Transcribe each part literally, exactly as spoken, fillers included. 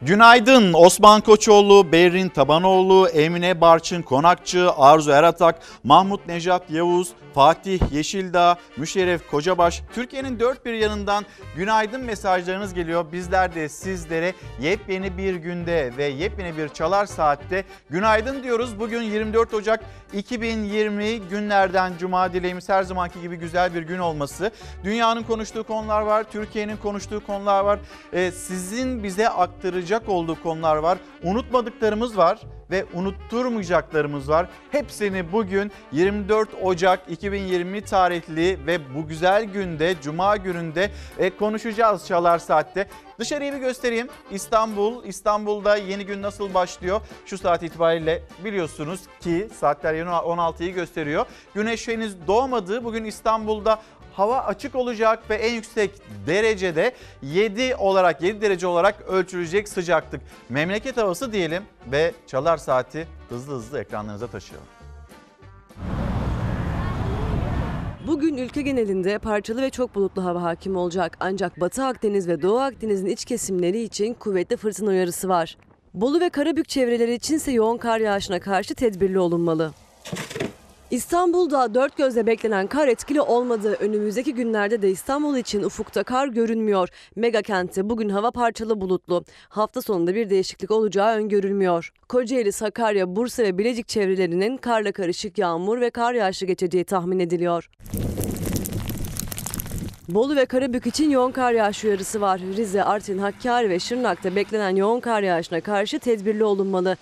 Günaydın. Osman Koçoğlu, Berrin Tabanoğlu, Emine Barçın Konakçı, Arzu Eratak, Mahmut Nejat Yavuz, Fatih Yeşildağ, Müşerref Kocabaş, Türkiye'nin dört bir yanından günaydın mesajlarınız geliyor. Bizler de sizlere yepyeni bir günde ve yepyeni bir Çalar Saat'te günaydın diyoruz. Bugün yirmi dört Ocak iki bin yirmi günlerden Cuma, dileğimiz her zamanki gibi güzel bir gün olması. Dünyanın konuştuğu konular var, Türkiye'nin konuştuğu konular var, ee, sizin bize aktaracak olduğu konular var, unutmadıklarımız var ve unutturmayacaklarımız var. Hepsini bugün yirmi dört Ocak iki bin yirmi tarihli ve bu güzel günde, Cuma gününde e, konuşacağız Çalar Saat'te. Dışarıyı bir göstereyim. İstanbul, İstanbul'da yeni gün nasıl başlıyor? Şu saat itibariyle biliyorsunuz ki saatler yeni on altıyı gösteriyor. Güneş henüz doğmadı. Bugün İstanbul'da hava açık olacak ve en yüksek derecede yedi olarak yedi derece olarak ölçülecek sıcaklık. Memleket havası diyelim ve Çalar Saati hızlı hızlı ekranlarınıza taşıyalım. Bugün ülke genelinde parçalı ve çok bulutlu hava hakim olacak. Ancak Batı Akdeniz ve Doğu Akdeniz'in iç kesimleri için kuvvetli fırtına uyarısı var. Bolu ve Karabük çevreleri içinse yoğun kar yağışına karşı tedbirli olunmalı. İstanbul'da dört gözle beklenen kar etkili olmadı. Önümüzdeki günlerde de İstanbul için ufukta kar görünmüyor. Mega kentte bugün hava parçalı bulutlu. Hafta sonunda bir değişiklik olacağı öngörülmüyor. Kocaeli, Sakarya, Bursa ve Bilecik çevrelerinin karla karışık yağmur ve kar yağışı geçeceği tahmin ediliyor. Bolu ve Karabük için yoğun kar yağışı uyarısı var. Rize, Artvin, Hakkari ve Şırnak'ta beklenen yoğun kar yağışına karşı tedbirli olunmalı.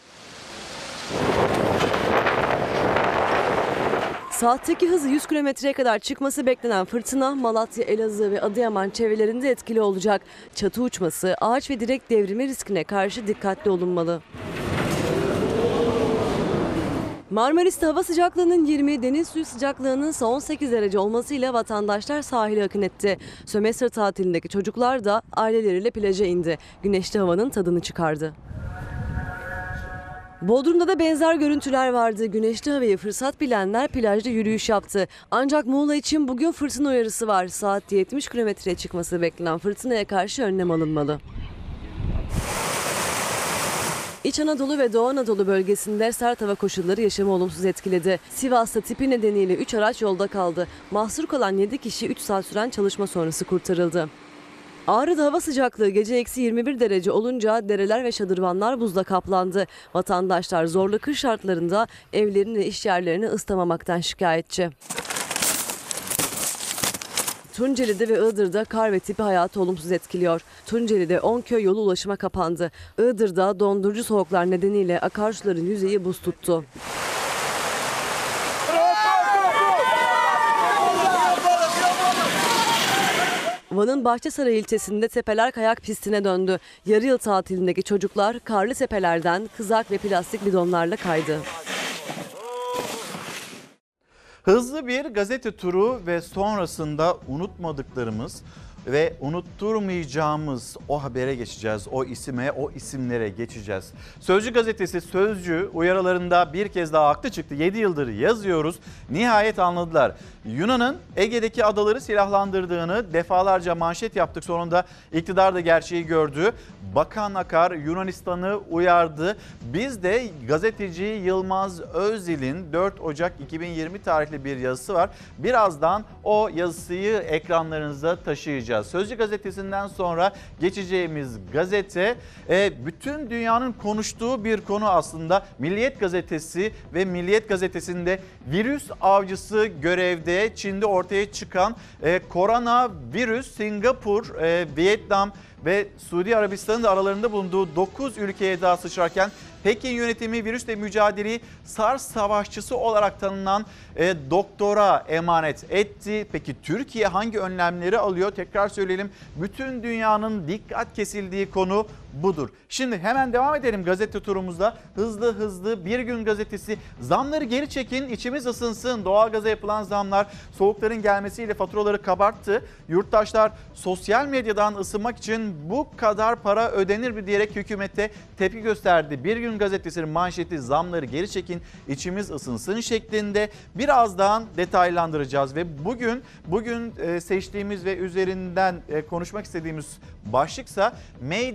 Saatteki hızı yüz kilometreye kadar çıkması beklenen fırtına Malatya, Elazığ ve Adıyaman çevrelerinde etkili olacak. Çatı uçması, ağaç ve direk devrimi riskine karşı dikkatli olunmalı. Marmaris'te hava sıcaklığının yirmi, deniz suyu sıcaklığının ise on sekiz derece olmasıyla vatandaşlar sahile akın etti. Sömestr tatilindeki çocuklar da aileleriyle plaja indi. Güneşli havanın tadını çıkardı. Bodrum'da da benzer görüntüler vardı. Güneşli havayı fırsat bilenler plajda yürüyüş yaptı. Ancak Muğla için bugün fırtına uyarısı var. Saatte yetmiş kilometreye çıkması beklenen fırtınaya karşı önlem alınmalı. İç Anadolu ve Doğu Anadolu bölgesinde sert hava koşulları yaşamı olumsuz etkiledi. Sivas'ta tipi nedeniyle üç araç yolda kaldı. Mahsur kalan yedi kişi üç saat süren çalışma sonrası kurtarıldı. Ağrı'da hava sıcaklığı gece eksi yirmi bir derece olunca dereler ve şadırvanlar buzla kaplandı. Vatandaşlar zorlu kış şartlarında evlerini ve iş yerlerini ıslamamaktan şikayetçi. Tunceli'de ve Iğdır'da kar ve tipi hayatı olumsuz etkiliyor. Tunceli'de on köy yolu ulaşıma kapandı. Iğdır'da dondurucu soğuklar nedeniyle akarsuların yüzeyi buz tuttu. Van'ın Bahçesaray ilçesinde tepeler kayak pistine döndü. Yarı yıl tatilindeki çocuklar karlı tepelerden kızak ve plastik bidonlarla kaydı. Hızlı bir gazete turu ve sonrasında unutmadıklarımız ve unutturmayacağımız o habere geçeceğiz. O isime, o isimlere geçeceğiz. Sözcü gazetesi Sözcü uyarılarında bir kez daha haklı çıktı. yedi yıldır yazıyoruz. Nihayet anladılar. Yunan'ın Ege'deki adaları silahlandırdığını defalarca manşet yaptık. Sonunda iktidar da gerçeği gördü. Bakan Akar Yunanistan'ı uyardı. Biz de gazeteci Yılmaz Özdil'in dört Ocak iki bin yirmi tarihli bir yazısı var. Birazdan o yazıyı ekranlarınıza taşıyacağız. Sözcü gazetesinden sonra geçeceğimiz gazete bütün dünyanın konuştuğu bir konu aslında. Milliyet gazetesi ve Milliyet gazetesinde virüs avcısı görevde Çin'de ortaya çıkan koronavirüs Singapur, Vietnam ve Suudi Arabistan'ın da aralarında bulunduğu dokuz ülkeye daha sıçrarken Pekin yönetimi virüsle mücadeleyi SARS savaşçısı olarak tanınan e, doktora emanet etti. Peki Türkiye hangi önlemleri alıyor? Tekrar söyleyelim. Bütün dünyanın dikkat kesildiği konu budur. Şimdi hemen devam edelim gazete turumuzda. Hızlı hızlı Bir Gün Gazetesi. Zamları geri çekin, içimiz ısınsın. Doğalgaza yapılan zamlar soğukların gelmesiyle faturaları kabarttı. Yurttaşlar sosyal medyadan ısınmak için bu kadar para ödenir mi diyerek hükümete tepki gösterdi. Bir Gün Gazetesi'nin manşeti zamları geri çekin, içimiz ısınsın şeklinde. Birazdan detaylandıracağız ve bugün bugün seçtiğimiz ve üzerinden konuşmak istediğimiz başlıksa Made in Türkiye.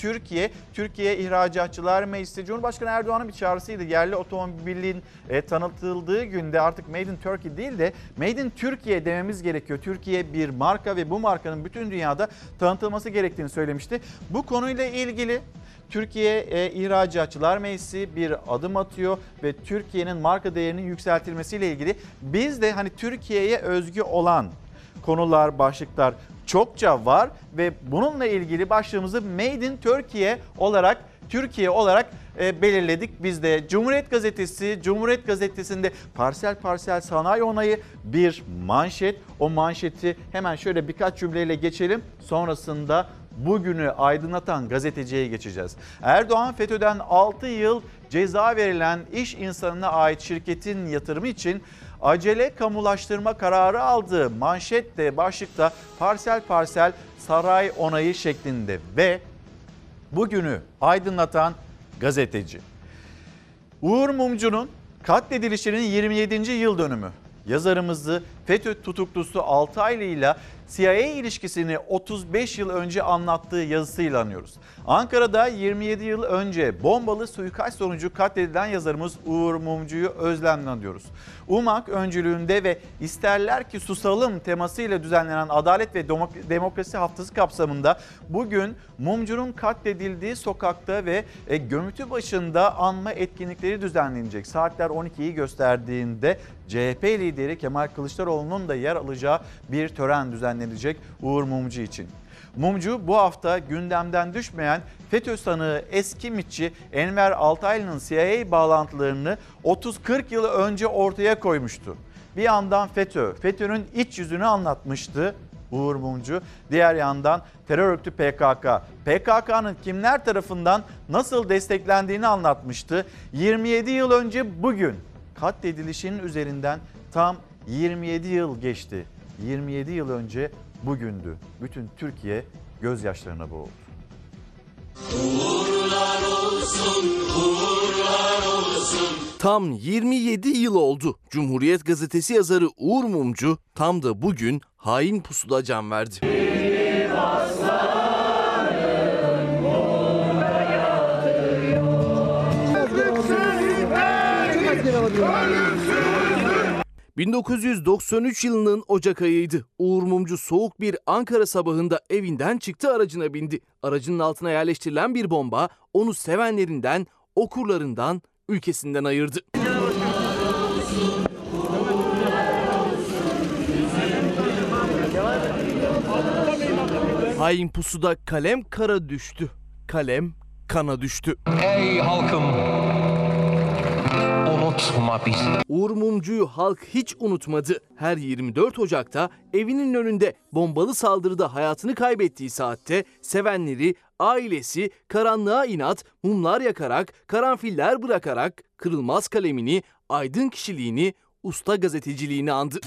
Türkiye, Türkiye İhracatçılar Meclisi, Cumhurbaşkanı Erdoğan'ın bir çağrısıydı. Yerli otomobilin e, tanıtıldığı günde artık Made in Turkey değil de Made in Türkiye dememiz gerekiyor. Türkiye bir marka ve bu markanın bütün dünyada tanıtılması gerektiğini söylemişti. Bu konuyla ilgili Türkiye e, İhracatçılar Meclisi bir adım atıyor ve Türkiye'nin marka değerinin yükseltilmesiyle ilgili biz de hani Türkiye'ye özgü olan konular, başlıklar çokça var ve bununla ilgili başlığımızı Made in Türkiye olarak Türkiye olarak e, belirledik. Biz de Cumhuriyet Gazetesi, Cumhuriyet Gazetesi'nde parsel parsel sanayi onayı bir manşet. O manşeti hemen şöyle birkaç cümleyle geçelim. Sonrasında bugünü aydınlatan gazeteciye geçeceğiz. Erdoğan FETÖ'den altı yıl ceza verilen iş insanına ait şirketin yatırımı için acele kamulaştırma kararı aldığı manşette başlıkta parsel parsel saray onayı şeklinde ve bugünü aydınlatan gazeteci. Uğur Mumcu'nun katledilişinin yirmi yedinci yıl dönümü. Yazarımızı FETÖ tutuklusu Altaylı ile C I A ilişkisini otuz beş yıl önce anlattığı yazısıyla anıyoruz. Ankara'da yirmi yedi yıl önce bombalı suikast sonucu katledilen yazarımız Uğur Mumcu'yu özlemle anıyoruz. UMAK öncülüğünde ve isterler ki susalım temasıyla düzenlenen Adalet ve Demokrasi Haftası kapsamında bugün Mumcu'nun katledildiği sokakta ve gömütü başında anma etkinlikleri düzenlenecek. Saatler on ikiyi gösterdiğinde C H P lideri Kemal Kılıçdaroğlu'nun da yer alacağı bir tören düzenlenecek Uğur Mumcu için. Mumcu bu hafta gündemden düşmeyen FETÖ sanığı eski MİT'çi Enver Altaylı'nın C I A bağlantılarını otuz kırk yıl önce ortaya koymuştu. Bir yandan FETÖ, FETÖ'nün iç yüzünü anlatmıştı Uğur Mumcu. Diğer yandan terör örgütü P K K, P K K'nın kimler tarafından nasıl desteklendiğini anlatmıştı. yirmi yedi yıl önce bugün katledilişinin üzerinden tam yirmi yedi yıl geçti. yirmi yedi yıl önce bugündü. Bütün Türkiye gözyaşlarına boğuldu. Uğurlar olsun, uğurlar olsun. Tam yirmi yedi yıl oldu. Cumhuriyet Gazetesi yazarı Uğur Mumcu tam da bugün hain pusuda can verdi. bin dokuz yüz doksan üç yılının Ocak ayıydı. Uğur Mumcu soğuk bir Ankara sabahında evinden çıktı, aracına bindi. Aracının altına yerleştirilen bir bomba onu sevenlerinden, okurlarından, ülkesinden ayırdı. Hain pusuda kalem kara düştü. Kalem kana düştü. Ey halkım! Unutma bizi. Uğur Mumcu'yu halk hiç unutmadı. Her yirmi dört Ocak'ta evinin önünde bombalı saldırıda hayatını kaybettiği saatte sevenleri, ailesi karanlığa inat mumlar yakarak, karanfiller bırakarak kırılmaz kalemini, aydın kişiliğini, usta gazeteciliğini andı.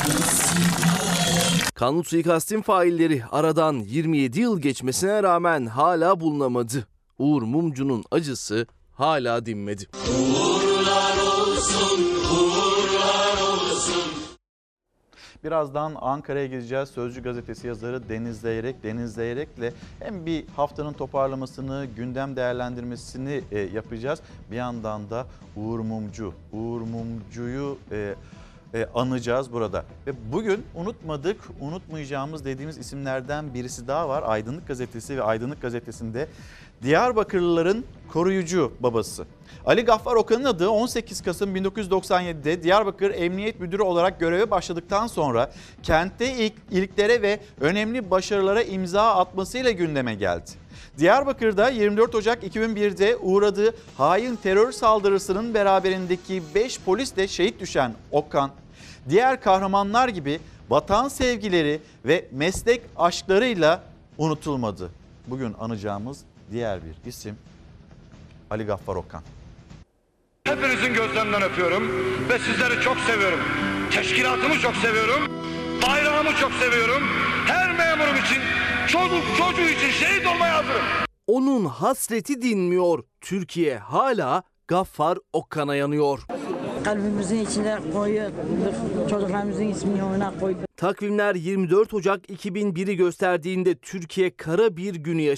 Kanlı suikastin failleri aradan yirmi yedi yıl geçmesine rağmen hala bulunamadı. Uğur Mumcu'nun acısı hala dinmedi. Uğurlar olsun, uğurlar olsun. Birazdan Ankara'ya gideceğiz. Sözcü gazetesi yazarı Deniz Zeyrek. Deniz Zeyrek'le hem bir haftanın toparlamasını, gündem değerlendirmesini e, yapacağız. Bir yandan da Uğur Mumcu, Uğur Mumcu'yu e, e, anacağız burada. Ve bugün unutmadık, unutmayacağımız dediğimiz isimlerden birisi daha var. Aydınlık Gazetesi ve Aydınlık Gazetesi'nde Diyarbakırlıların koruyucu babası. Ali Gaffar Okan'ın adı on sekiz Kasım bin dokuz yüz doksan yedi'de Diyarbakır Emniyet Müdürü olarak göreve başladıktan sonra kentte ilk ilklere ve önemli başarılara imza atmasıyla gündeme geldi. Diyarbakır'da yirmi dört Ocak iki bin bir'de uğradığı hain terör saldırısının beraberindeki beş polisle şehit düşen Okan, diğer kahramanlar gibi vatan sevgileri ve meslek aşklarıyla unutulmadı. Bugün anacağımız diğer bir isim Ali Gaffar Okan. Hepinizin gözlerinden öpüyorum ve sizleri çok seviyorum. Teşkilatımı çok seviyorum. Bayrağımı çok seviyorum. Her memurum için, çocuk çocuğu için şehit olmaya hazırım. Onun hasreti dinmiyor. Türkiye hala Gaffar Okan'a yanıyor. Kalbimizin içine koyuyor, çocuklarımızın ismini ona koyduk. Takvimler yirmi dört Ocak iki bin bir'i gösterdiğinde Türkiye kara bir günü yaşadı.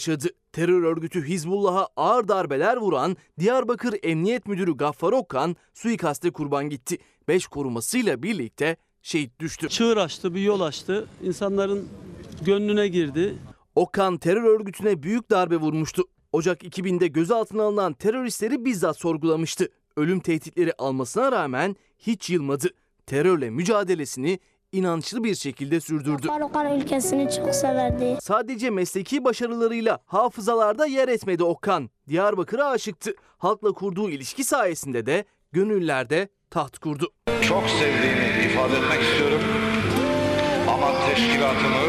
Terör örgütü Hizbullah'a ağır darbeler vuran Diyarbakır Emniyet Müdürü Gaffar Okkan suikaste kurban gitti. Beş korumasıyla birlikte şehit düştü. Çığır açtı, bir yol açtı. İnsanların gönlüne girdi. Okkan terör örgütüne büyük darbe vurmuştu. Ocak iki binde gözaltına alınan teröristleri bizzat sorgulamıştı. Ölüm tehditleri almasına rağmen hiç yılmadı. Terörle mücadelesini inançlı bir şekilde sürdürdü. Gaffar Okkan ülkesini çok severdi. Sadece mesleki başarılarıyla hafızalarda yer etmedi Okkan. Diyarbakır'a aşıktı. Halkla kurduğu ilişki sayesinde de gönüllerde taht kurdu. Çok sevdiğimi ifade etmek istiyorum. Ama teşkilatımı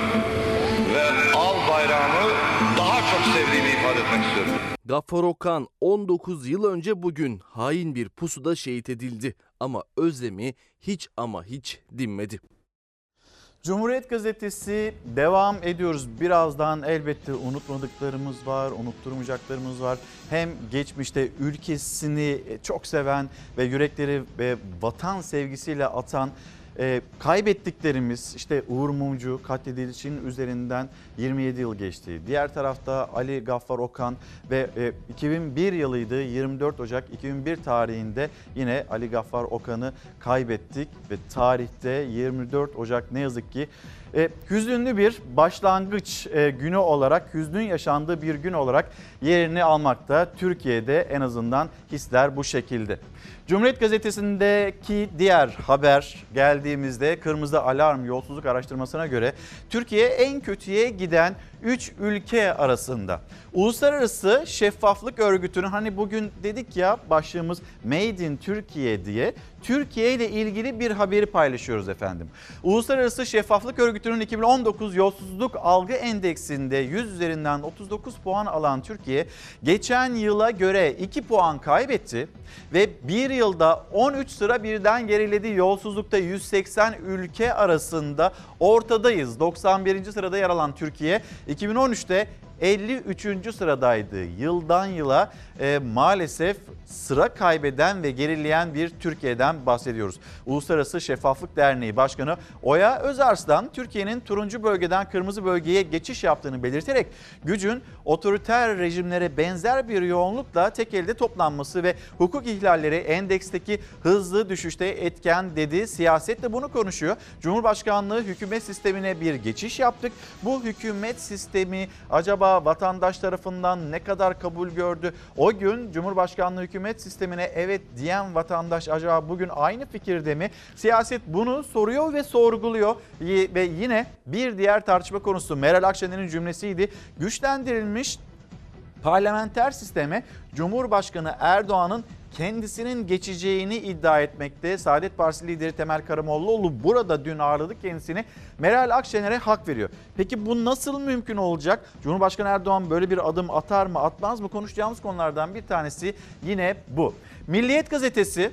ve al bayrağımı daha çok sevdiğimi ifade etmek istiyorum. Gaffar Okkan on dokuz yıl önce bugün hain bir pusuda şehit edildi. Ama özlemi hiç ama hiç dinmedi. Cumhuriyet Gazetesi devam ediyoruz. Birazdan elbette unutmadıklarımız var, unutturmayacaklarımız var. Hem geçmişte ülkesini çok seven ve yürekleri ve vatan sevgisiyle atan e, kaybettiklerimiz, işte Uğur Mumcu katledilişinin üzerinden yirmi yedi yıl geçti. Diğer tarafta Ali Gaffar Okkan ve e, iki bin bir yılıydı, yirmi dört Ocak iki bin bir tarihinde yine Ali Gaffar Okkan'ı kaybettik ve tarihte yirmi dört Ocak ne yazık ki e, hüzünlü bir başlangıç e, günü olarak, hüznün yaşandığı bir gün olarak yerini almakta. Türkiye'de en azından hisler bu şekilde. Cumhuriyet Gazetesi'ndeki diğer haber geldiğimizde kırmızı alarm yolsuzluk araştırmasına göre Türkiye en kötüye giden üç ülke arasında. Uluslararası Şeffaflık Örgütü'nün, hani bugün dedik ya başlığımız Made in Türkiye diye, Türkiye ile ilgili bir haberi paylaşıyoruz efendim. Uluslararası Şeffaflık Örgütü'nün iki bin on dokuz Yolsuzluk Algı Endeksinde yüz üzerinden otuz dokuz puan alan Türkiye geçen yıla göre iki puan kaybetti ve bir yılda on üç sıra birden geriledi. Yolsuzlukta yüz seksen ülke arasında ortadayız. doksan birinci sırada yer alan Türkiye iki bin on üçte elli üçüncü sıradaydı. Yıldan yıla e, maalesef sıra kaybeden ve gerileyen bir Türkiye'den bahsediyoruz. Uluslararası Şeffaflık Derneği Başkanı Oya Özarslan, Türkiye'nin turuncu bölgeden kırmızı bölgeye geçiş yaptığını belirterek gücün otoriter rejimlere benzer bir yoğunlukla tek elde toplanması ve hukuk ihlalleri endeksteki hızlı düşüşte etken dedi. Siyaset de bunu konuşuyor. Cumhurbaşkanlığı hükümet sistemine bir geçiş yaptık. Bu hükümet sistemi acaba vatandaş tarafından ne kadar kabul gördü? O gün Cumhurbaşkanlığı hükümet sistemine evet diyen vatandaş acaba bugün aynı fikirde mi? Siyaset bunu soruyor ve sorguluyor. Ve yine bir diğer tartışma konusu Meral Akşener'in cümlesiydi. Güçlendirilmiş parlamenter sisteme Cumhurbaşkanı Erdoğan'ın kendisinin geçeceğini iddia etmekte. Saadet Partisi lideri Temel Karamollaoğlu burada dün ağırladı kendisini. Meral Akşener'e hak veriyor. Peki bu nasıl mümkün olacak? Cumhurbaşkanı Erdoğan böyle bir adım atar mı atmaz mı? Konuşacağımız konulardan bir tanesi yine bu. Milliyet Gazetesi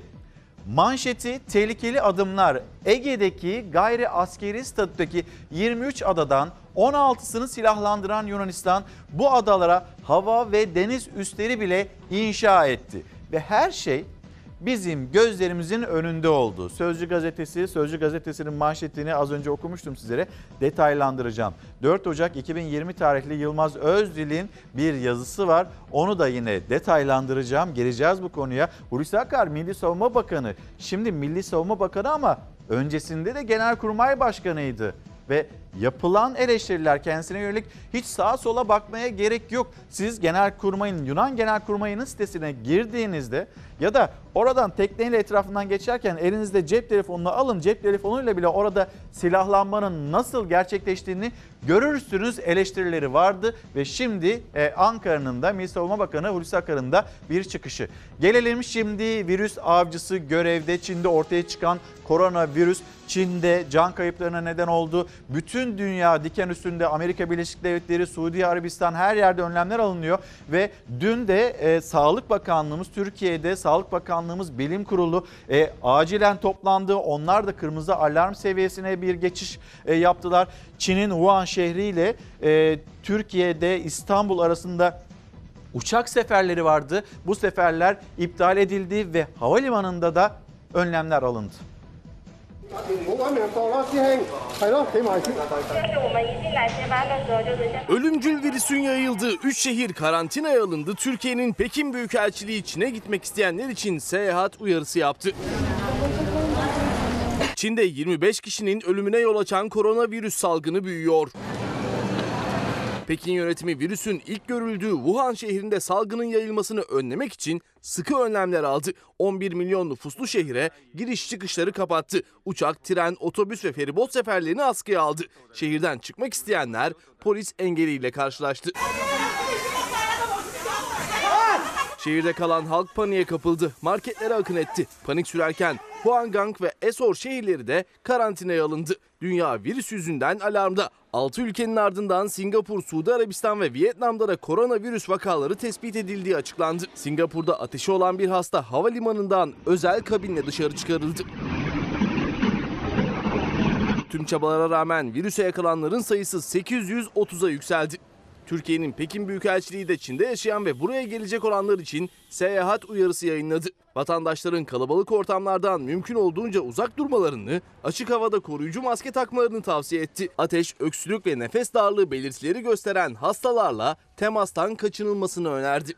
manşeti tehlikeli adımlar. Ege'deki gayri askeri statüdeki yirmi üç adadan on altısını silahlandıran Yunanistan bu adalara hava ve deniz üsleri bile inşa etti. Ve her şey bizim gözlerimizin önünde oldu. Sözcü gazetesi, Sözcü gazetesinin manşetini az önce okumuştum sizlere, detaylandıracağım. dört Ocak iki bin yirmi tarihli Yılmaz Özdil'in bir yazısı var. Onu da yine detaylandıracağım. Geleceğiz bu konuya. Hulusi Akar Milli Savunma Bakanı. Şimdi Milli Savunma Bakanı ama öncesinde de Genelkurmay Başkanıydı. Ve yapılan eleştiriler kendisine yönelik hiç sağa sola bakmaya gerek yok. Siz Genelkurmay'ın, Yunan Genelkurmay'ının sitesine girdiğinizde ya da oradan tekneyle etrafından geçerken elinizde cep telefonunu alın. Cep telefonuyla bile orada silahlanmanın nasıl gerçekleştiğini görürsünüz eleştirileri vardı. Ve şimdi e, Ankara'nın da Milli Savunma Bakanı Hulusi Akar'ın da bir çıkışı. Gelelim şimdi virüs avcısı görevde. Çin'de ortaya çıkan koronavirüs Çin'de can kayıplarına neden oldu. Bütün dünya diken üstünde, Amerika Birleşik Devletleri, Suudi Arabistan, her yerde önlemler alınıyor. Ve dün de e, Sağlık Bakanlığımız, Türkiye'de Sağlık Bakanlığımız Bilim Kurulu e, acilen toplandı. Onlar da kırmızı alarm seviyesine bir geçiş e, yaptılar. Çin'in Wuhan şehriyle e, Türkiye'de İstanbul arasında uçak seferleri vardı. Bu seferler iptal edildi ve havalimanında da önlemler alındı. Ölümcül virüsün yayıldığı üç şehir karantinaya alındı. Türkiye'nin Pekin Büyükelçiliği Çin'e gitmek isteyenler için seyahat uyarısı yaptı. Çin'de yirmi beş kişinin ölümüne yol açan koronavirüs salgını büyüyor. Pekin yönetimi virüsün ilk görüldüğü Wuhan şehrinde salgının yayılmasını önlemek için sıkı önlemler aldı. on bir milyon nüfuslu şehre giriş çıkışları kapattı. Uçak, tren, otobüs ve feribot seferlerini askıya aldı. Şehirden çıkmak isteyenler polis engeliyle karşılaştı. Şehirde kalan halk paniğe kapıldı. Marketlere akın etti. Panik sürerken Huanggang ve Esor şehirleri de karantinaya alındı. Dünya virüs yüzünden alarmda. altı ülkenin ardından Singapur, Suudi Arabistan ve Vietnam'da da koronavirüs vakaları tespit edildiği açıklandı. Singapur'da ateşi olan bir hasta havalimanından özel kabinle dışarı çıkarıldı. Tüm çabalara rağmen virüse yakalananların sayısı sekiz yüz otuza yükseldi. Türkiye'nin Pekin Büyükelçiliği de Çin'de yaşayan ve buraya gelecek olanlar için seyahat uyarısı yayınladı. Vatandaşların kalabalık ortamlardan mümkün olduğunca uzak durmalarını, açık havada koruyucu maske takmalarını tavsiye etti. Ateş, öksürük ve nefes darlığı belirtileri gösteren hastalarla temastan kaçınılmasını önerdi.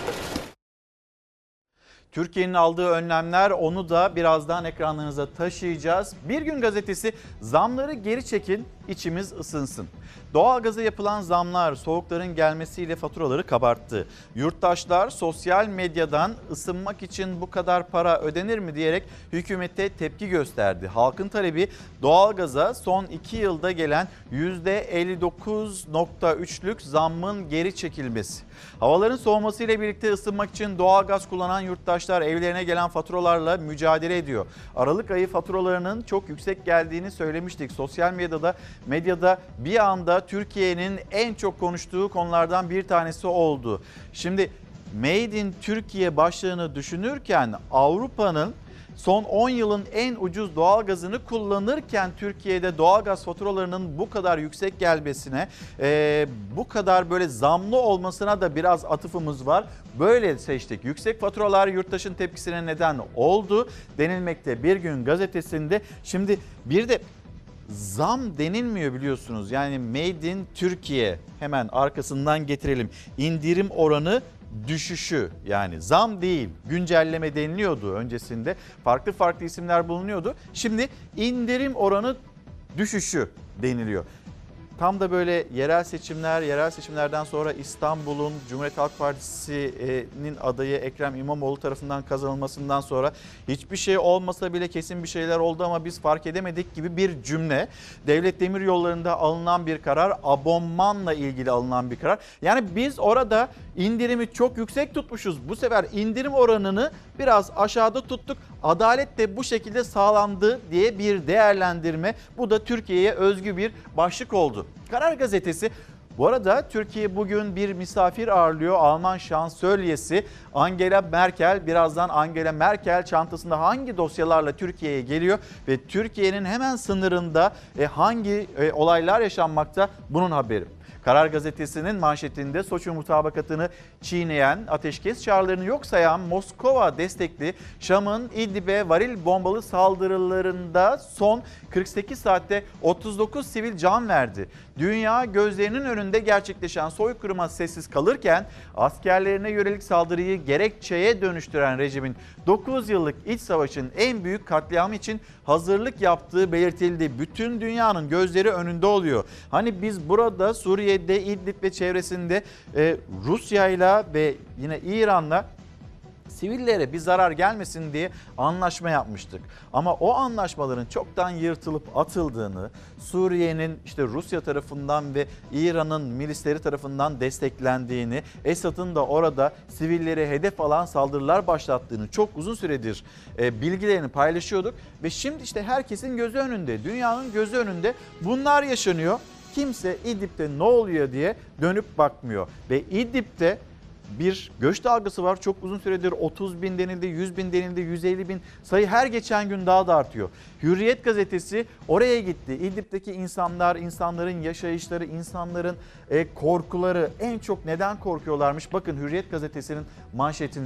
Türkiye'nin aldığı önlemler, onu da birazdan ekranlarınıza taşıyacağız. Bir Gün Gazetesi zamları geri çekin, içimiz ısınsın. Doğalgaza yapılan zamlar soğukların gelmesiyle faturaları kabarttı. Yurttaşlar sosyal medyadan ısınmak için bu kadar para ödenir mi diyerek hükümete tepki gösterdi. Halkın talebi doğalgaza son iki yılda gelen yüzde elli dokuz virgül üçlük zammın geri çekilmesi. Havaların soğumasıyla birlikte ısınmak için doğalgaz kullanan yurttaşlar evlerine gelen faturalarla mücadele ediyor. Aralık ayı faturalarının çok yüksek geldiğini söylemiştik. Sosyal medyada medyada bir anda Türkiye'nin en çok konuştuğu konulardan bir tanesi oldu. Şimdi Made in Türkiye başlığını düşünürken Avrupa'nın son on yılın en ucuz doğalgazını kullanırken Türkiye'de doğalgaz faturalarının bu kadar yüksek gelmesine, e, bu kadar böyle zamlı olmasına da biraz atıfımız var. Böyle seçtik. Yüksek faturalar yurttaşın tepkisine neden oldu denilmekte Bir Gün Gazetesi'nde. Şimdi bir de zam denilmiyor biliyorsunuz. Yani Made in Türkiye, hemen arkasından getirelim. İndirim oranı düşüşü, yani zam değil, güncelleme deniliyordu öncesinde. Farklı farklı isimler bulunuyordu. Şimdi indirim oranı düşüşü deniliyor. Tam da böyle yerel seçimler, yerel seçimlerden sonra İstanbul'un Cumhuriyet Halk Partisi'nin adayı Ekrem İmamoğlu tarafından kazanılmasından sonra hiçbir şey olmasa bile kesin bir şeyler oldu ama biz fark edemedik gibi bir cümle. Devlet Demiryolları'nda alınan bir karar, abonmanla ilgili alınan bir karar. Yani biz orada indirimi çok yüksek tutmuşuz. Bu sefer indirim oranını biraz aşağıda tuttuk. Adalet de bu şekilde sağlandı diye bir değerlendirme. Bu da Türkiye'ye özgü bir başlık oldu. Karar Gazetesi bu arada Türkiye bugün bir misafir ağırlıyor. Alman şansölyesi Angela Merkel. Birazdan Angela Merkel çantasında hangi dosyalarla Türkiye'ye geliyor ve Türkiye'nin hemen sınırında hangi olaylar yaşanmakta, bunun haberi. Karar Gazetesi'nin manşetinde Soçi mutabakatını çiğneyen, ateşkes çağrılarını yok sayan Moskova destekli Şam'ın İdlib'e varil bombalı saldırılarında son kırk sekiz saatte otuz dokuz sivil can verdi. Dünya gözlerinin önünde gerçekleşen soykırıma sessiz kalırken askerlerine yönelik saldırıyı gerekçeye dönüştüren rejimin dokuz yıllık iç savaşın en büyük katliamı için hazırlık yaptığı belirtildi. Bütün dünyanın gözleri önünde oluyor. Hani biz burada Suriye'de, İdlib ve çevresinde e, Rusya'yla ve yine İran'la sivillere bir zarar gelmesin diye anlaşma yapmıştık. Ama o anlaşmaların çoktan yırtılıp atıldığını, Suriye'nin işte Rusya tarafından ve İran'ın milisleri tarafından desteklendiğini, Esad'ın da orada sivilleri hedef alan saldırılar başlattığını çok uzun süredir e, bilgilerini paylaşıyorduk. Ve şimdi işte herkesin gözü önünde, dünyanın gözü önünde bunlar yaşanıyor. Kimse İdlib'de ne oluyor diye dönüp bakmıyor. Ve İdlib'de bir göç dalgası var. Çok uzun süredir otuz bin denildi, yüz bin denildi, yüz elli bin sayı her geçen gün daha da artıyor. Hürriyet gazetesi oraya gitti. İdlib'deki insanlar, insanların yaşayışları, insanların e, korkuları, en çok neden korkuyorlarmış? Bakın Hürriyet gazetesinin manşetinde.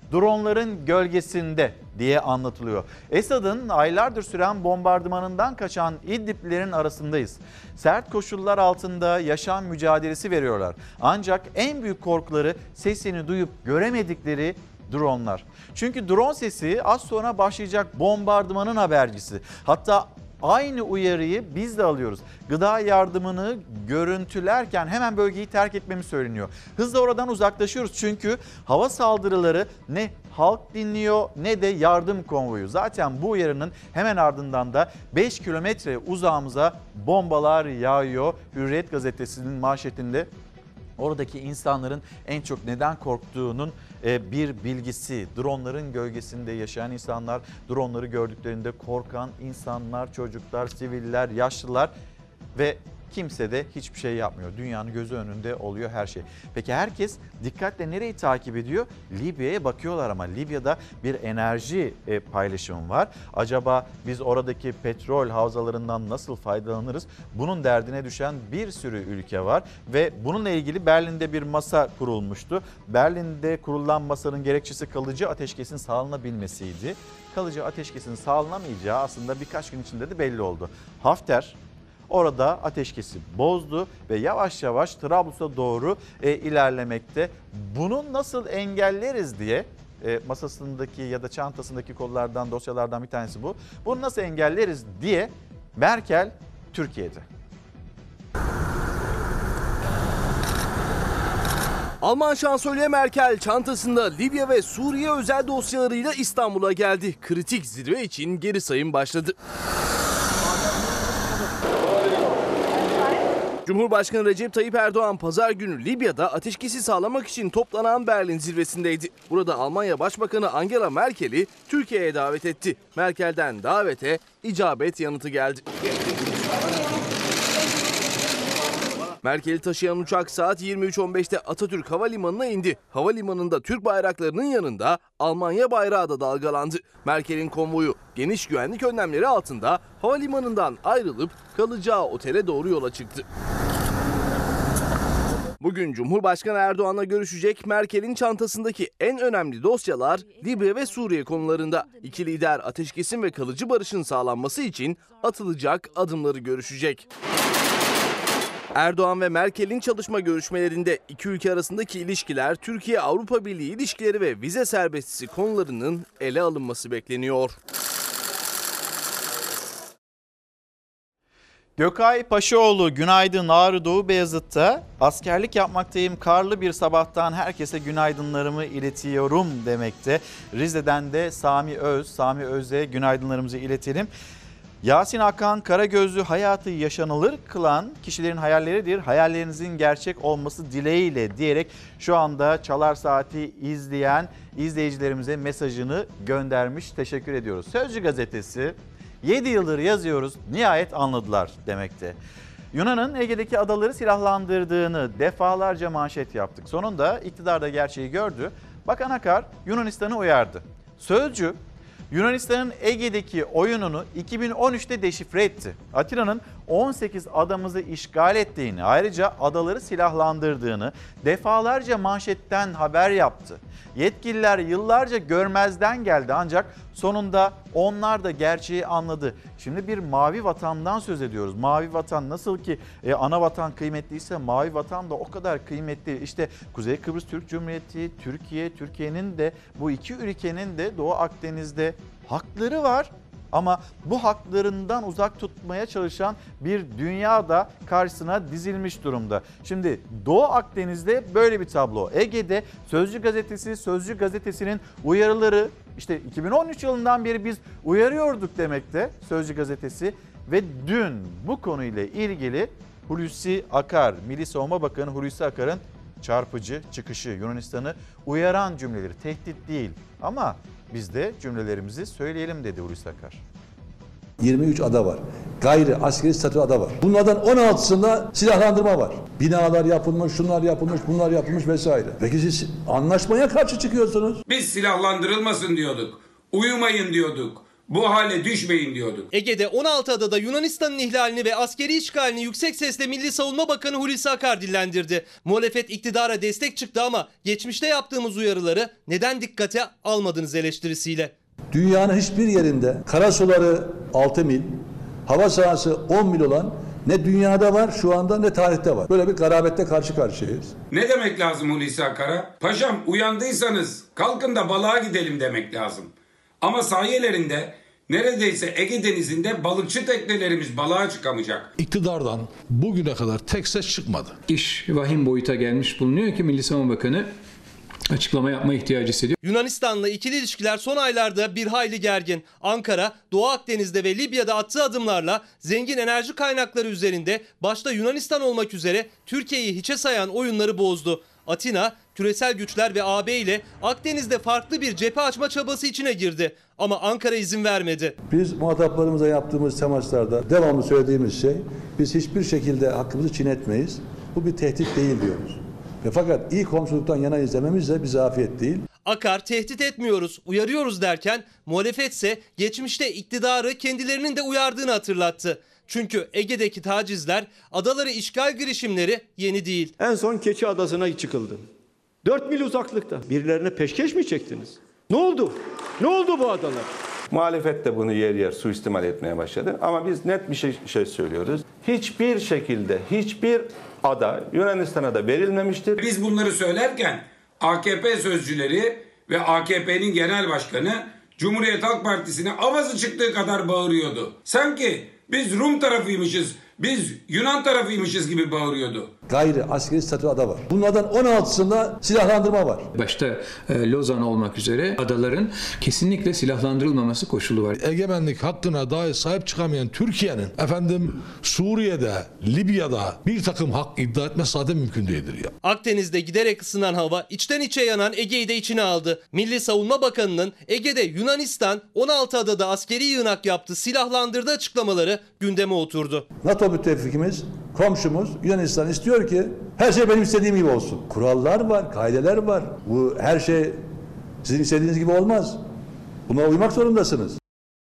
dronların gölgesinde diye anlatılıyor. Esad'ın aylardır süren bombardımanından kaçan İdlib'lerin arasındayız. Sert koşullar altında yaşam mücadelesi veriyorlar. Ancak en büyük korkuları sesini duyup göremedikleri dronlar. Çünkü drone sesi az sonra başlayacak bombardımanın habercisi. Hatta aynı uyarıyı biz de alıyoruz. Gıda yardımını görüntülerken hemen bölgeyi terk etmemiz söyleniyor. Hızla oradan uzaklaşıyoruz çünkü hava saldırıları ne halk dinliyor ne de yardım konvoyu. Zaten bu uyarının hemen ardından da beş kilometre uzağımıza bombalar yağıyor. Hürriyet gazetesinin manşetinde oradaki insanların en çok neden korktuğunun bir bilgisi. Dronların gölgesinde yaşayan insanlar, dronları gördüklerinde korkan insanlar, çocuklar, siviller, yaşlılar ve kimse de hiçbir şey yapmıyor. Dünyanın gözü önünde oluyor her şey. Peki herkes dikkatle nereyi takip ediyor? Libya'ya bakıyorlar ama Libya'da bir enerji paylaşımı var. Acaba biz oradaki petrol havzalarından nasıl faydalanırız? Bunun derdine düşen bir sürü ülke var ve bununla ilgili Berlin'de bir masa kurulmuştu. Berlin'de kurulan masanın gerekçesi kalıcı ateşkesin sağlanabilmesiydi. Kalıcı ateşkesin sağlanamayacağı aslında birkaç gün içinde de belli oldu. Hafter orada ateşkesi bozdu ve yavaş yavaş Trablus'a doğru e, ilerlemekte. Bunu nasıl engelleriz diye e, masasındaki ya da çantasındaki kollardan, dosyalardan bir tanesi bu. Bunu nasıl engelleriz diye Merkel Türkiye'de. Alman şansölye Merkel çantasında Libya ve Suriye özel dosyalarıyla İstanbul'a geldi. Kritik zirve için geri sayım başladı. Cumhurbaşkanı Recep Tayyip Erdoğan pazar günü Libya'da ateşkesi sağlamak için toplanan Berlin zirvesindeydi. Burada Almanya Başbakanı Angela Merkel'i Türkiye'ye davet etti. Merkel'den davete icabet yanıtı geldi. Merkel'i taşıyan uçak saat yirmi üç on beşte Atatürk Havalimanı'na indi. Havalimanında Türk bayraklarının yanında Almanya bayrağı da dalgalandı. Merkel'in konvoyu geniş güvenlik önlemleri altında havalimanından ayrılıp kalacağı otele doğru yola çıktı. Bugün Cumhurbaşkanı Erdoğan'la görüşecek. Merkel'in çantasındaki en önemli dosyalar Libya ve Suriye konularında. İki lider ateşkesin ve kalıcı barışın sağlanması için atılacak adımları görüşecek. Erdoğan ve Merkel'in çalışma görüşmelerinde iki ülke arasındaki ilişkiler, Türkiye-Avrupa Birliği ilişkileri ve vize serbestisi konularının ele alınması bekleniyor. Gökay Paşaoğlu, günaydın. Ağrı Doğu Beyazıt'ta askerlik yapmaktayım. Karlı bir sabahtan herkese günaydınlarımı iletiyorum demekte. Rize'den de Sami Öz, Sami Öz'e günaydınlarımızı iletelim. Yasin Akan, Karagözlü hayatı yaşanılır kılan kişilerin hayalleridir. Hayallerinizin gerçek olması dileğiyle diyerek şu anda Çalar Saat'i izleyen izleyicilerimize mesajını göndermiş. Teşekkür ediyoruz. Sözcü gazetesi yedi yıldır yazıyoruz, nihayet anladılar demekte. Yunan'ın Ege'deki adaları silahlandırdığını defalarca manşet yaptık. Sonunda iktidar da gerçeği gördü. Bakan Akar Yunanistan'ı uyardı. Sözcü Yunanistan'ın Ege'deki oyununu iki bin on üçte deşifre etti. Atina'nın on sekiz adamızı işgal ettiğini, ayrıca adaları silahlandırdığını defalarca manşetten haber yaptı. Yetkililer yıllarca görmezden geldi ancak sonunda onlar da gerçeği anladı. Şimdi bir mavi vatandan söz ediyoruz. Mavi vatan nasıl ki e, ana vatan kıymetliyse mavi vatan da o kadar kıymetli. İşte Kuzey Kıbrıs Türk Cumhuriyeti, Türkiye, Türkiye'nin de bu iki ülkenin de Doğu Akdeniz'de hakları var. Ama bu haklarından uzak tutmaya çalışan bir dünya da karşısına dizilmiş durumda. Şimdi Doğu Akdeniz'de böyle bir tablo. Ege'de Sözcü Gazetesi, Sözcü Gazetesi'nin uyarıları, işte iki bin on üç yılından beri biz uyarıyorduk demekte Sözcü Gazetesi. Ve dün bu konuyla ilgili Hulusi Akar, Milli Savunma Bakanı Hulusi Akar'ın çarpıcı çıkışı, Yunanistan'ı uyaran cümleleri, tehdit değil ama biz de cümlelerimizi söyleyelim dedi Hulusi Akar. yirmi üç ada var. Gayri askeri statü ada var. Bunlardan on altısında silahlandırma var. Binalar yapılmış, şunlar yapılmış, bunlar yapılmış vesaire. Peki siz anlaşmaya karşı çıkıyorsunuz. Biz silahlandırılmasın diyorduk. Uyumayın diyorduk. bu hale düşmeyin diyorduk. Ege'de on altı adada Yunanistan'ın ihlalini ve askeri işgalini yüksek sesle Milli Savunma Bakanı Hulusi Akar dillendirdi. Muhalefet iktidara destek çıktı ama geçmişte yaptığımız uyarıları neden dikkate almadınız eleştirisiyle. Dünyanın hiçbir yerinde karasuları altı mil, hava sahası on mil olan ne dünyada var şu anda ne tarihte var. Böyle bir garabette karşı karşıyayız. Ne demek lazım Hulusi Akar'a? Paşam uyandıysanız kalkın da balığa gidelim demek lazım. Ama sahiyelerinde neredeyse Ege Denizi'nde balıkçı teknelerimiz balığa çıkamayacak. İktidardan bugüne kadar tek ses çıkmadı. İş vahim boyuta gelmiş bulunuyor ki Milli Savunma Bakanı açıklama yapma ihtiyacı hissediyor. Yunanistan'la ikili ilişkiler son aylarda bir hayli gergin. Ankara, Doğu Akdeniz'de ve Libya'da attığı adımlarla zengin enerji kaynakları üzerinde başta Yunanistan olmak üzere Türkiye'yi hiçe sayan oyunları bozdu. Atina, küresel güçler ve A B ile Akdeniz'de farklı bir cephe açma çabası içine girdi. Ama Ankara izin vermedi. Biz muhataplarımıza yaptığımız temaslarda devamlı söylediğimiz şey, biz hiçbir şekilde hakkımızı çiğnetmeyiz. Bu bir tehdit değil diyoruz. Ve fakat iyi komşuluktan yana izlememiz de bize afiyet değil. Akar tehdit etmiyoruz, uyarıyoruz derken muhalefetse geçmişte iktidarı kendilerinin de uyardığını hatırlattı. Çünkü Ege'deki tacizler, adaları işgal girişimleri yeni değil. En son Keçi Adası'na çıkıldı. dört mil uzaklıkta. Birilerine peşkeş mi çektiniz? Ne oldu? Ne oldu bu adalar? Muhalefet de bunu yer yer suistimal etmeye başladı. Ama biz net bir şey, şey söylüyoruz. Hiçbir şekilde hiçbir ada Yunanistan'a da verilmemiştir. Biz bunları söylerken A K P sözcüleri ve A K P'nin genel başkanı Cumhuriyet Halk Partisi'ne avazı çıktığı kadar bağırıyordu. Sanki biz Rum tarafıymışız, biz Yunan tarafıymışız gibi bağırıyordu. Gayri askeri statü ada var. Bunlardan on altısında silahlandırma var. Başta e, Lozan olmak üzere adaların kesinlikle silahlandırılmaması koşulu var. Egemenlik hakkına dahi sahip çıkamayan Türkiye'nin efendim Suriye'de, Libya'da bir takım hak iddia etmesi zaten mümkün değildir ya. Akdeniz'de giderek ısınan hava içten içe yanan Ege'yi de içine aldı. Milli Savunma Bakanı'nın Ege'de Yunanistan on altı adada askeri yığınak yaptı, silahlandırdı açıklamaları gündeme oturdu. NATO müttefikimiz, komşumuz Yunanistan istiyor ki her şey benim istediğim gibi olsun. Kurallar var, kaideler var. Bu her şey sizin istediğiniz gibi olmaz. Buna uymak zorundasınız.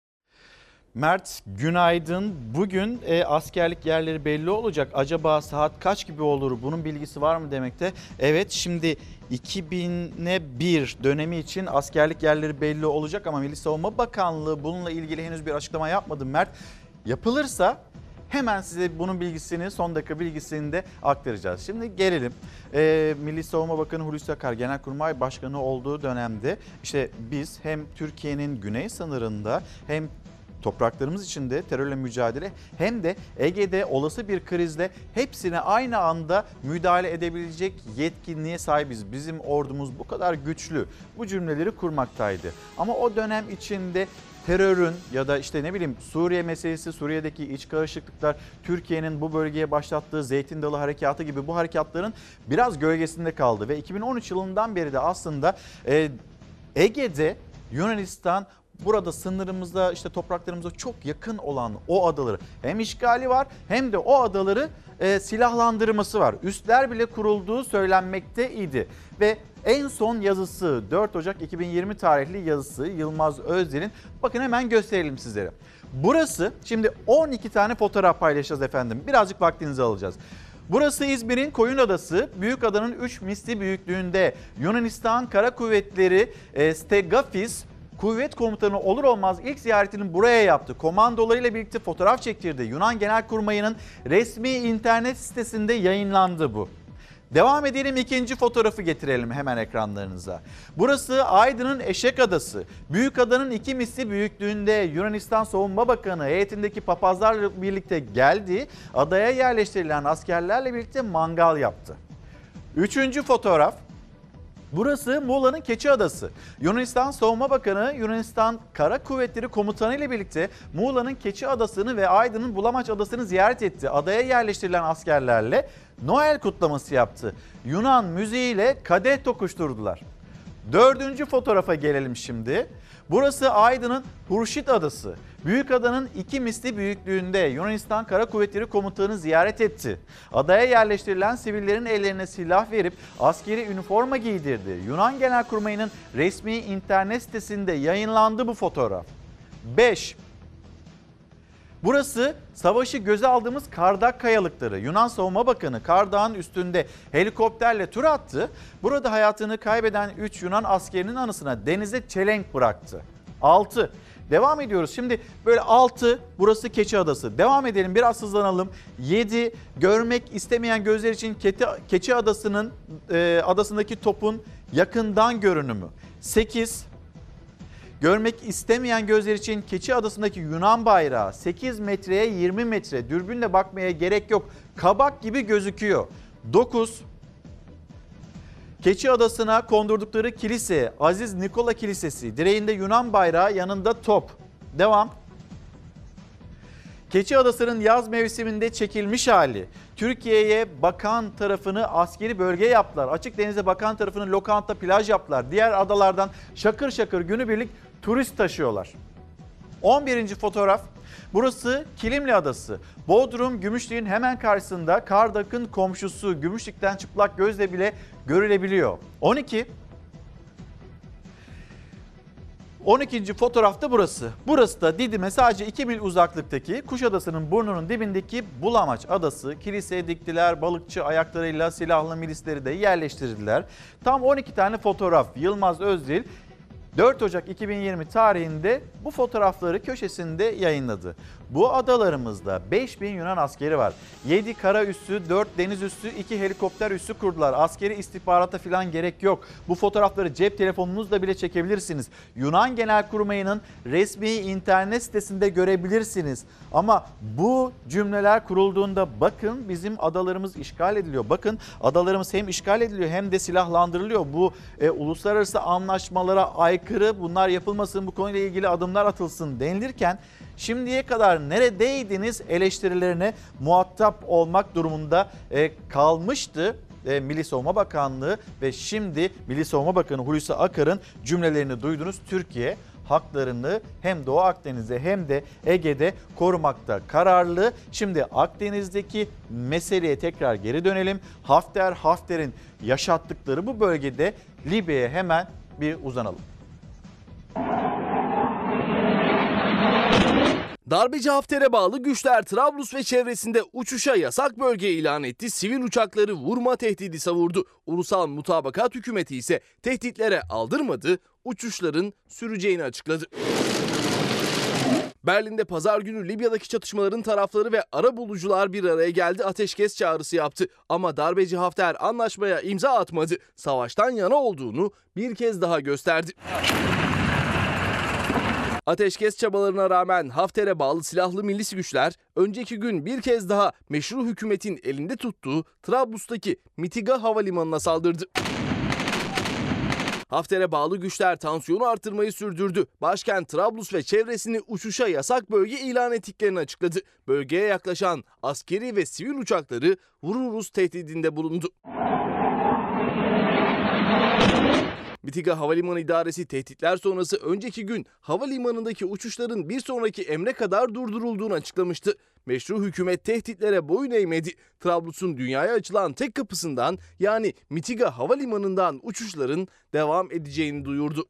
Mert günaydın. Bugün e, askerlik yerleri belli olacak. Acaba saat kaç gibi olur? Bunun bilgisi var mı demekte? Evet, şimdi iki bine bir dönemi için askerlik yerleri belli olacak ama Milli Savunma Bakanlığı bununla ilgili henüz bir açıklama yapmadı Mert. Yapılırsa hemen size bunun bilgisini, son dakika bilgisini de aktaracağız. Şimdi gelelim. Ee, Milli Savunma Bakanı Hulusi Akar Genelkurmay Başkanı olduğu dönemde işte biz hem Türkiye'nin güney sınırında hem topraklarımız içinde terörle mücadele hem de Ege'de olası bir krizde hepsine aynı anda müdahale edebilecek yetkinliğe sahibiz. Bizim ordumuz bu kadar güçlü. Bu cümleleri kurmaktaydı. Ama o dönem içinde terörün ya da işte ne bileyim Suriye meselesi, Suriye'deki iç karışıklıklar, Türkiye'nin bu bölgeye başlattığı Zeytin Dalı Harekatı gibi bu harekatların biraz gölgesinde kaldı. Ve iki bin on üç yılından beri de aslında e, Ege'de Yunanistan burada sınırımızda işte topraklarımıza çok yakın olan o adaları hem işgali var hem de o adaları e, silahlandırması var. Üsler bile kurulduğu söylenmekteydi ve en son yazısı dört Ocak iki bin yirmi tarihli yazısı Yılmaz Özdel'in, bakın hemen gösterelim sizlere. Burası, şimdi on iki tane fotoğraf paylaşacağız efendim, birazcık vaktinizi alacağız. Burası İzmir'in Koyunadası, Büyükada'nın üç misli büyüklüğünde. Yunanistan Kara Kuvvetleri e, Stegafis kuvvet komutanı olur olmaz ilk ziyaretini buraya yaptı. Komandolarıyla birlikte fotoğraf çektirdi. Yunan Genelkurmayı'nın resmi internet sitesinde yayınlandı bu. Devam edelim, ikinci fotoğrafı getirelim hemen ekranlarınıza. Burası Aydın'ın Eşek Adası. Büyükada'nın iki misli büyüklüğünde Yunanistan Savunma Bakanı heyetindeki papazlarla birlikte geldi. Adaya yerleştirilen askerlerle birlikte mangal yaptı. Üçüncü fotoğraf. Burası Muğla'nın Keçi Adası. Yunanistan Savunma Bakanı Yunanistan Kara Kuvvetleri Komutanı ile birlikte Muğla'nın Keçi Adası'nı ve Aydın'ın Bulamaç Adası'nı ziyaret etti. Adaya yerleştirilen askerlerle Noel kutlaması yaptı. Yunan müziğiyle kadeh tokuşturdular. Dördüncü fotoğrafa gelelim şimdi. Burası Aydın'ın Hurşit Adası. Büyükada'nın iki misli büyüklüğünde Yunanistan Kara Kuvvetleri Komutanı ziyaret etti. Adaya yerleştirilen sivillerin ellerine silah verip askeri üniforma giydirdi. Yunan Genelkurmayı'nın resmi internet sitesinde yayınlandı bu fotoğraf. beş. Burası savaşı göze aldığımız Kardak Kayalıkları. Yunan Savunma Bakanı Kardak'ın üstünde helikopterle tur attı. Burada hayatını kaybeden üç Yunan askerinin anısına denize çelenk bıraktı. altı. Devam ediyoruz. Şimdi böyle altı, burası Keçi Adası. Devam edelim, biraz hızlanalım. yedi. Görmek istemeyen gözler için Keçi Adası'nın e, adasındaki topun yakından görünümü. sekiz. Görmek istemeyen gözler için Keçi Adası'ndaki Yunan bayrağı sekiz metreye yirmi metre. Dürbünle bakmaya gerek yok. Kabak gibi gözüküyor. dokuz. Keçi Adası'na kondurdukları kilise Aziz Nikola Kilisesi. Direğinde Yunan bayrağı, yanında top. Devam. Keçi Adası'nın yaz mevsiminde çekilmiş hali. Türkiye'ye bakan tarafını askeri bölge yaptılar. Açık denize bakan tarafını lokanta, plaj yaptılar. Diğer adalardan şakır şakır günübirlik turist taşıyorlar. on birinci fotoğraf. Burası Kilimli Adası. Bodrum, Gümüşlük'ün hemen karşısında, Kardak'ın komşusu. Gümüşlük'ten çıplak gözle bile görülebiliyor. on iki. on ikinci fotoğrafta burası. Burası da Didim'e sadece iki mil uzaklıktaki Kuşadası'nın burnunun dibindeki Bulamaç Adası. Kiliseye diktiler, balıkçı ayaklarıyla silahlı milisleri de yerleştirdiler. Tam on iki tane fotoğraf. Yılmaz Özdil dört Ocak iki bin yirmi tarihinde bu fotoğrafları köşesinde yayınladı. Bu adalarımızda beş bin Yunan askeri var. yedi kara üssü, dört deniz üssü, iki helikopter üssü kurdular. Askeri istihbarata falan gerek yok. Bu fotoğrafları cep telefonunuzla bile çekebilirsiniz. Yunan Genelkurmayı'nın resmi internet sitesinde görebilirsiniz. Ama bu cümleler kurulduğunda bakın bizim adalarımız işgal ediliyor. Bakın adalarımız hem işgal ediliyor hem de silahlandırılıyor. Bu e, uluslararası anlaşmalara aykırı, bunlar yapılmasın, bu konuyla ilgili adımlar atılsın denilirken şimdiye kadar neredeydiniz eleştirilerine muhatap olmak durumunda e, kalmıştı e, Milli Savunma Bakanlığı ve şimdi Milli Savunma Bakanı Hulusi Akar'ın cümlelerini duydunuz. Türkiye haklarını hem Doğu Akdeniz'de hem de Ege'de korumakta kararlı. Şimdi Akdeniz'deki meseleye tekrar geri dönelim. Hafter, Hafter'in yaşattıkları bu bölgede Libya'ya hemen bir uzanalım. Darbeci Hafter'e bağlı güçler Trablus ve çevresinde uçuşa yasak bölge ilan etti. Sivil uçakları vurma tehdidi savurdu. Ulusal Mutabakat Hükümeti ise tehditlere aldırmadı, uçuşların süreceğini açıkladı. Berlin'de pazar günü Libya'daki çatışmaların tarafları ve arabulucular bir araya geldi, ateşkes çağrısı yaptı. Ama darbeci Hafter anlaşmaya imza atmadı. Savaştan yana olduğunu bir kez daha gösterdi. Ateşkes çabalarına rağmen Hafter'e bağlı silahlı milli güçler önceki gün bir kez daha meşru hükümetin elinde tuttuğu Trablus'taki Mitiga Havalimanı'na saldırdı. Hafter'e bağlı güçler tansiyonu artırmayı sürdürdü. Başkent Trablus ve çevresini uçuşa yasak bölge ilan ettiklerini açıkladı. Bölgeye yaklaşan askeri ve sivil uçakları vururuz tehdidinde bulundu. Mitiga Havalimanı İdaresi tehditler sonrası önceki gün havalimanındaki uçuşların bir sonraki emre kadar durdurulduğunu açıklamıştı. Meşru hükümet tehditlere boyun eğmedi. Trablus'un dünyaya açılan tek kapısından yani Mitiga Havalimanı'ndan uçuşların devam edeceğini duyurdu.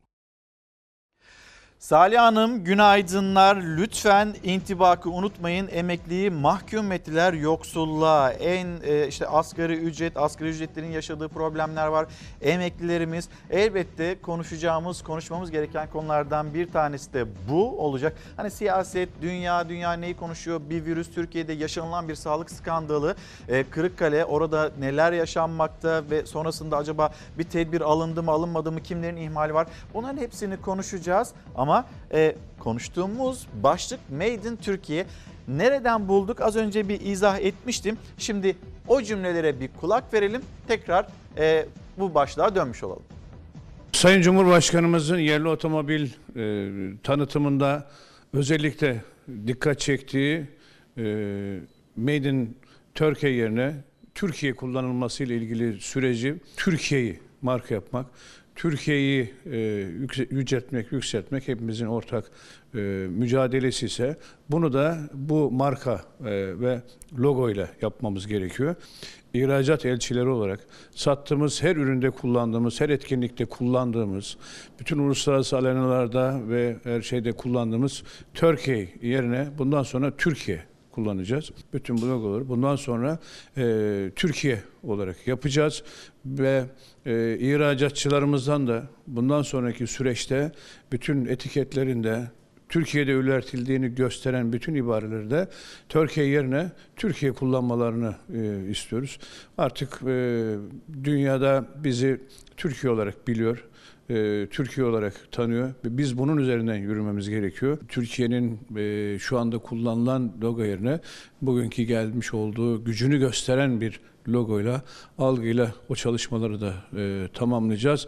Salih Hanım günaydınlar. Lütfen intibakı unutmayın. Emekliyi mahkum ettiler yoksulluğa. En e, işte asgari ücret, asgari ücretlerin yaşadığı problemler var. Emeklilerimiz elbette konuşacağımız, konuşmamız gereken konulardan bir tanesi de bu olacak. Hani siyaset, dünya, dünya neyi konuşuyor? Bir virüs, Türkiye'de yaşanılan bir sağlık skandalı. E, Kırıkkale, orada neler yaşanmakta ve sonrasında acaba bir tedbir alındı mı, alınmadı mı, kimlerin ihmali var? Bunların hepsini konuşacağız. Ama Ama e, konuştuğumuz başlık Made in Türkiye. Nereden bulduk? Az önce bir izah etmiştim. Şimdi o cümlelere bir kulak verelim. Tekrar e, bu başlığa dönmüş olalım. Sayın Cumhurbaşkanımızın yerli otomobil e, tanıtımında özellikle dikkat çektiği e, Made in Türkiye yerine Türkiye kullanılması ile ilgili süreci Türkiye'yi marka yapmak, Türkiye'yi e, yüceltmek, yükseltmek hepimizin ortak e, mücadelesi ise bunu da bu marka e, ve logo ile yapmamız gerekiyor. İhracat elçileri olarak sattığımız her üründe kullandığımız, her etkinlikte kullandığımız, bütün uluslararası arenalarda ve her şeyde kullandığımız Türkiye yerine bundan sonra Türkiye kullanacağız. Bütün bu logoları bundan sonra e, Türkiye olarak yapacağız ve e, ihracatçılarımızdan da bundan sonraki süreçte bütün etiketlerinde Türkiye'de üretildiğini gösteren bütün ibareleri de Türkiye yerine Türkiye kullanmalarını e, istiyoruz. Artık e, dünyada bizi Türkiye olarak biliyor. Türkiye olarak tanıyor ve biz bunun üzerinden yürümemiz gerekiyor. Türkiye'nin e, şu anda kullanılan logo yerine bugünkü gelmiş olduğu gücünü gösteren bir logoyla, algıyla o çalışmaları da e, tamamlayacağız.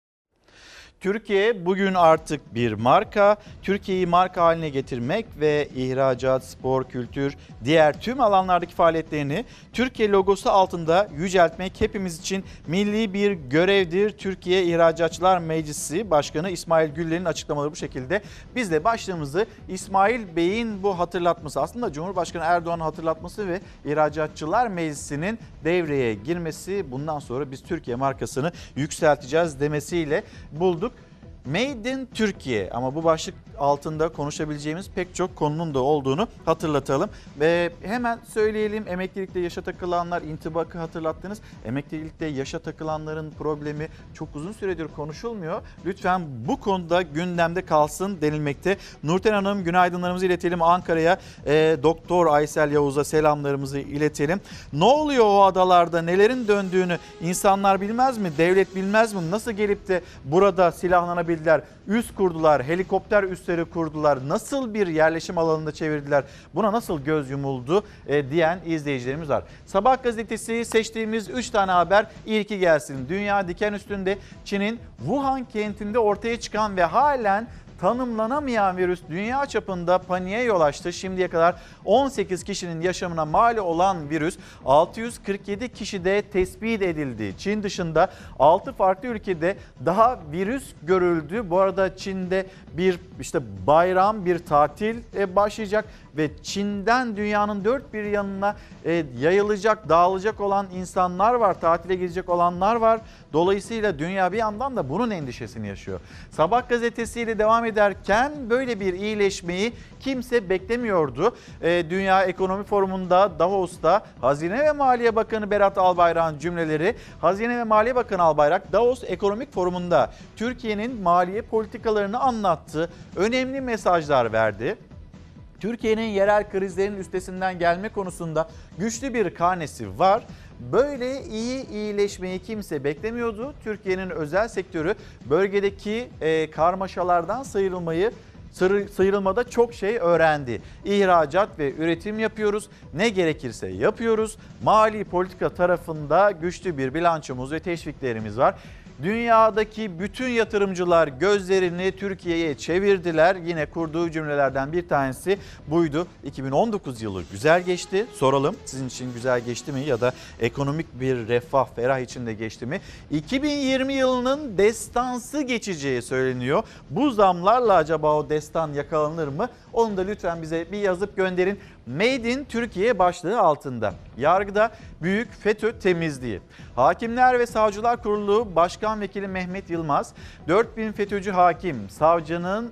Türkiye bugün artık bir marka. Türkiye'yi marka haline getirmek ve ihracat, spor, kültür, diğer tüm alanlardaki faaliyetlerini Türkiye logosu altında yüceltmek hepimiz için milli bir görevdir. Türkiye İhracatçılar Meclisi Başkanı İsmail Güller'in açıklamaları bu şekilde. Biz de başlığımızı İsmail Bey'in bu hatırlatması, aslında Cumhurbaşkanı Erdoğan'ın hatırlatması ve İhracatçılar Meclisi'nin devreye girmesi, bundan sonra biz Türkiye markasını yükselteceğiz demesiyle bulduk. Made in Türkiye, ama bu başlık altında konuşabileceğimiz pek çok konunun da olduğunu hatırlatalım. Ve hemen söyleyelim, emeklilikte yaşa takılanlar, intibakı hatırlattınız. Emeklilikte yaşa takılanların problemi çok uzun süredir konuşulmuyor. Lütfen bu konuda gündemde kalsın denilmekte. Nurten Hanım, günaydınlarımızı iletelim Ankara'ya. E, Doktor Aysel Yavuz'a selamlarımızı iletelim. Ne oluyor o adalarda, nelerin döndüğünü insanlar bilmez mi? Devlet bilmez mi? Nasıl gelip de burada silahlanabilir? Üs kurdular, helikopter üsleri kurdular, nasıl bir yerleşim alanında çevirdiler, buna nasıl göz yumuldu e, diyen izleyicilerimiz var. Sabah gazetesi seçtiğimiz üç tane haber, ilki gelsin. Dünya diken üstünde, Çin'in Wuhan kentinde ortaya çıkan ve halen tanımlanamayan virüs dünya çapında paniğe yol açtı. Şimdiye kadar on sekiz kişinin yaşamına mal olan virüs altı yüz kırk yedi kişide tespit edildi. Çin dışında altı farklı ülkede daha virüs görüldü. Bu arada Çin'de bir işte bayram, bir tatil başlayacak ve Çin'den dünyanın dört bir yanına yayılacak, dağılacak olan insanlar var, tatile gidecek olanlar var. Dolayısıyla dünya bir yandan da bunun endişesini yaşıyor. Sabah gazetesiyle devam ederken böyle bir iyileşmeyi kimse beklemiyordu. Dünya Ekonomi Forumu'nda Davos'ta Hazine ve Maliye Bakanı Berat Albayrak'ın cümleleri. Hazine ve Maliye Bakanı Albayrak Davos Ekonomik Forumu'nda Türkiye'nin maliye politikalarını anlattı. Önemli mesajlar verdi. Türkiye'nin yerel krizlerin üstesinden gelme konusunda güçlü bir karnesi var. Böyle iyi iyileşmeyi kimse beklemiyordu. Türkiye'nin özel sektörü bölgedeki e, karmaşalardan sıyrılmayı sıyrılmada çok şey öğrendi. İhracat ve üretim yapıyoruz. Ne gerekirse yapıyoruz. Mali politika tarafında güçlü bir bilançomuz ve teşviklerimiz var. Dünyadaki bütün yatırımcılar gözlerini Türkiye'ye çevirdiler. Yine kurduğu cümlelerden bir tanesi buydu. iki bin on dokuz yılı güzel geçti. Soralım, sizin için güzel geçti mi ya da ekonomik bir refah, ferah içinde geçti mi? iki bin yirmi yılının destansı geçeceği söyleniyor. Bu zamlarla acaba o destan yakalanır mı? Onu da lütfen bize bir yazıp gönderin. Made in Türkiye başlığı altında. Yargıda büyük FETÖ temizliği. Hakimler ve Savcılar Kurulu Başkan Vekili Mehmet Yılmaz, dört bin FETÖ'cü hakim, savcının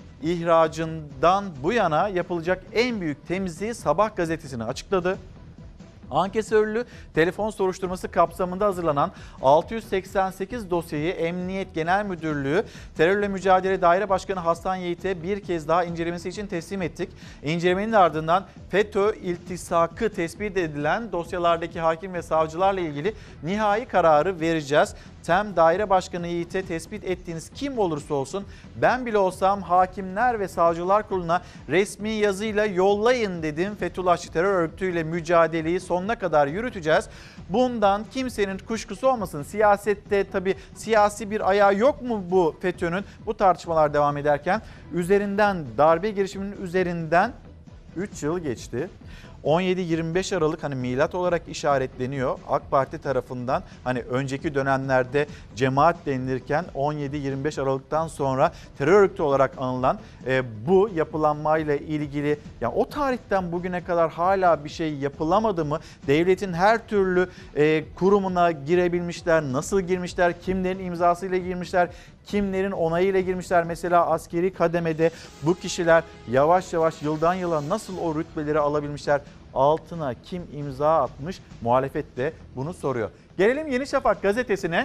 ihracından bu yana yapılacak en büyük temizliği Sabah gazetesine açıkladı. Ankesörlü telefon soruşturması kapsamında hazırlanan altı yüz seksen sekiz dosyayı Emniyet Genel Müdürlüğü Terörle Mücadele Daire Başkanı Hasan Yiğit'e bir kez daha incelemesi için teslim ettik. İncelemenin ardından FETÖ iltisakı tespit edilen dosyalardaki hakim ve savcılarla ilgili nihai kararı vereceğiz. T E M Daire Başkanı Yiğit'e tespit ettiğiniz kim olursa olsun, ben bile olsam Hakimler ve Savcılar Kurulu'na resmi yazıyla yollayın dedim. Fethullahçı terör örgütüyle mücadeleyi sonuna kadar yürüteceğiz. Bundan kimsenin kuşkusu olmasın. Siyasette tabii siyasi bir ayağı yok mu bu FETÖ'nün? Bu tartışmalar devam ederken üzerinden, darbe girişiminin üzerinden üç yıl geçti. on yedi yirmi beş Aralık hani milat olarak işaretleniyor AK Parti tarafından. Hani önceki dönemlerde cemaat denilirken on yedi yirmi beş Aralık'tan sonra terör örgütü olarak anılan e, bu yapılanmayla ilgili yani o tarihten bugüne kadar hala bir şey yapılamadı mı? Devletin her türlü e, kurumuna girebilmişler, nasıl girmişler, kimlerin imzasıyla girmişler, kimlerin onayıyla girmişler. Mesela askeri kademede bu kişiler yavaş yavaş yıldan yıla nasıl o rütbeleri alabilmişler? Altına kim imza atmış? Muhalefet de bunu soruyor. Gelelim Yeni Şafak gazetesine.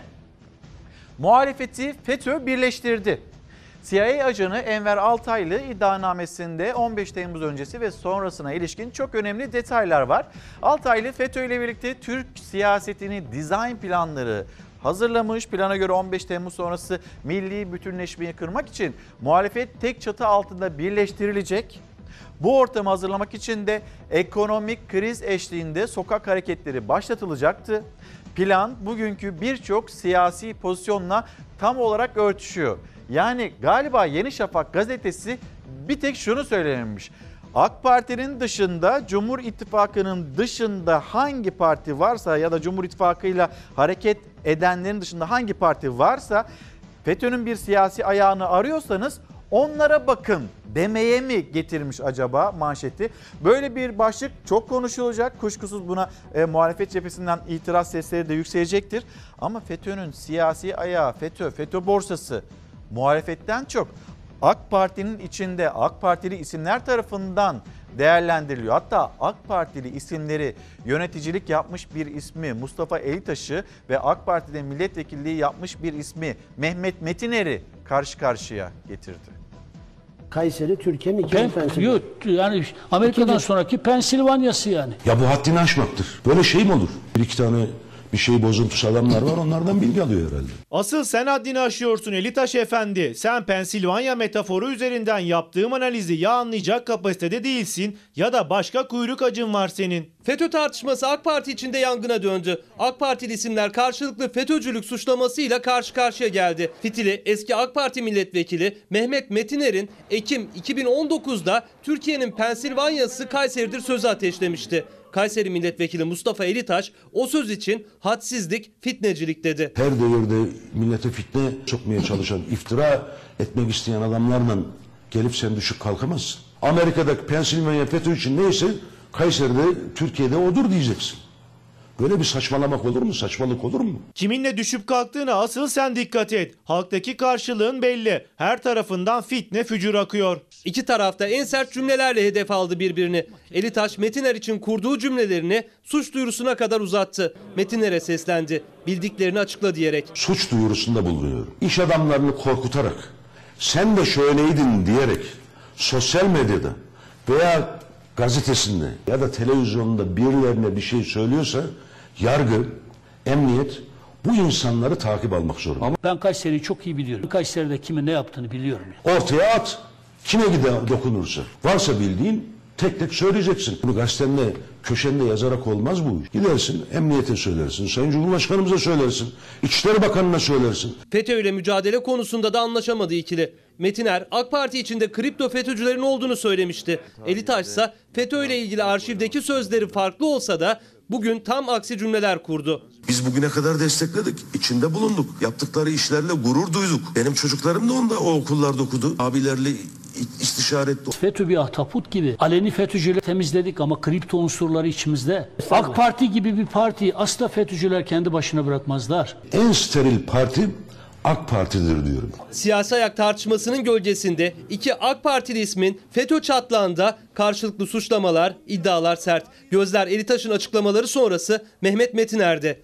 Muhalefeti FETÖ birleştirdi. C I A ajanı Enver Altaylı iddianamesinde on beş Temmuz öncesi ve sonrasına ilişkin çok önemli detaylar var. Altaylı FETÖ ile birlikte Türk siyasetini dizayn planları hazırlamış. Plana göre on beş Temmuz sonrası milli bütünleşmeyi kırmak için muhalefet tek çatı altında birleştirilecek. Bu ortamı hazırlamak için de ekonomik kriz eşliğinde sokak hareketleri başlatılacaktı. Plan bugünkü birçok siyasi pozisyonla tam olarak örtüşüyor. Yani galiba Yeni Şafak gazetesi bir tek şunu söylememiş. AK Parti'nin dışında, Cumhur İttifakı'nın dışında hangi parti varsa ya da Cumhur İttifakı'yla hareket edenlerin dışında hangi parti varsa FETÖ'nün bir siyasi ayağını arıyorsanız onlara bakın demeye mi getirmiş acaba manşeti? Böyle bir başlık çok konuşulacak. Kuşkusuz buna e, muhalefet cephesinden itiraz sesleri de yükselecektir. Ama FETÖ'nün siyasi ayağı, FETÖ, FETÖ borsası muhalefetten çok AK Parti'nin içinde AK Partili isimler tarafından değerlendiriliyor. Hatta AK Partili isimleri yöneticilik yapmış bir ismi Mustafa Elitaş'ı ve AK Parti'de milletvekilliği yapmış bir ismi Mehmet Metiner'i karşı karşıya getirdi. Kayseri Türkiye'nin ikinci Pen, Pensilvanya. yok, yani Amerika'dan ikinci. sonraki Pensilvanya'sı yani. Ya bu haddini aşmaktır. Böyle şey mi olur? Bir iki tane bir şey bozuntusu adamlar var, onlardan bilgi alıyor herhalde. Asıl sen haddini aşıyorsun Elitaş Efendi. Sen Pensilvanya metaforu üzerinden yaptığım analizi ya anlayacak kapasitede değilsin ya da başka kuyruk acın var senin. FETÖ tartışması AK Parti içinde yangına döndü. AK Partili isimler karşılıklı FETÖ'cülük suçlamasıyla karşı karşıya geldi. Fitili eski AK Parti milletvekili Mehmet Metiner'in Ekim iki bin on dokuzda Türkiye'nin Pensilvanya'sı Kayseri'dir sözü ateşlemişti. Kayseri milletvekili Mustafa Elitaş o söz için hadsizlik, fitnecilik dedi. Her devirde millete fitne sokmaya çalışan, iftira etmek isteyen adamlarla gelip sen düşük kalkamazsın. Amerika'daki Pensilvanya FETÖ için neyse Kayseri'de, Türkiye'de odur diyeceksin. Böyle bir saçmalamak olur mu? Saçmalık olur mu? Kiminle düşüp kalktığına asıl sen dikkat et. Halktaki karşılığın belli. Her tarafından fitne fücur akıyor. İki tarafta en sert cümlelerle hedef aldı birbirini. Elitaş Metiner için kurduğu cümlelerini suç duyurusuna kadar uzattı. Metiner'e seslendi. Bildiklerini açıkla diyerek. Suç duyurusunda bulunuyor. İş adamlarını korkutarak, sen de şöyleydin diyerek sosyal medyada veya gazetesinde ya da televizyonda birilerine bir şey söylüyorsa yargı, emniyet bu insanları takip almak zorunda. Ama ben Kayseri'yi çok iyi biliyorum. Kayseri'de kimin ne yaptığını biliyorum. Yani. Ortaya at. Kime gider dokunursa. Varsa bildiğin tek tek söyleyeceksin. Bunu gazetende, köşende yazarak olmaz bu iş. Gidersin, emniyete söylersin, Sayın Cumhurbaşkanımıza söylersin, İçişleri Bakanı'na söylersin. FETÖ ile mücadele konusunda da anlaşamadı ikili. Metiner AK Parti içinde kripto FETÖ'cülerin olduğunu söylemişti. Elitaş ise FETÖ ile ilgili arşivdeki sözleri farklı olsa da bugün tam aksi cümleler kurdu. Biz bugüne kadar destekledik, içinde bulunduk, yaptıkları işlerle gurur duyduk. Benim çocuklarım da onda o okullarda okudu, abilerle istişare etti. FETÖ bir ahtapot gibi aleni FETÖ'cüleri temizledik ama kripto unsurları içimizde. AK Parti gibi bir partiyi asla FETÖ'cüler kendi başına bırakmazlar. En steril parti AK Parti'dir diyorum. Siyasi ayak tartışmasının gölgesinde iki AK Partili ismin FETÖ çatlağında karşılıklı suçlamalar, iddialar sert. Gözler Elitaş'ın açıklamaları sonrası Mehmet Metiner'de.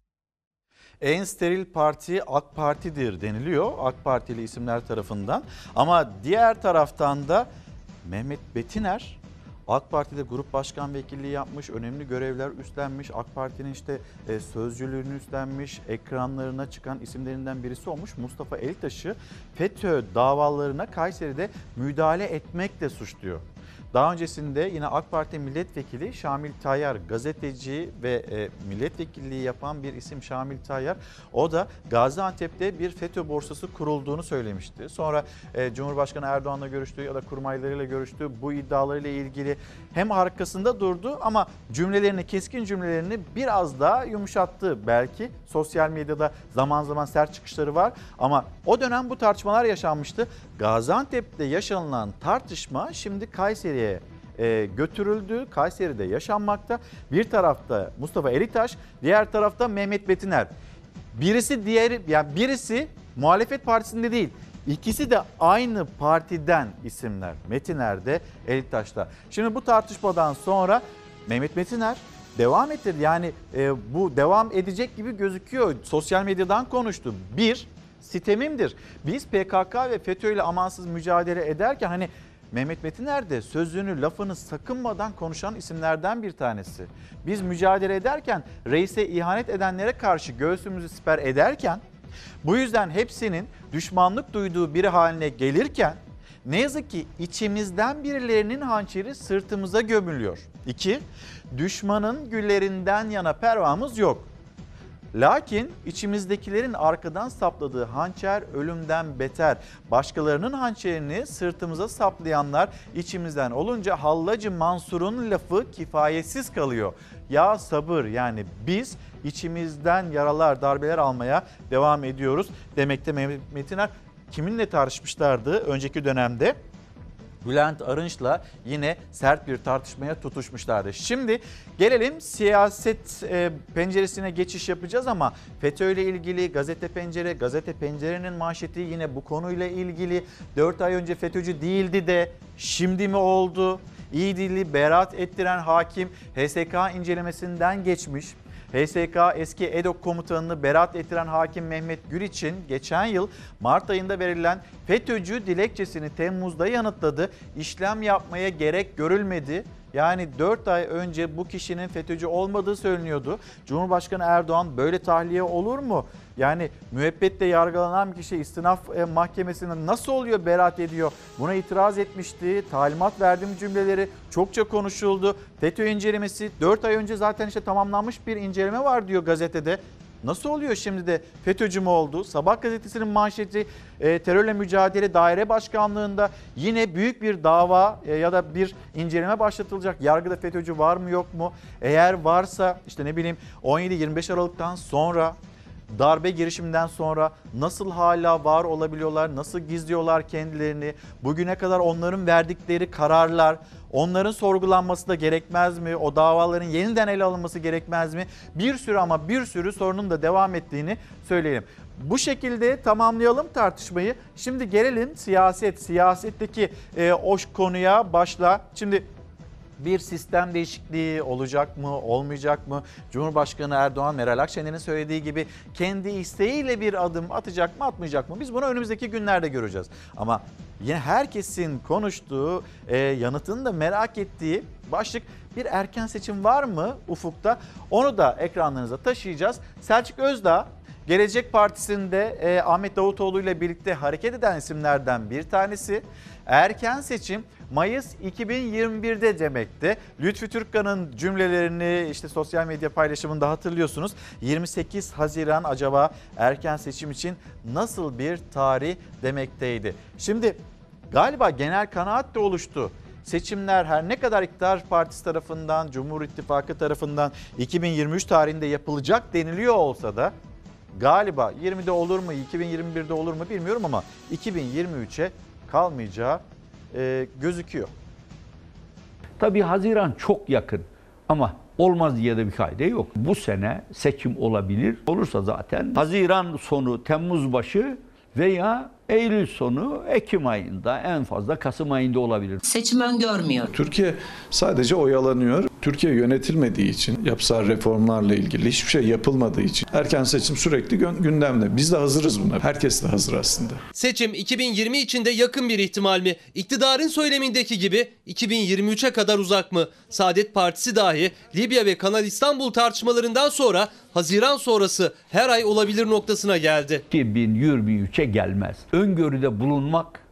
En steril parti AK Parti'dir deniliyor AK Partili isimler tarafından. Ama diğer taraftan da Mehmet Metiner AK Parti'de grup başkan vekilliği yapmış, önemli görevler üstlenmiş. AK Parti'nin işte e, sözcülüğünü üstlenmiş, ekranlarına çıkan isimlerinden birisi olmuş. Mustafa Elitaş'ı FETÖ davalarına Kayseri'de müdahale etmekle suçluyor. Daha öncesinde yine AK Parti milletvekili Şamil Tayyar, gazeteci ve e, milletvekilliği yapan bir isim Şamil Tayyar, o da Gaziantep'te bir FETÖ borsası kurulduğunu söylemişti. Sonra e, Cumhurbaşkanı Erdoğan'la görüştü ya da kurmaylarıyla görüştü. Bu iddialarıyla ilgili hem arkasında durdu ama cümlelerini, keskin cümlelerini biraz daha yumuşattı belki. Sosyal medyada zaman zaman sert çıkışları var ama o dönem bu tartışmalar yaşanmıştı. Gaziantep'te yaşanılan tartışma şimdi Kayseri'ye e, götürüldü. Kayseri'de yaşanmakta. Bir tarafta Mustafa Elitaş, diğer tarafta Mehmet Metiner. Birisi diğeri, yani birisi muhalefet partisinde değil. İkisi de aynı partiden isimler. Metiner de, Elitaş da. Şimdi bu tartışmadan sonra Mehmet Metiner devam ettirdi. Yani e, bu devam edecek gibi gözüküyor. Sosyal medyadan konuştu. Bir, sitemimdir. Biz P K K ve FETÖ ile amansız mücadele ederken hani Mehmet Metiner de sözünü, lafını sakınmadan konuşan isimlerden bir tanesi. Biz mücadele ederken, reise ihanet edenlere karşı göğsümüzü siper ederken, bu yüzden hepsinin düşmanlık duyduğu biri haline gelirken, ne yazık ki içimizden birilerinin hançeri sırtımıza gömülüyor. İki, düşmanın güllerinden yana pervamız yok. Lakin içimizdekilerin arkadan sapladığı hançer ölümden beter. Başkalarının hançerini sırtımıza saplayanlar içimizden olunca Hallacı Mansur'un lafı kifayetsiz kalıyor. Ya sabır, yani biz içimizden yaralar, darbeler almaya devam ediyoruz demekte Mehmet Metiner. Kiminle tartışmışlardı önceki dönemde? Bülent Arınç'la yine sert bir tartışmaya tutuşmuşlardı. Şimdi gelelim siyaset e, penceresine geçiş yapacağız ama FETÖ ile ilgili Gazete Pencere, Gazete Pencere'nin manşeti yine bu konuyla ilgili. dört ay önce FETÖ'cü değildi de şimdi mi oldu? İdil'i beraat ettiren hakim H S K incelemesinden geçmiş. H S K eski EDOK komutanını beraat ettiren hakim Mehmet Gül için geçen yıl Mart ayında verilen FETÖ'cü dilekçesini Temmuz'da yanıtladı. İşlem yapmaya gerek görülmedi. Yani dört ay önce bu kişinin FETÖ'cü olmadığı söyleniyordu. Cumhurbaşkanı Erdoğan böyle tahliye olur mu? Yani müebbetle yargılanan bir kişi istinaf mahkemesinde nasıl oluyor beraat ediyor? Buna itiraz etmişti. Talimat verdim cümleleri çokça konuşuldu. FETÖ incelemesi dört ay önce zaten işte tamamlanmış bir inceleme var diyor gazetede. Nasıl oluyor şimdi de FETÖ'cü mü oldu? Sabah gazetesinin manşeti e, terörle mücadele daire başkanlığında yine büyük bir dava e, ya da bir inceleme başlatılacak. Yargıda FETÖ'cü var mı yok mu? Eğer varsa işte ne bileyim on yedi yirmi beş Aralık'tan sonra, darbe girişiminden sonra nasıl hala var olabiliyorlar? Nasıl gizliyorlar kendilerini? Bugüne kadar onların verdikleri kararlar, onların sorgulanması da gerekmez mi? O davaların yeniden ele alınması gerekmez mi? Bir sürü ama bir sürü sorunun da devam ettiğini söyleyelim. Bu şekilde tamamlayalım tartışmayı. Şimdi gelelim siyaset, siyasetteki e, o konuya başla. Şimdi bir sistem değişikliği olacak mı, olmayacak mı? Cumhurbaşkanı Erdoğan, Meral Akşener'in söylediği gibi kendi isteğiyle bir adım atacak mı, atmayacak mı? Biz bunu önümüzdeki günlerde göreceğiz. Ama yine herkesin konuştuğu, e, yanıtını da merak ettiği başlık bir erken seçim var mı ufukta? Onu da ekranlarınıza taşıyacağız. Selçuk Özdağ, Gelecek Partisi'nde e, Ahmet Davutoğlu ile birlikte hareket eden isimlerden bir tanesi. Erken seçim Mayıs iki bin yirmi bir'de demekti. Lütfü Türkkan'ın cümlelerini işte sosyal medya paylaşımında hatırlıyorsunuz. yirmi sekiz Haziran acaba erken seçim için nasıl bir tarih demekteydi. Şimdi galiba genel kanaat de oluştu. Seçimler her ne kadar iktidar partisi tarafından, Cumhur İttifakı tarafından iki bin yirmi üç tarihinde yapılacak deniliyor olsa da galiba yirmide olur mu, iki bin yirmi bir'de olur mu bilmiyorum ama iki bin yirmi üç'e kalmayacağı e, gözüküyor. Tabii Haziran çok yakın ama olmaz diye de bir kaide yok. Bu sene seçim olabilir. Olursa zaten Haziran sonu, Temmuz başı veya Eylül sonu, Ekim ayında, en fazla Kasım ayında olabilir. Seçim öngörmüyor. Türkiye sadece oyalanıyor. Türkiye yönetilmediği için, yapısal reformlarla ilgili hiçbir şey yapılmadığı için erken seçim sürekli gündemde. Biz de hazırız buna. Herkes de hazır aslında. Seçim iki bin yirmi içinde yakın bir ihtimal mi? İktidarın söylemindeki gibi iki bin yirmi üç'e kadar uzak mı? Saadet Partisi dahi Libya ve Kanal İstanbul tartışmalarından sonra Haziran sonrası her ay olabilir noktasına geldi. iki bin yirmi üç'e gelmez. Öngörüde bulunmak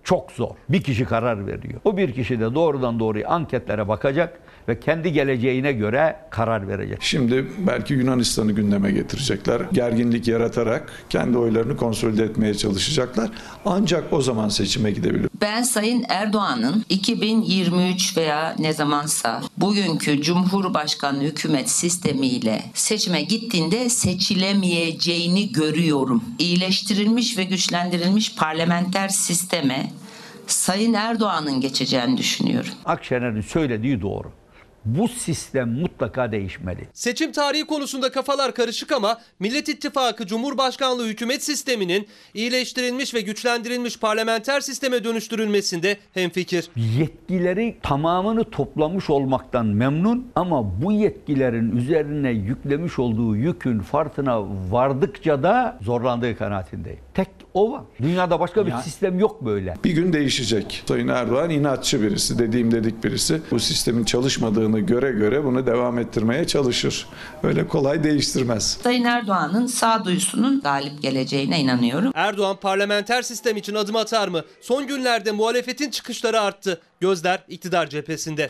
Çok zor. Bir kişi karar veriyor. O bir kişi de doğrudan doğruya anketlere bakacak ve kendi geleceğine göre karar verecek. Şimdi belki Yunanistan'ı gündeme getirecekler. Gerginlik yaratarak kendi oylarını konsolide etmeye çalışacaklar. Ancak o zaman seçime gidebilir. Ben Sayın Erdoğan'ın iki bin yirmi üç veya ne zamansa bugünkü Cumhurbaşkanlığı hükümet sistemiyle seçime gittiğinde seçilemeyeceğini görüyorum. İyileştirilmiş ve güçlendirilmiş parlamenter sisteme Sayın Erdoğan'ın geçeceğini düşünüyorum. Akşener'in söylediği doğru. Bu sistem mutlaka değişmeli. Seçim tarihi konusunda kafalar karışık ama Millet İttifakı Cumhurbaşkanlığı hükümet sisteminin iyileştirilmiş ve güçlendirilmiş parlamenter sisteme dönüştürülmesinde hemfikir. Yetkileri tamamını toplamış olmaktan memnun ama bu yetkilerin üzerine yüklemiş olduğu yükün farkına vardıkça da zorlandığı kanaatindeyim. Tek o var. Dünyada başka bir ya. sistem yok böyle. Bir gün değişecek. Sayın Erdoğan inatçı birisi, dediğim dedik birisi. Bu sistemin çalışmadığını göre göre bunu devam ettirmeye çalışır. Öyle kolay değiştirmez. Sayın Erdoğan'ın sağduyusunun galip geleceğine inanıyorum. Erdoğan parlamenter sistem için adım atar mı? Son günlerde muhalefetin çıkışları arttı. Gözler iktidar cephesinde.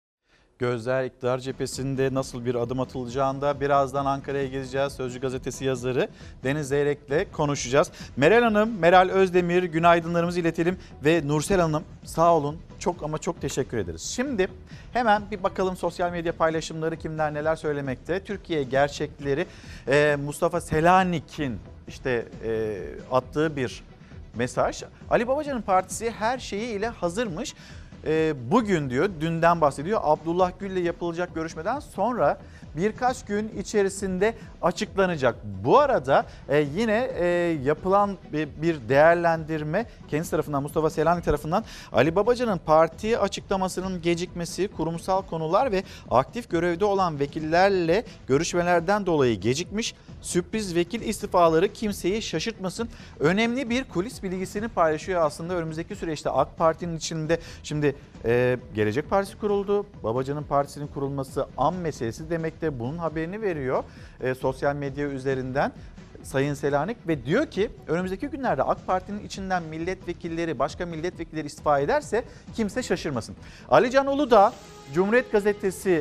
Gözler iktidar cephesinde nasıl bir adım atılacağında birazdan Ankara'ya gideceğiz. Sözcü gazetesi yazarı Deniz Zeyrek'le konuşacağız. Meral Hanım, Meral Özdemir günaydınlarımızı iletelim ve Nursel Hanım sağ olun. Çok ama çok teşekkür ederiz. Şimdi hemen bir bakalım sosyal medya paylaşımları kimler neler söylemekte. Türkiye gerçekleri e, Mustafa Selanik'in işte e, attığı bir mesaj. Ali Babacan'ın partisi her şeyiyle hazırmış. Bugün diyor, dünden bahsediyor. Abdullah Gül'le yapılacak görüşmeden sonra birkaç gün içerisinde açıklanacak. Bu arada yine yapılan bir değerlendirme kendisi tarafından, Mustafa Selanik tarafından Ali Babacan'ın parti açıklamasının gecikmesi, kurumsal konular ve aktif görevde olan vekillerle görüşmelerden dolayı gecikmiş. Sürpriz vekil istifaları kimseyi şaşırtmasın. Önemli bir kulis bilgisini paylaşıyor aslında önümüzdeki süreçte AK Parti'nin içinde. Şimdi e, Gelecek Partisi kuruldu. Babacan'ın partisinin kurulması an meselesi demekte, bunun haberini veriyor e, sosyal medya üzerinden Sayın Selanik ve diyor ki önümüzdeki günlerde AK Parti'nin içinden milletvekilleri, başka milletvekilleri istifa ederse kimse şaşırmasın. Ali Can Uludağ, Cumhuriyet Gazetesi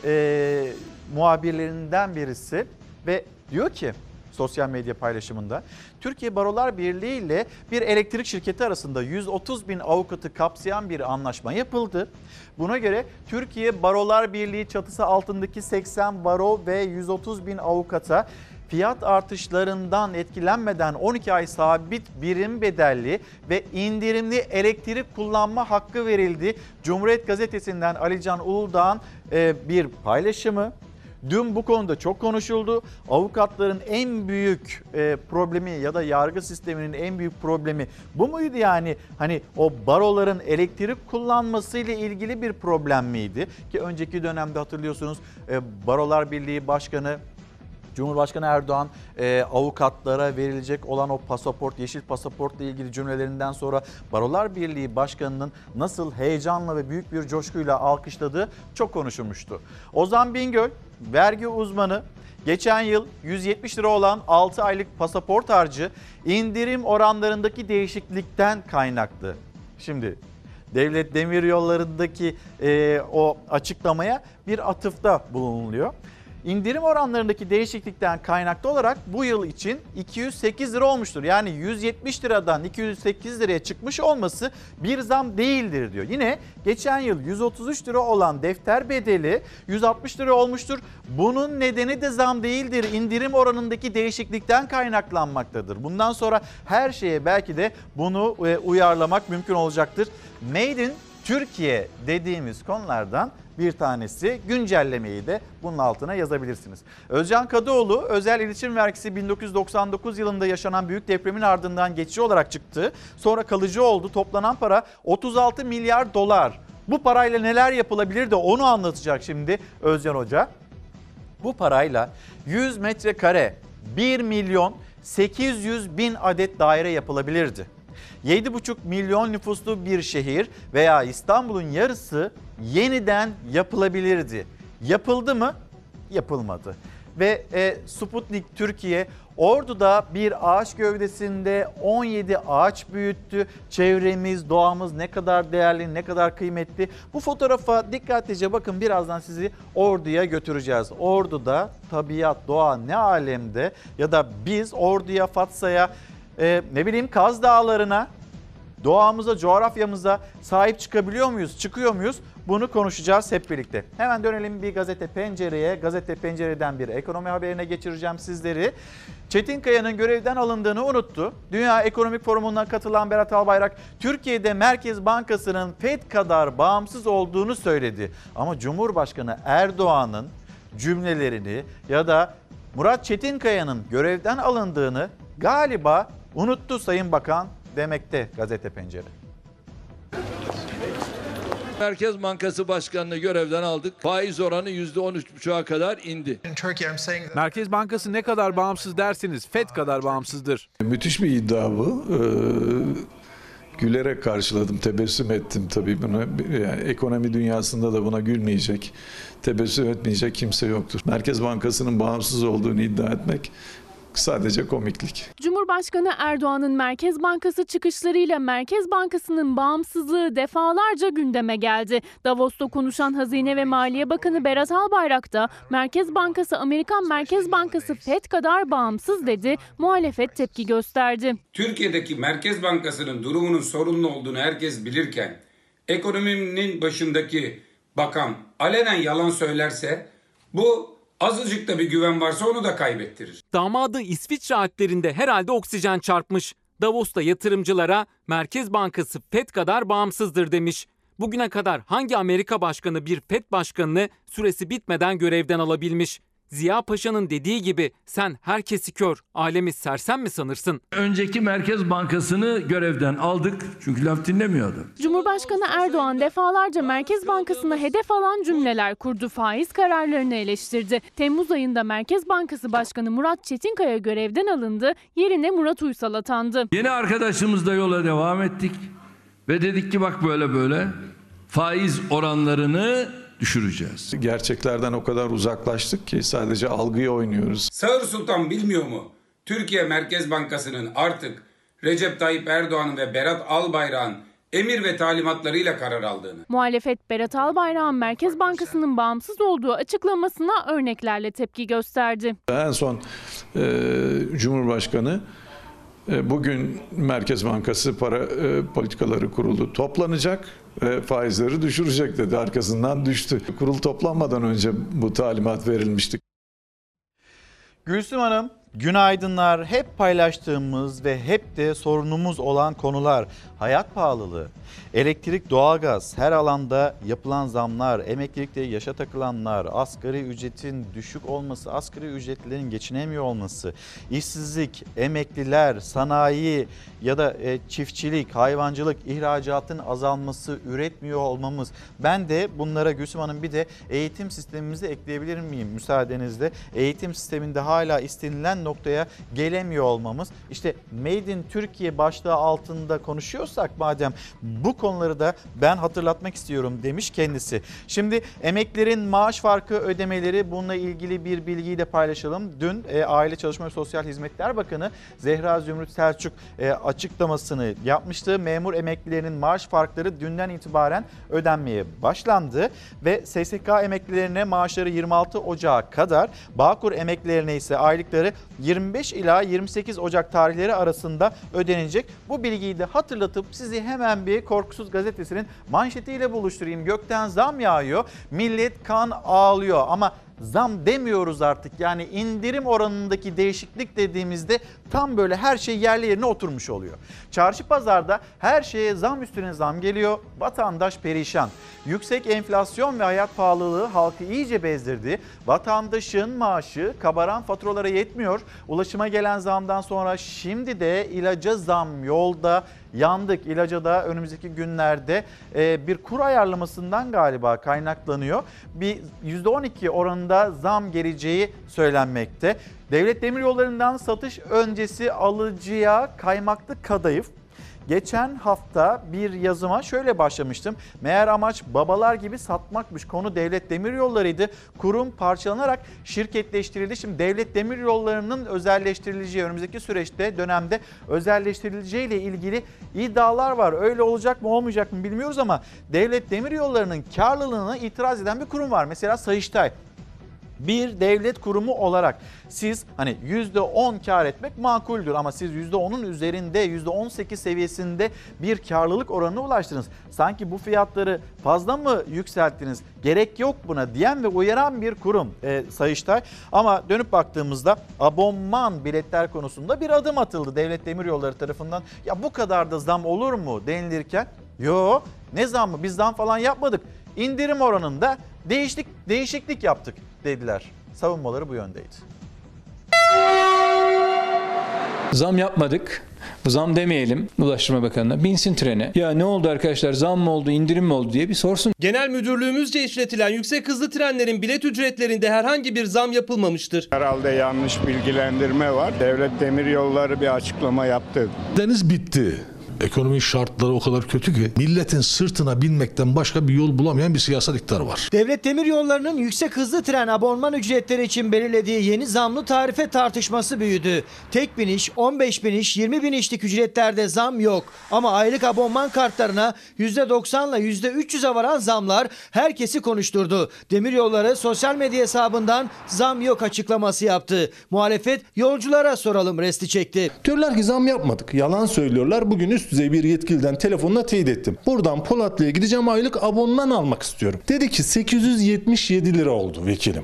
e, muhabirlerinden birisi ve diyor ki sosyal medya paylaşımında Türkiye Barolar Birliği ile bir elektrik şirketi arasında yüz otuz bin avukatı kapsayan bir anlaşma yapıldı. Buna göre Türkiye Barolar Birliği çatısı altındaki seksen baro ve yüz otuz bin avukata fiyat artışlarından etkilenmeden on iki ay sabit birim bedelli ve indirimli elektrik kullanma hakkı verildi. Cumhuriyet Gazetesi'nden Ali Can Uludağ'ın bir paylaşımı. Dün bu konuda çok konuşuldu. Avukatların en büyük e, problemi ya da yargı sisteminin en büyük problemi bu muydu yani? Hani o baroların elektrik kullanmasıyla ilgili bir problem miydi? Ki önceki dönemde hatırlıyorsunuz e, Barolar Birliği Başkanı Cumhurbaşkanı Erdoğan e, avukatlara verilecek olan o pasaport, yeşil pasaportla ilgili cümlelerinden sonra Barolar Birliği Başkanı'nın nasıl heyecanla ve büyük bir coşkuyla alkışladığı çok konuşulmuştu. Ozan Bingöl, vergi uzmanı, geçen yıl yüz yetmiş lira olan altı aylık pasaport harcı indirim oranlarındaki değişiklikten kaynaklı. Şimdi Devlet Demiryolları'ndaki e, o açıklamaya bir atıfta bulunuluyor. İndirim oranlarındaki değişiklikten kaynaklı olarak bu yıl için iki yüz sekiz lira olmuştur. Yani yüz yetmiş liradan iki yüz sekiz liraya çıkmış olması bir zam değildir diyor. Yine geçen yıl yüz otuz üç lira olan defter bedeli yüz altmış lira olmuştur. Bunun nedeni de zam değildir. İndirim oranındaki değişiklikten kaynaklanmaktadır. Bundan sonra her şeye belki de bunu uyarlamak mümkün olacaktır. Made in Türkiye dediğimiz konulardan bir tanesi, güncellemeyi de bunun altına yazabilirsiniz. Özcan Kadıoğlu, özel iletişim vergisi bin dokuz yüz doksan dokuz yılında yaşanan büyük depremin ardından geçici olarak çıktı. Sonra kalıcı oldu. Toplanan para otuz altı milyar dolar. Bu parayla neler yapılabilir de onu anlatacak şimdi Özcan Hoca. Bu parayla yüz metrekare bir milyon sekiz yüz bin adet daire yapılabilirdi. yedi buçuk milyon nüfuslu bir şehir veya İstanbul'un yarısı yeniden yapılabilirdi. Yapıldı mı? Yapılmadı. ve e, Sputnik Türkiye Ordu'da bir ağaç gövdesinde on yedi ağaç büyüttü. Çevremiz, doğamız ne kadar değerli, ne kadar kıymetli. Bu fotoğrafa dikkatlice bakın, birazdan sizi Ordu'ya götüreceğiz. Ordu'da tabiat, doğa ne alemde, ya da biz Ordu'ya, Fatsa'ya, e, ne bileyim Kaz Dağları'na, doğamıza, coğrafyamıza sahip çıkabiliyor muyuz, çıkıyor muyuz? Bunu konuşacağız hep birlikte. Hemen dönelim bir Gazete Pencere'ye. Gazete Pencere'den bir ekonomi haberine geçireceğim sizleri. Çetinkaya'nın görevden alındığını unuttu. Dünya Ekonomik Forumu'na katılan Berat Albayrak, Türkiye'de Merkez Bankası'nın F E D kadar bağımsız olduğunu söyledi. Ama Cumhurbaşkanı Erdoğan'ın cümlelerini ya da Murat Çetinkaya'nın görevden alındığını galiba unuttu Sayın Bakan demekte Gazete Pencere. Merkez Bankası Başkanı'nı görevden aldık. Faiz oranı yüzde on üç buçuğa kadar indi. Merkez Bankası ne kadar bağımsız derseniz F E D kadar bağımsızdır. Müthiş bir iddia bu. Ee, gülerek karşıladım, tebessüm ettim tabii buna. Yani ekonomi dünyasında da buna gülmeyecek, tebessüm etmeyecek kimse yoktur. Merkez Bankası'nın bağımsız olduğunu iddia etmek sadece komiklik. Cumhurbaşkanı Erdoğan'ın Merkez Bankası çıkışlarıyla Merkez Bankası'nın bağımsızlığı defalarca gündeme geldi. Davos'ta konuşan Hazine ve Maliye Bakanı Berat Albayrak da Merkez Bankası Amerikan Merkez Bankası F E D kadar bağımsız dedi. Muhalefet tepki gösterdi. Türkiye'deki Merkez Bankası'nın durumunun sorunlu olduğunu herkes bilirken ekonominin başındaki bakan alenen yalan söylerse bu azıcık da bir güven varsa onu da kaybettirir. Damadı İsviçre Alplerinde herhalde oksijen çarpmış. Davos'ta yatırımcılara Merkez Bankası F E D kadar bağımsızdır demiş. Bugüne kadar hangi Amerika başkanı bir F E D başkanını süresi bitmeden görevden alabilmiş? Ziya Paşa'nın dediği gibi sen herkesi kör, alemi sersem mi sanırsın? Önceki Merkez Bankası'nı görevden aldık çünkü laf dinlemiyordu. Cumhurbaşkanı Erdoğan defalarca Merkez Bankası'na hedef alan cümleler kurdu, faiz kararlarını eleştirdi. Temmuz ayında Merkez Bankası Başkanı Murat Çetinkaya görevden alındı, yerine Murat Uysal atandı. Yeni arkadaşımızla yola devam ettik ve dedik ki bak böyle böyle faiz oranlarını düşüreceğiz. Gerçeklerden o kadar uzaklaştık ki sadece algıya oynuyoruz. Sağır Sultan bilmiyor mu? Türkiye Merkez Bankası'nın artık Recep Tayyip Erdoğan'ın ve Berat Albayrak'ın emir ve talimatlarıyla karar aldığını. Muhalefet Berat Albayrak'ın Merkez Bankası'nın bağımsız olduğu açıklamasına örneklerle tepki gösterdi. En son e, Cumhurbaşkanı e, bugün Merkez Bankası Para e, Politikaları Kurulu toplanacak ve faizleri düşürecek dedi. Arkasından düştü. Kurul toplanmadan önce bu talimat verilmişti. Gülsüm Hanım, günaydınlar. Hep paylaştığımız ve hep de sorunumuz olan konular: hayat pahalılığı, elektrik, doğalgaz, her alanda yapılan zamlar, emeklilikte yaşa takılanlar, asgari ücretin düşük olması, asgari ücretlilerin geçinemiyor olması, işsizlik, emekliler, sanayi ya da çiftçilik, hayvancılık, ihracatın azalması, üretmiyor olmamız. Ben de bunlara Gülsüm Hanım bir de eğitim sistemimizi ekleyebilir miyim müsaadenizle? Eğitim sisteminde hala istenilen noktaya gelemiyor olmamız. İşte Made in Türkiye başlığı altında konuşuyorsak madem, bu konuları da ben hatırlatmak istiyorum demiş kendisi. Şimdi emeklilerin maaş farkı ödemeleri, bununla ilgili bir bilgiyi de paylaşalım. Dün e, Aile Çalışma ve Sosyal Hizmetler Bakanı Zehra Zümrüt Selçuk e, açıklamasını yapmıştı. Memur emeklilerinin maaş farkları dünden itibaren ödenmeye başlandı ve S S K emeklilerine maaşları yirmi altı Ocak'a kadar, Bağkur emeklilerine ise aylıkları yirmi beş ila yirmi sekiz Ocak tarihleri arasında ödenecek. Bu bilgiyi de hatırlatıp sizi hemen bir Korkusuz Gazetesi'nin manşetiyle buluşturayım. Gökten zam yağıyor, millet kan ağlıyor ama zam demiyoruz artık. Yani indirim oranındaki değişiklik dediğimizde tam böyle her şey yerli yerine oturmuş oluyor. Çarşı pazarda her şeye zam üstüne zam geliyor. Vatandaş perişan. Yüksek enflasyon ve hayat pahalılığı halkı iyice bezdirdi. Vatandaşın maaşı kabaran faturalara yetmiyor. Ulaşıma gelen zamdan sonra şimdi de ilaca zam yolda. Yandık. İlaca da önümüzdeki günlerde bir kur ayarlamasından galiba kaynaklanıyor. Bir yüzde on iki oranında zam geleceği söylenmekte. Devlet Demiryolları'ndan satış öncesi alıcıya kaymaklı kadayıf, Geçen hafta bir yazıma şöyle başlamıştım. Meğer amaç babalar gibi satmakmış. Konu Devlet Demiryolları'ydı. Kurum parçalanarak şirketleştirildi. Şimdi Devlet Demiryolları'nın özelleştirileceği, önümüzdeki süreçte, dönemde özelleştirileceği ile ilgili iddialar var. Öyle olacak mı olmayacak mı bilmiyoruz ama Devlet Demiryolları'nın karlılığına itiraz eden bir kurum var. Mesela Sayıştay. Bir devlet kurumu olarak siz hani yüzde on kar etmek makuldür ama siz yüzde onun üzerinde, yüzde on sekiz seviyesinde bir karlılık oranına ulaştınız. Sanki bu fiyatları fazla mı yükselttiniz, gerek yok buna diyen ve uyaran bir kurum e, Sayıştay. Ama dönüp baktığımızda abonman biletler konusunda bir adım atıldı Devlet Demiryolları tarafından. Ya bu kadar da zam olur mu denilirken, yo ne zam mı, biz zam falan yapmadık. İndirim oranında değişiklik, değişiklik yaptık dediler. Savunmaları bu yöndeydi. Zam yapmadık. Bu zam demeyelim Ulaştırma Bakanı'na. Binsin trene. Ya ne oldu arkadaşlar, zam mı oldu, indirim mi oldu diye bir sorsun. Genel müdürlüğümüzce işletilen yüksek hızlı trenlerin bilet ücretlerinde herhangi bir zam yapılmamıştır. Herhalde yanlış bilgilendirme var. Devlet Demiryolları bir açıklama yaptı. Deniz bitti. Ekonominin şartları o kadar kötü ki milletin sırtına binmekten başka bir yol bulamayan bir siyasal iktidar var. Devlet Demiryolları'nın yüksek hızlı tren abonman ücretleri için belirlediği yeni zamlı tarife tartışması büyüdü. Tek biniş, on beş biniş, yirmi binişlik ücretlerde zam yok. Ama aylık abonman kartlarına yüzde doksanla yüzde üç yüze varan zamlar herkesi konuşturdu. Demiryolları sosyal medya hesabından zam yok açıklaması yaptı. Muhalefet yolculara soralım resti çekti. Diyorlar ki zam yapmadık. Yalan söylüyorlar. Bugün üst düzey bir yetkiliden telefonla teyit ettim. Buradan Polatlı'ya gideceğim, aylık abonman almak istiyorum. Dedi ki sekiz yüz yetmiş yedi lira oldu vekilim.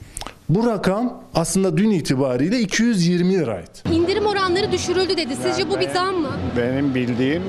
Bu rakam aslında dün itibariyle iki yüz yirmi liraydı. İndirim oranları düşürüldü dedi. Sizce yani bu bir zam mı? Benim bildiğim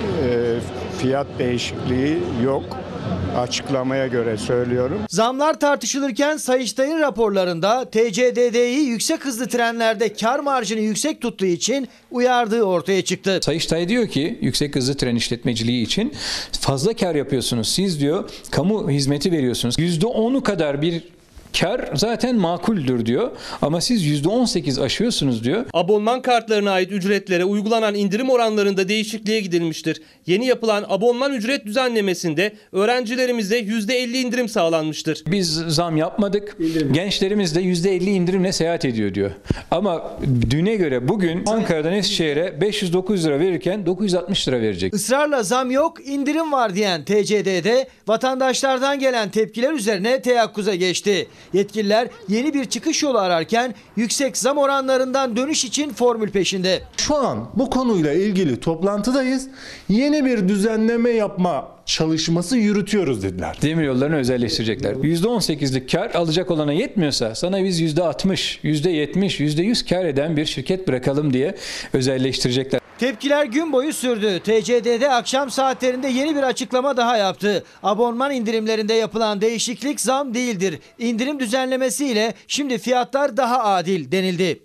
e, fiyat değişikliği yok. Açıklamaya göre söylüyorum. Zamlar tartışılırken Sayıştay'ın raporlarında T C D D'yi yüksek hızlı trenlerde kar marjını yüksek tuttuğu için uyardığı ortaya çıktı. Sayıştay diyor ki yüksek hızlı tren işletmeciliği için fazla kar yapıyorsunuz. Siz diyor kamu hizmeti veriyorsunuz. yüzde onu kadar bir kar zaten makuldür diyor ama siz yüzde on sekiz aşıyorsunuz diyor. Abonman kartlarına ait ücretlere uygulanan indirim oranlarında değişikliğe gidilmiştir. Yeni yapılan abonman ücret düzenlemesinde öğrencilerimize yüzde elli indirim sağlanmıştır. Biz zam yapmadık. İndirim. Gençlerimiz de yüzde elli indirimle seyahat ediyor diyor. Ama düne göre bugün Ankara'dan Eskişehir'e beş yüz dokuz lira verirken dokuz yüz altmış lira verecek. Israrla zam yok, indirim var diyen T C D D vatandaşlardan gelen tepkiler üzerine teyakkuza geçti. Yetkililer yeni bir çıkış yolu ararken yüksek zam oranlarından dönüş için formül peşinde. Şu an bu konuyla ilgili toplantıdayız. Yeni bir düzenleme yapma çalışması yürütüyoruz dediler. Demiryollarını özelleştirecekler. yüzde on sekizlik kar alacak olana yetmiyorsa sana biz yüzde altmış, yüzde yetmiş, yüzde yüz kar eden bir şirket bırakalım diye özelleştirecekler. Tepkiler gün boyu sürdü. T C D D akşam saatlerinde yeni bir açıklama daha yaptı. Abonman indirimlerinde yapılan değişiklik zam değildir. İndirim düzenlemesiyle şimdi fiyatlar daha adil denildi.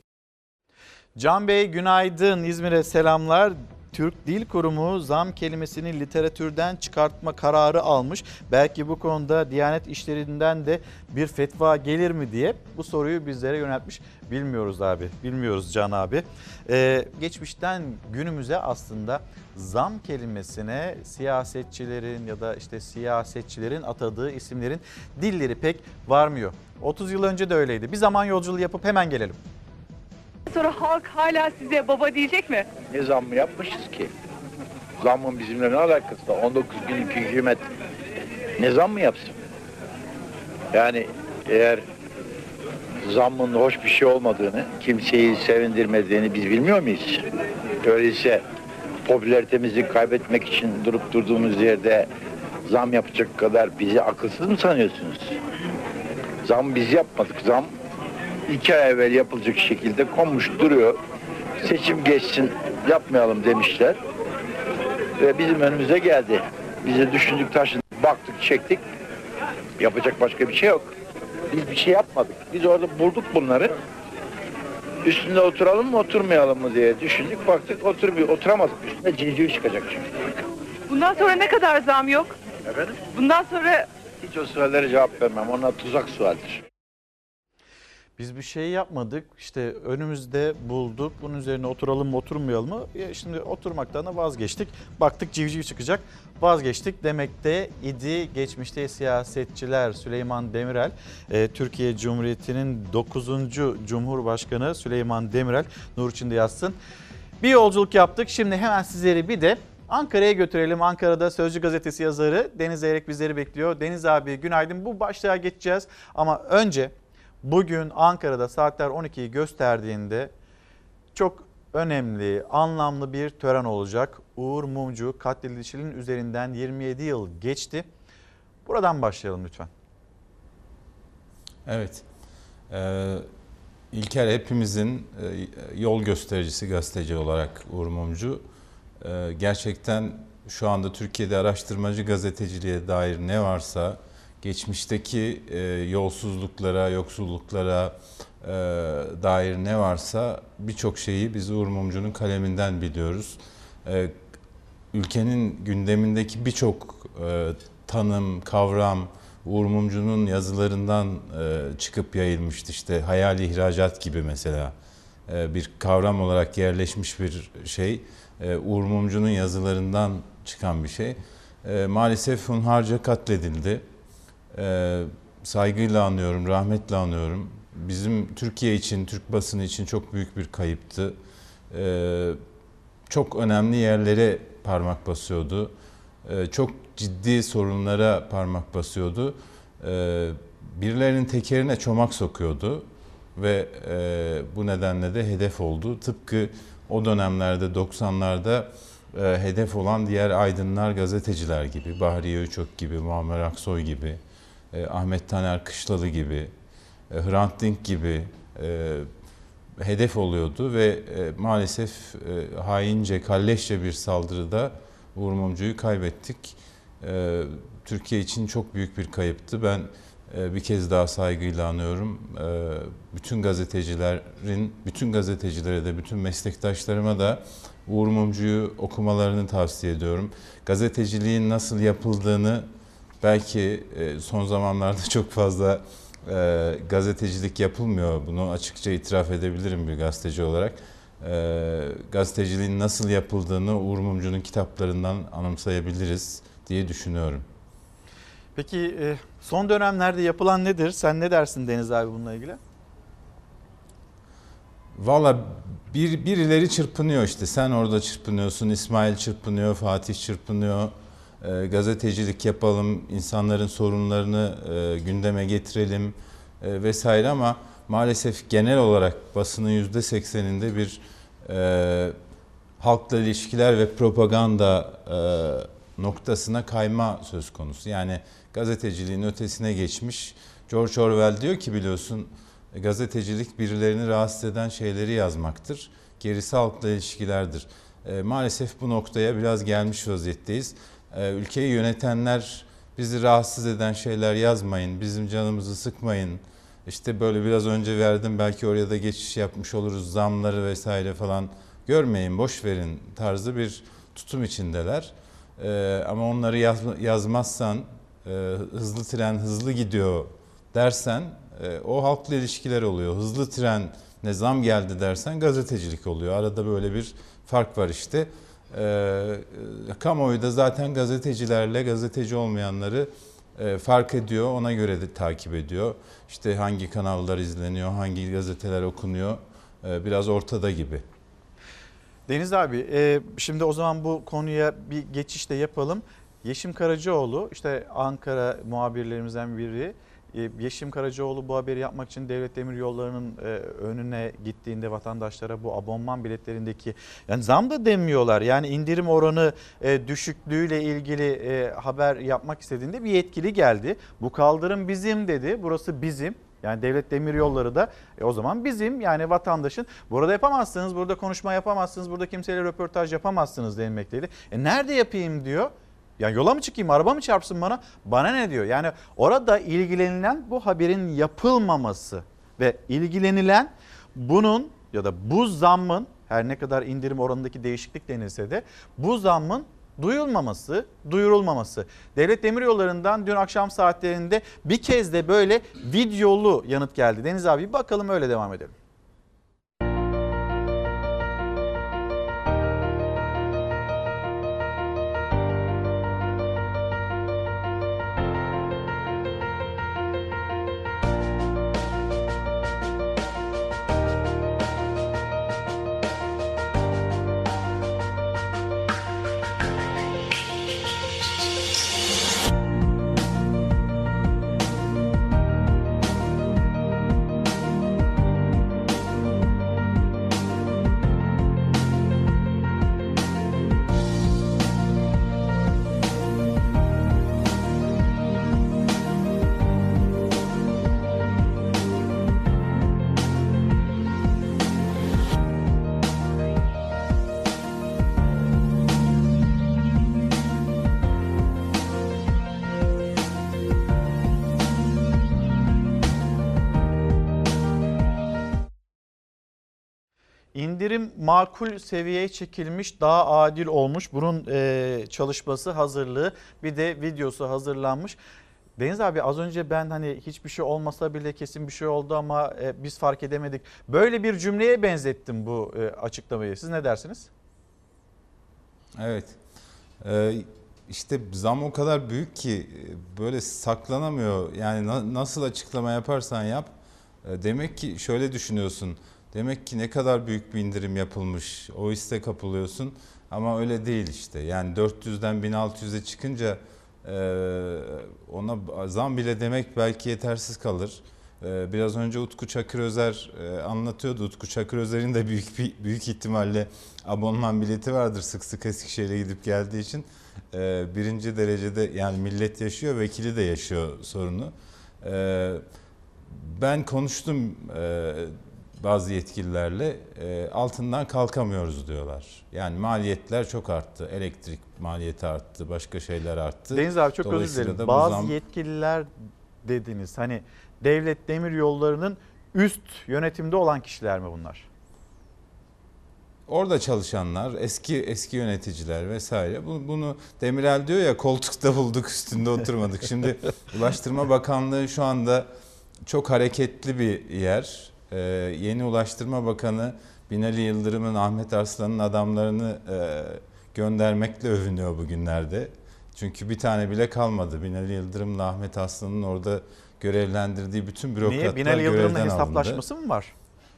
Can Bey günaydın, İzmir'e selamlar. Türk Dil Kurumu zam kelimesini literatürden çıkartma kararı almış. Belki bu konuda Diyanet İşleri'nden de bir fetva gelir mi diye bu soruyu bizlere yöneltmiş. Bilmiyoruz abi, bilmiyoruz Can abi. Ee, geçmişten günümüze aslında zam kelimesine siyasetçilerin ya da işte siyasetçilerin atadığı isimlerin dilleri pek varmıyor. otuz yıl önce de öyleydi. Bir zaman yolculuğu yapıp hemen gelelim. Sonra halk hala size baba diyecek mi? Ne zam mı yapmışız ki? Zammın bizimle ne alakası var? on dokuz günlük hükümet ne zam mı yapsın? Yani eğer zammın hoş bir şey olmadığını, kimseyi sevindirmediğini biz bilmiyor muyuz? Öyleyse popülaritemizi kaybetmek için durup durduğumuz yerde zam yapacak kadar bizi akılsız mı sanıyorsunuz? Zam biz yapmadık. Zam iki ay evvel yapılacak şekilde konmuş duruyor. Seçim geçsin yapmayalım demişler. Ve bizim önümüze geldi. Bize düşündük, taşındık, baktık, çektik. Yapacak başka bir şey yok. Biz bir şey yapmadık. Biz orada bulduk bunları. Üstünde oturalım mı oturmayalım mı diye düşündük. Baktık otur bir oturamadık. Üstünde civciv çıkacak çünkü. Bundan sonra ne kadar zam yok? Efendim? Bundan sonra... Hiç o suallere cevap vermem. Onlar tuzak sualdir. Biz bir şey yapmadık, işte önümüzde bulduk, bunun üzerine oturalım mı oturmayalım mı? Ya şimdi oturmaktan da vazgeçtik. Baktık civciv çıkacak, vazgeçtik demekte idi geçmişte siyasetçiler. Süleyman Demirel, Türkiye Cumhuriyeti'nin dokuzuncu Cumhurbaşkanı Süleyman Demirel, nur içinde yatsın. Bir yolculuk yaptık, şimdi hemen sizleri bir de Ankara'ya götürelim. Ankara'da Sözcü Gazetesi yazarı Deniz Zeyrek bizleri bekliyor. Deniz abi günaydın, bu başlığa geçeceğiz ama önce... Bugün Ankara'da saatler on ikiyi gösterdiğinde çok önemli, anlamlı bir tören olacak. Uğur Mumcu katledilişinin üzerinden yirmi yedi yıl geçti. Buradan başlayalım lütfen. Evet. Ee, İlker hepimizin yol göstericisi gazeteci olarak Uğur Mumcu. Ee, gerçekten şu anda Türkiye'de araştırmacı gazeteciliğe dair ne varsa... Geçmişteki e, yolsuzluklara, yoksulluklara e, dair ne varsa birçok şeyi biz Uğur Mumcu'nun kaleminden biliyoruz. E, ülkenin gündemindeki birçok e, tanım, kavram Uğur Mumcu'nun yazılarından e, çıkıp yayılmıştı. İşte hayali ihracat gibi mesela e, bir kavram olarak yerleşmiş bir şey. E, Uğur Mumcu'nun yazılarından çıkan bir şey. E, maalesef hunharca katledildi. Ee, saygıyla anıyorum, rahmetle anıyorum. Bizim Türkiye için, Türk basını için çok büyük bir kayıptı. Ee, çok önemli yerlere parmak basıyordu. Ee, çok ciddi sorunlara parmak basıyordu. Ee, birilerinin tekerine çomak sokuyordu ve e, bu nedenle de hedef oldu. Tıpkı o dönemlerde doksanlarda e, hedef olan diğer aydınlar, gazeteciler gibi, Bahriye Öçok gibi, Muammer Aksoy gibi, Ahmet Taner Kışlalı gibi, Hrant Dink gibi e, hedef oluyordu ve e, maalesef e, haince, kalleşçe bir saldırıda Uğur Mumcu'yu kaybettik. E, Türkiye için çok büyük bir kayıptı. Ben e, bir kez daha saygıyla anıyorum. E, bütün gazetecilerin, bütün gazetecilere de, bütün meslektaşlarıma da Uğur Mumcu'yu okumalarını tavsiye ediyorum. Gazeteciliğin nasıl yapıldığını belki son zamanlarda çok fazla e, gazetecilik yapılmıyor. Bunu açıkça itiraf edebilirim bir gazeteci olarak. E, gazeteciliğin nasıl yapıldığını Uğur Mumcu'nun kitaplarından anımsayabiliriz diye düşünüyorum. Peki son dönemlerde yapılan nedir? Sen ne dersin Deniz abi bununla ilgili? Valla bir, birileri çırpınıyor işte. Sen orada çırpınıyorsun, İsmail çırpınıyor, Fatih çırpınıyor. E, gazetecilik yapalım, insanların sorunlarını e, gündeme getirelim e, vesaire ama maalesef genel olarak basının yüzde sekseninde bir e, halkla ilişkiler ve propaganda e, noktasına kayma söz konusu. Yani gazeteciliğin ötesine geçmiş. George Orwell diyor ki biliyorsun, gazetecilik birilerini rahatsız eden şeyleri yazmaktır. Gerisi halkla ilişkilerdir. E, maalesef bu noktaya biraz gelmiş vaziyetteyiz. E, ülkeyi yönetenler bizi rahatsız eden şeyler yazmayın, bizim canımızı sıkmayın. İşte böyle biraz önce verdim, belki oraya da geçiş yapmış oluruz, zamları vesaire falan görmeyin, boş verin tarzı bir tutum içindeler. E, ama onları yaz, yazmazsan, e, hızlı tren hızlı gidiyor dersen e, o halkla ilişkiler oluyor. Hızlı tren ne zam geldi dersen gazetecilik oluyor. Arada böyle bir fark var işte. E, kamuoyu da zaten gazetecilerle gazeteci olmayanları e, fark ediyor. Ona göre de takip ediyor. İşte hangi kanallar izleniyor, hangi gazeteler okunuyor e, biraz ortada gibi. Deniz abi e, şimdi o zaman bu konuya bir geçiş de yapalım. Yeşim Karacaoğlu işte Ankara muhabirlerimizden biri. Yeşim Karacaoğlu bu haberi yapmak için Devlet Demiryolları'nın önüne gittiğinde vatandaşlara bu abonman biletlerindeki yani zam da demiyorlar. Yani indirim oranı düşüklüğüyle ilgili haber yapmak istediğinde bir yetkili geldi. Bu kaldırım bizim dedi. Burası bizim. Yani Devlet Demiryolları da e, o zaman bizim, yani vatandaşın burada yapamazsınız, burada konuşma yapamazsınız, burada kimseyle röportaj yapamazsınız denilmekteydi. E nerede yapayım diyor. Yani yola mı çıkayım, araba mı çarpsın bana? Bana ne diyor? Yani orada ilgilenilen bu haberin yapılmaması ve ilgilenilen bunun ya da bu zammın, her ne kadar indirim oranındaki değişiklik denilse de bu zammın duyulmaması, duyurulmaması. Devlet Demiryolları'ndan dün akşam saatlerinde bir kez de böyle videolu yanıt geldi. Deniz abi bir bakalım, öyle devam edelim. İndirim makul seviyeye çekilmiş, daha adil olmuş. Bunun e, çalışması, hazırlığı, bir de videosu hazırlanmış. Deniz abi az önce ben hani hiçbir şey olmasa bile kesin bir şey oldu ama e, biz fark edemedik. Böyle bir cümleye benzettim bu e, açıklamayı. Siz ne dersiniz? Evet. Ee, işte zam o kadar büyük ki böyle saklanamıyor. Yani na- nasıl açıklama yaparsan yap. E, demek ki şöyle düşünüyorsun. Demek ki ne kadar büyük bir indirim yapılmış, o hisse kapılıyorsun ama öyle değil işte. Yani dört yüzden bin altı yüze çıkınca e, ona zam bile demek belki yetersiz kalır. E, biraz önce Utku Çakırözer e, anlatıyordu. Utku Çakırözer'in de büyük büyük ihtimalle abonman bileti vardır sık sık Eskişehir'e gidip geldiği için. E, birinci derecede yani millet yaşıyor, vekili de yaşıyor sorunu. E, ben konuştum e, bazı yetkililerle, e, altından kalkamıyoruz diyorlar. Yani maliyetler çok arttı. Elektrik maliyeti arttı, başka şeyler arttı. Deniz abi çok özür dilerim. Bazı zam... yetkililer dediniz. Hani Devlet Demiryolları'nın üst yönetimde olan kişiler mi bunlar? Orada çalışanlar, eski eski yöneticiler vesaire. Bunu, bunu Demirel diyor ya, koltukta bulduk üstünde oturmadık. Şimdi Ulaştırma Bakanlığı şu anda çok hareketli bir yer. Ee, yeni Ulaştırma Bakanı Binali Yıldırım'ın, Ahmet Arslan'ın adamlarını e, göndermekle övünüyor bugünlerde. Çünkü bir tane bile kalmadı. Binali Yıldırım'la Ahmet Arslan'ın orada görevlendirdiği bütün bürokratlar görevden alındı. Niye? Binali Yıldırım'la hesaplaşması mı var?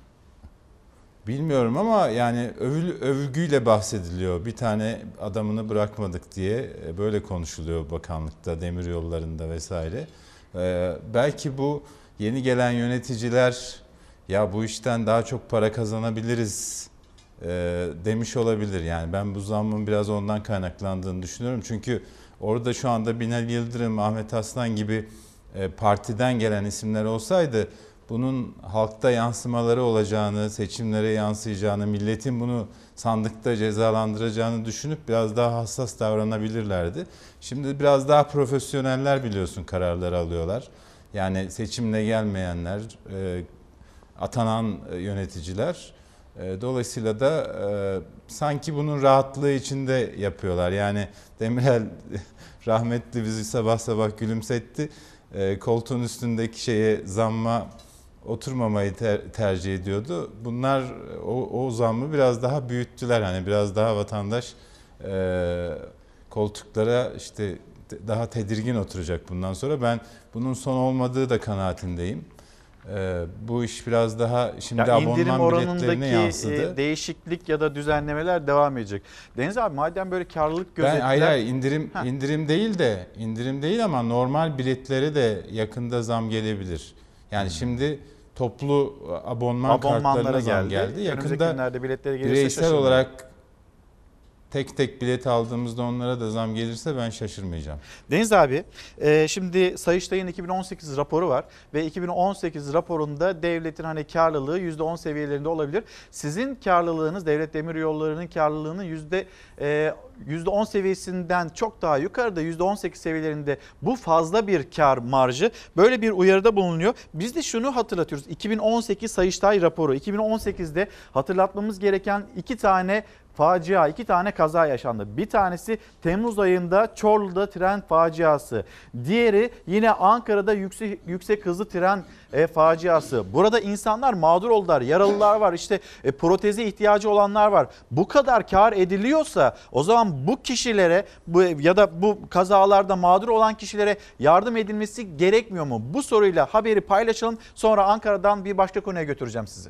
Bilmiyorum ama yani övül, övgüyle bahsediliyor. Bir tane adamını bırakmadık diye böyle konuşuluyor bakanlıkta, demiryollarında vesaire. Ee, belki bu yeni gelen yöneticiler ya bu işten daha çok para kazanabiliriz e, demiş olabilir. Yani ben bu zammın biraz ondan kaynaklandığını düşünüyorum. Çünkü orada şu anda Binali Yıldırım, Ahmet Aslan gibi e, partiden gelen isimler olsaydı bunun halkta yansımaları olacağını, seçimlere yansıyacağını, milletin bunu sandıkta cezalandıracağını düşünüp biraz daha hassas davranabilirlerdi. Şimdi biraz daha profesyoneller biliyorsun kararlar alıyorlar. Yani seçimle gelmeyenler, e, atanan yöneticiler. E, dolayısıyla da e, sanki bunun rahatlığı içinde yapıyorlar. Yani Demirel rahmetli bizi sabah sabah gülümsetti. E, koltuğun üstündeki şeye, zamma oturmamayı ter, tercih ediyordu. Bunlar o, o zammı biraz daha büyüttüler. Hani biraz daha vatandaş e, koltuklara işte daha tedirgin oturacak bundan sonra. Ben bunun son olmadığı da kanaatindeyim. Ee, bu iş biraz daha şimdi ya abonman biletlerine yansıdı. İndirim değişiklik ya da düzenlemeler devam edecek. Deniz abi madem böyle karlılık gözettiler. Ben hayır hayır indirim Heh. indirim değil de indirim değil ama normal biletlere de yakında zam gelebilir. Yani hmm. şimdi toplu abonman kartlarına zam geldi. Yakında bireysel olarak tek tek bilet aldığımızda onlara da zam gelirse ben şaşırmayacağım. Deniz abi şimdi Sayıştay'ın iki bin on sekiz raporu var ve iki bin on sekiz raporunda devletin hani karlılığı yüzde on seviyelerinde olabilir. Sizin karlılığınız, Devlet Demiryolları'nın karlılığının yüzde yüzde on seviyesinden çok daha yukarıda, yüzde on sekiz seviyelerinde. Bu fazla bir kar marjı. Böyle bir uyarıda bulunuyor. Biz de şunu hatırlatıyoruz. iki bin on sekiz Sayıştay raporu. iki bin on sekizde hatırlatmamız gereken iki tane facia, iki tane kaza yaşandı. Bir tanesi Temmuz ayında Çorlu'da tren faciası. Diğeri yine Ankara'da yüksek, yüksek hızlı tren e, faciası. Burada insanlar mağdur oldular. Yaralılar var. İşte e, proteze ihtiyacı olanlar var. Bu kadar kar ediliyorsa o zaman bu kişilere bu ya da bu kazalarda mağdur olan kişilere yardım edilmesi gerekmiyor mu? Bu soruyla haberi paylaşalım. Sonra Ankara'dan bir başka konuya götüreceğim sizi.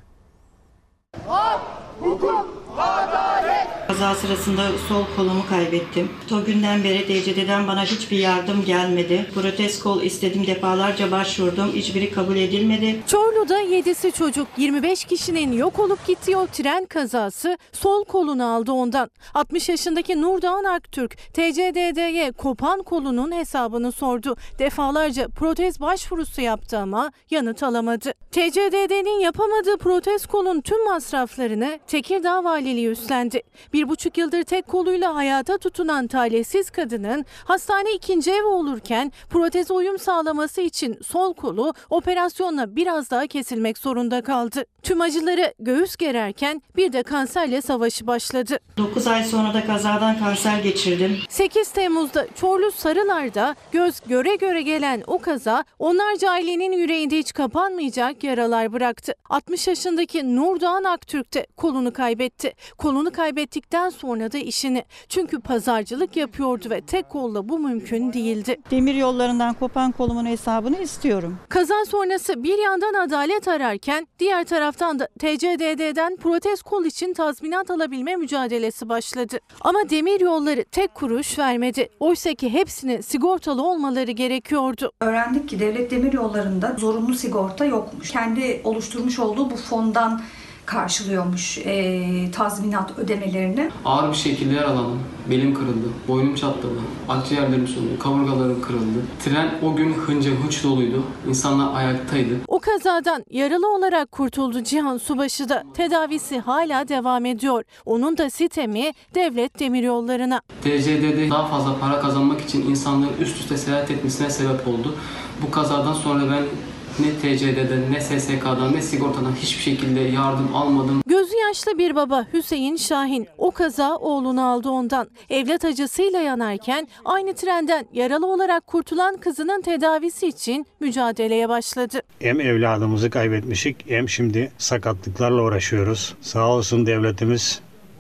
Hak, hukuk, adalet. Kaza sırasında sol kolumu kaybettim. O günden beri D C D'den bana hiçbir yardım gelmedi. Protez kol istedim, defalarca başvurdum. Hiçbiri kabul edilmedi. Çorlu'da yedisi çocuk, yirmi beş kişinin yok olup gittiği o tren kazası sol kolunu aldı ondan. altmış yaşındaki Nurdoğan Aktürk T C D D'ye kopan kolunun hesabını sordu. Defalarca protez başvurusu yaptı ama yanıt alamadı. T C D D'nin yapamadığı protez kolun tüm masraflarını Tekirdağ Valiliği üstlendi. Bir buçuk yıldır tek koluyla hayata tutunan talihsiz kadının hastane ikinci evi olurken proteze uyum sağlaması için sol kolu operasyonla biraz daha kesilmek zorunda kaldı. Tüm acıları göğüs gererken bir de kanserle savaşı başladı. dokuz ay sonra da kazadan kanser geçirdim. sekiz Temmuz'da Çorlu Sarılar'da göz göre göre gelen o kaza onlarca ailenin yüreğinde hiç kapanmayacak yaralar bıraktı. altmış yaşındaki Nurdoğan Aktürk de kolunu kaybetti. Kolunu kaybettikten sonra da işini. Çünkü pazarcılık yapıyordu ve tek kolla bu mümkün değildi. Demir yollarından kopan kolumun hesabını istiyorum. Kaza sonrası bir yandan adalet ararken diğer taraftan da T C D D'den protez kol için tazminat alabilme mücadelesi başladı. Ama demir yolları tek kuruş vermedi. Oysa ki hepsinin sigortalı olmaları gerekiyordu. Öğrendik ki devlet demir yollarında zorunlu sigorta yokmuş. Kendi oluşturmuş olduğu bu fondan karşılıyormuş e, tazminat ödemelerini. Ağır bir şekilde yaralandım. Belim kırıldı, boynum çatladı, akciğerlerim soldu, kaburgalarım kırıldı. Tren o gün hınca hınç doluydu. İnsanlar ayaktaydı. O kazadan yaralı olarak kurtuldu Cihan Subaşı da. Tedavisi hala devam ediyor. Onun da sitemi devlet demiryollarına. T C D D daha fazla para kazanmak için insanların üst üste seyahat etmesine sebep oldu. Bu kazadan sonra ben ne T C D'den, ne S S K'dan, ne sigortadan hiçbir şekilde yardım almadım. Gözü yaşlı bir baba Hüseyin Şahin o kaza oğlunu aldı ondan. Evlat acısıyla yanarken aynı trenden yaralı olarak kurtulan kızının tedavisi için mücadeleye başladı. Hem evladımızı kaybetmişik hem şimdi sakatlıklarla uğraşıyoruz. Sağ olsun devletimiz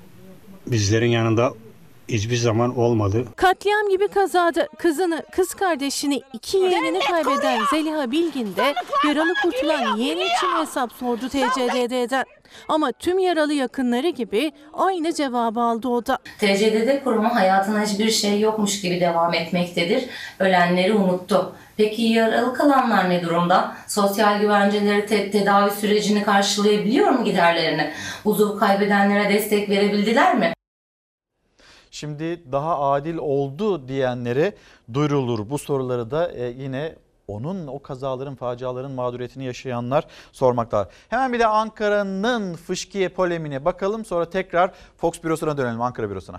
bizlerin yanında hiçbir zaman olmadı. Katliam gibi kazada kızını, kız kardeşini, iki yeğenini kaybeden Zeliha Bilgin de yaralı kurtulan yeğeni için hesap sordu T C D D'den. Ama tüm yaralı yakınları gibi aynı cevabı aldı o da. T C D D kurumu hayatına hiçbir şey yokmuş gibi devam etmektedir. Ölenleri unuttu. Peki yaralı kalanlar ne durumda? Sosyal güvenceleri te- tedavi sürecini karşılayabiliyor mu giderlerini? Uzuv kaybedenlere destek verebildiler mi? Şimdi daha adil oldu diyenlere duyurulur. Bu soruları da e, yine onun o kazaların, faciaların mağduriyetini yaşayanlar sormaktalar. Hemen bir de Ankara'nın fışkiye polemiğine bakalım. Sonra tekrar Fox bürosuna dönelim, Ankara bürosuna.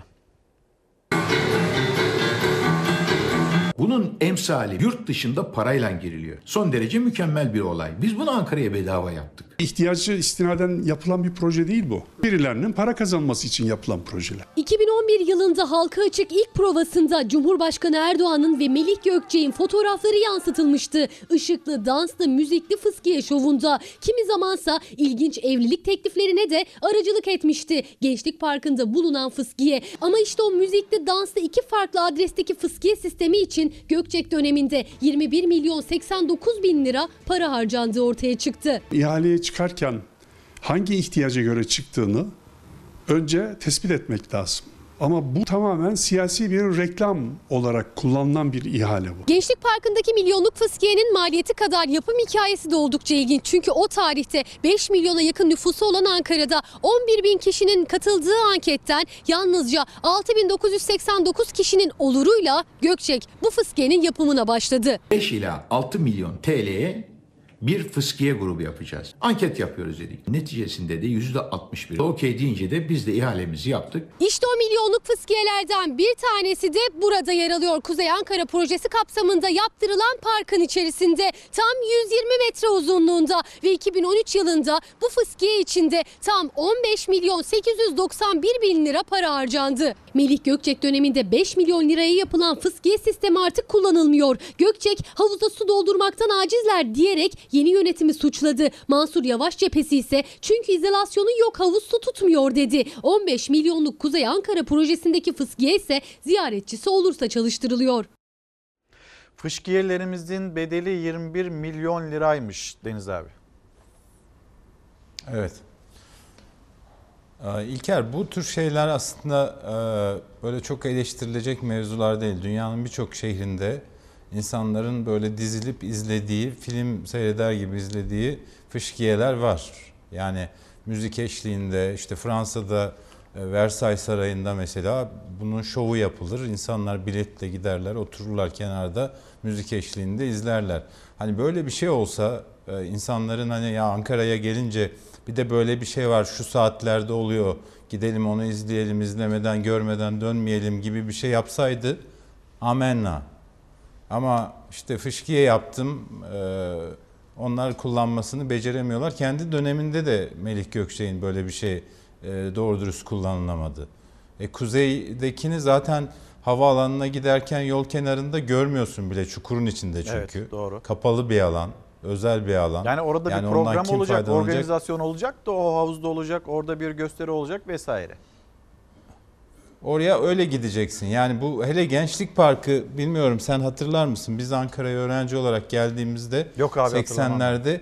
Bunun emsali yurt dışında parayla giriliyor. Son derece mükemmel bir olay. Biz bunu Ankara'ya bedava yaptık. İhtiyacı istinaden yapılan bir proje değil bu. Birilerinin para kazanması için yapılan projeler. iki bin on bir yılında halka açık ilk provasında Cumhurbaşkanı Erdoğan'ın ve Melih Gökçek'in fotoğrafları yansıtılmıştı. Işıklı, danslı, müzikli fıskiye şovunda. Kimi zamansa ilginç evlilik tekliflerine de aracılık etmişti Gençlik Parkı'nda bulunan fıskiye. Ama işte o müzikli, danslı iki farklı adresteki fıskiye sistemi için Gökçek döneminde yirmi bir milyon seksen dokuz bin lira para harcandığı ortaya çıktı. İhaleye çıkarken hangi ihtiyaca göre çıktığını önce tespit etmek lazım. Ama bu tamamen siyasi bir reklam olarak kullanılan bir ihale bu. Gençlik Parkı'ndaki milyonluk fıskiyenin maliyeti kadar yapım hikayesi de oldukça ilginç. Çünkü o tarihte beş milyona yakın nüfusu olan Ankara'da on bir bin kişinin katıldığı anketten yalnızca altı bin dokuz yüz seksen dokuz kişinin oluruyla Gökçek bu fıskiyenin yapımına başladı. beş ila altı milyon T L'ye bir fıskiye grubu yapacağız. Anket yapıyoruz dedik. Neticesinde de yüzde altmış bir. Okey deyince de biz de ihalemizi yaptık. İşte o milyonluk fıskiyelerden bir tanesi de burada yer alıyor. Kuzey Ankara projesi kapsamında yaptırılan parkın içerisinde tam yüz yirmi metre uzunluğunda ve iki bin on üç yılında bu fıskiye içinde tam on beş milyon sekiz yüz doksan bir bin lira para harcandı. Melih Gökçek döneminde beş milyon liraya yapılan fıskiye sistemi artık kullanılmıyor. Gökçek havuza su doldurmaktan acizler diyerek yeni yönetimi suçladı. Mansur Yavaş cephesi ise çünkü izolasyonu yok, havuz su tutmuyor dedi. on beş milyonluk Kuzey Ankara projesindeki fıskiye ise ziyaretçisi olursa çalıştırılıyor. Fıskiyelerimizin bedeli yirmi bir milyon liraymış Deniz abi. Evet. İlker, bu tür şeyler aslında böyle çok eleştirilecek mevzular değil. Dünyanın birçok şehrinde insanların böyle dizilip izlediği, film seyreder gibi izlediği fıskiyeler var. Yani müzik eşliğinde, işte Fransa'da Versailles Sarayı'nda mesela bunun şovu yapılır. İnsanlar biletle giderler, otururlar kenarda, müzik eşliğinde izlerler. Hani böyle bir şey olsa insanların hani ya Ankara'ya gelince bir de böyle bir şey var, şu saatlerde oluyor, gidelim onu izleyelim, izlemeden görmeden dönmeyelim gibi bir şey yapsaydı amenna. Ama işte fıskiye yaptım, onlar kullanmasını beceremiyorlar. Kendi döneminde de Melih Gökçek'in böyle bir şey doğru dürüst kullanılamadı. E, kuzeydekini zaten havaalanına giderken yol kenarında görmüyorsun bile, çukurun içinde çünkü. Evet, doğru. Kapalı bir alan, özel bir alan. Yani orada yani bir program olacak, organizasyon olacak da o havuzda olacak, orada bir gösteri olacak vesaire. Oraya öyle gideceksin. Yani bu hele Gençlik Parkı, bilmiyorum sen hatırlar mısın? Biz Ankara'ya öğrenci olarak geldiğimizde Yok abi, seksenlerde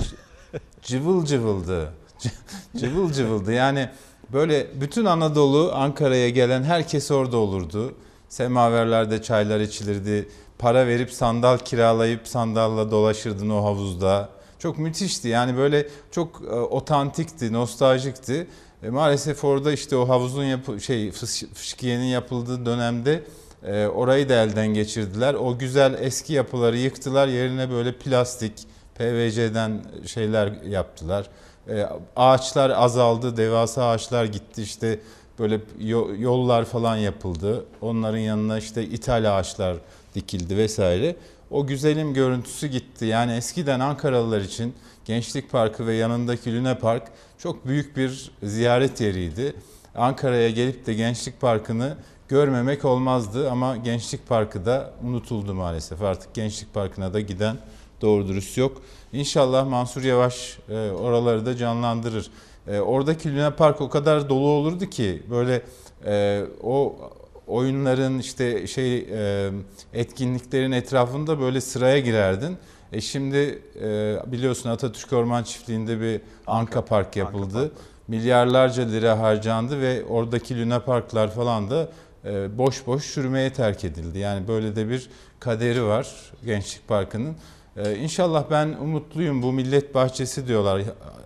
cıvıl cıvıldı. Cıvıl cıvıldı. Yani böyle bütün Anadolu Ankara'ya gelen herkes orada olurdu. Semaverlerde çaylar içilirdi. Para verip sandal kiralayıp sandalla dolaşırdın o havuzda. Çok müthişti. Yani böyle çok e, otantikti, nostaljikti. E, maalesef orada işte o havuzun yapı, şey fıskiyenin yapıldığı dönemde e, orayı da elden geçirdiler. O güzel eski yapıları yıktılar. Yerine böyle plastik, P V C'den şeyler yaptılar. E, ağaçlar azaldı, devasa ağaçlar gitti. İşte böyle yollar falan yapıldı. Onların yanına işte ithal ağaçlar dikildi vesaire. O güzelim görüntüsü gitti. Yani eskiden Ankaralılar için Gençlik Parkı ve yanındaki Luna Park çok büyük bir ziyaret yeriydi. Ankara'ya gelip de Gençlik Parkı'nı görmemek olmazdı ama Gençlik Parkı da unutuldu maalesef. Artık Gençlik Parkı'na da giden doğru dürüst yok. İnşallah Mansur Yavaş e, oraları da canlandırır. E, oradaki Luna Park o kadar dolu olurdu ki böyle e, o oyunların işte şey e, etkinliklerin etrafında böyle sıraya girerdin. E şimdi e, biliyorsun Atatürk Orman Çiftliği'nde bir Anka Park yapıldı. Anka Park. Milyarlarca lira harcandı ve oradaki Luna Parklar falan da e, boş boş çürümeye terk edildi. Yani böyle de bir kaderi var Gençlik Parkı'nın. E, İnşallah ben umutluyum. Bu Millet Bahçesi diyorlar.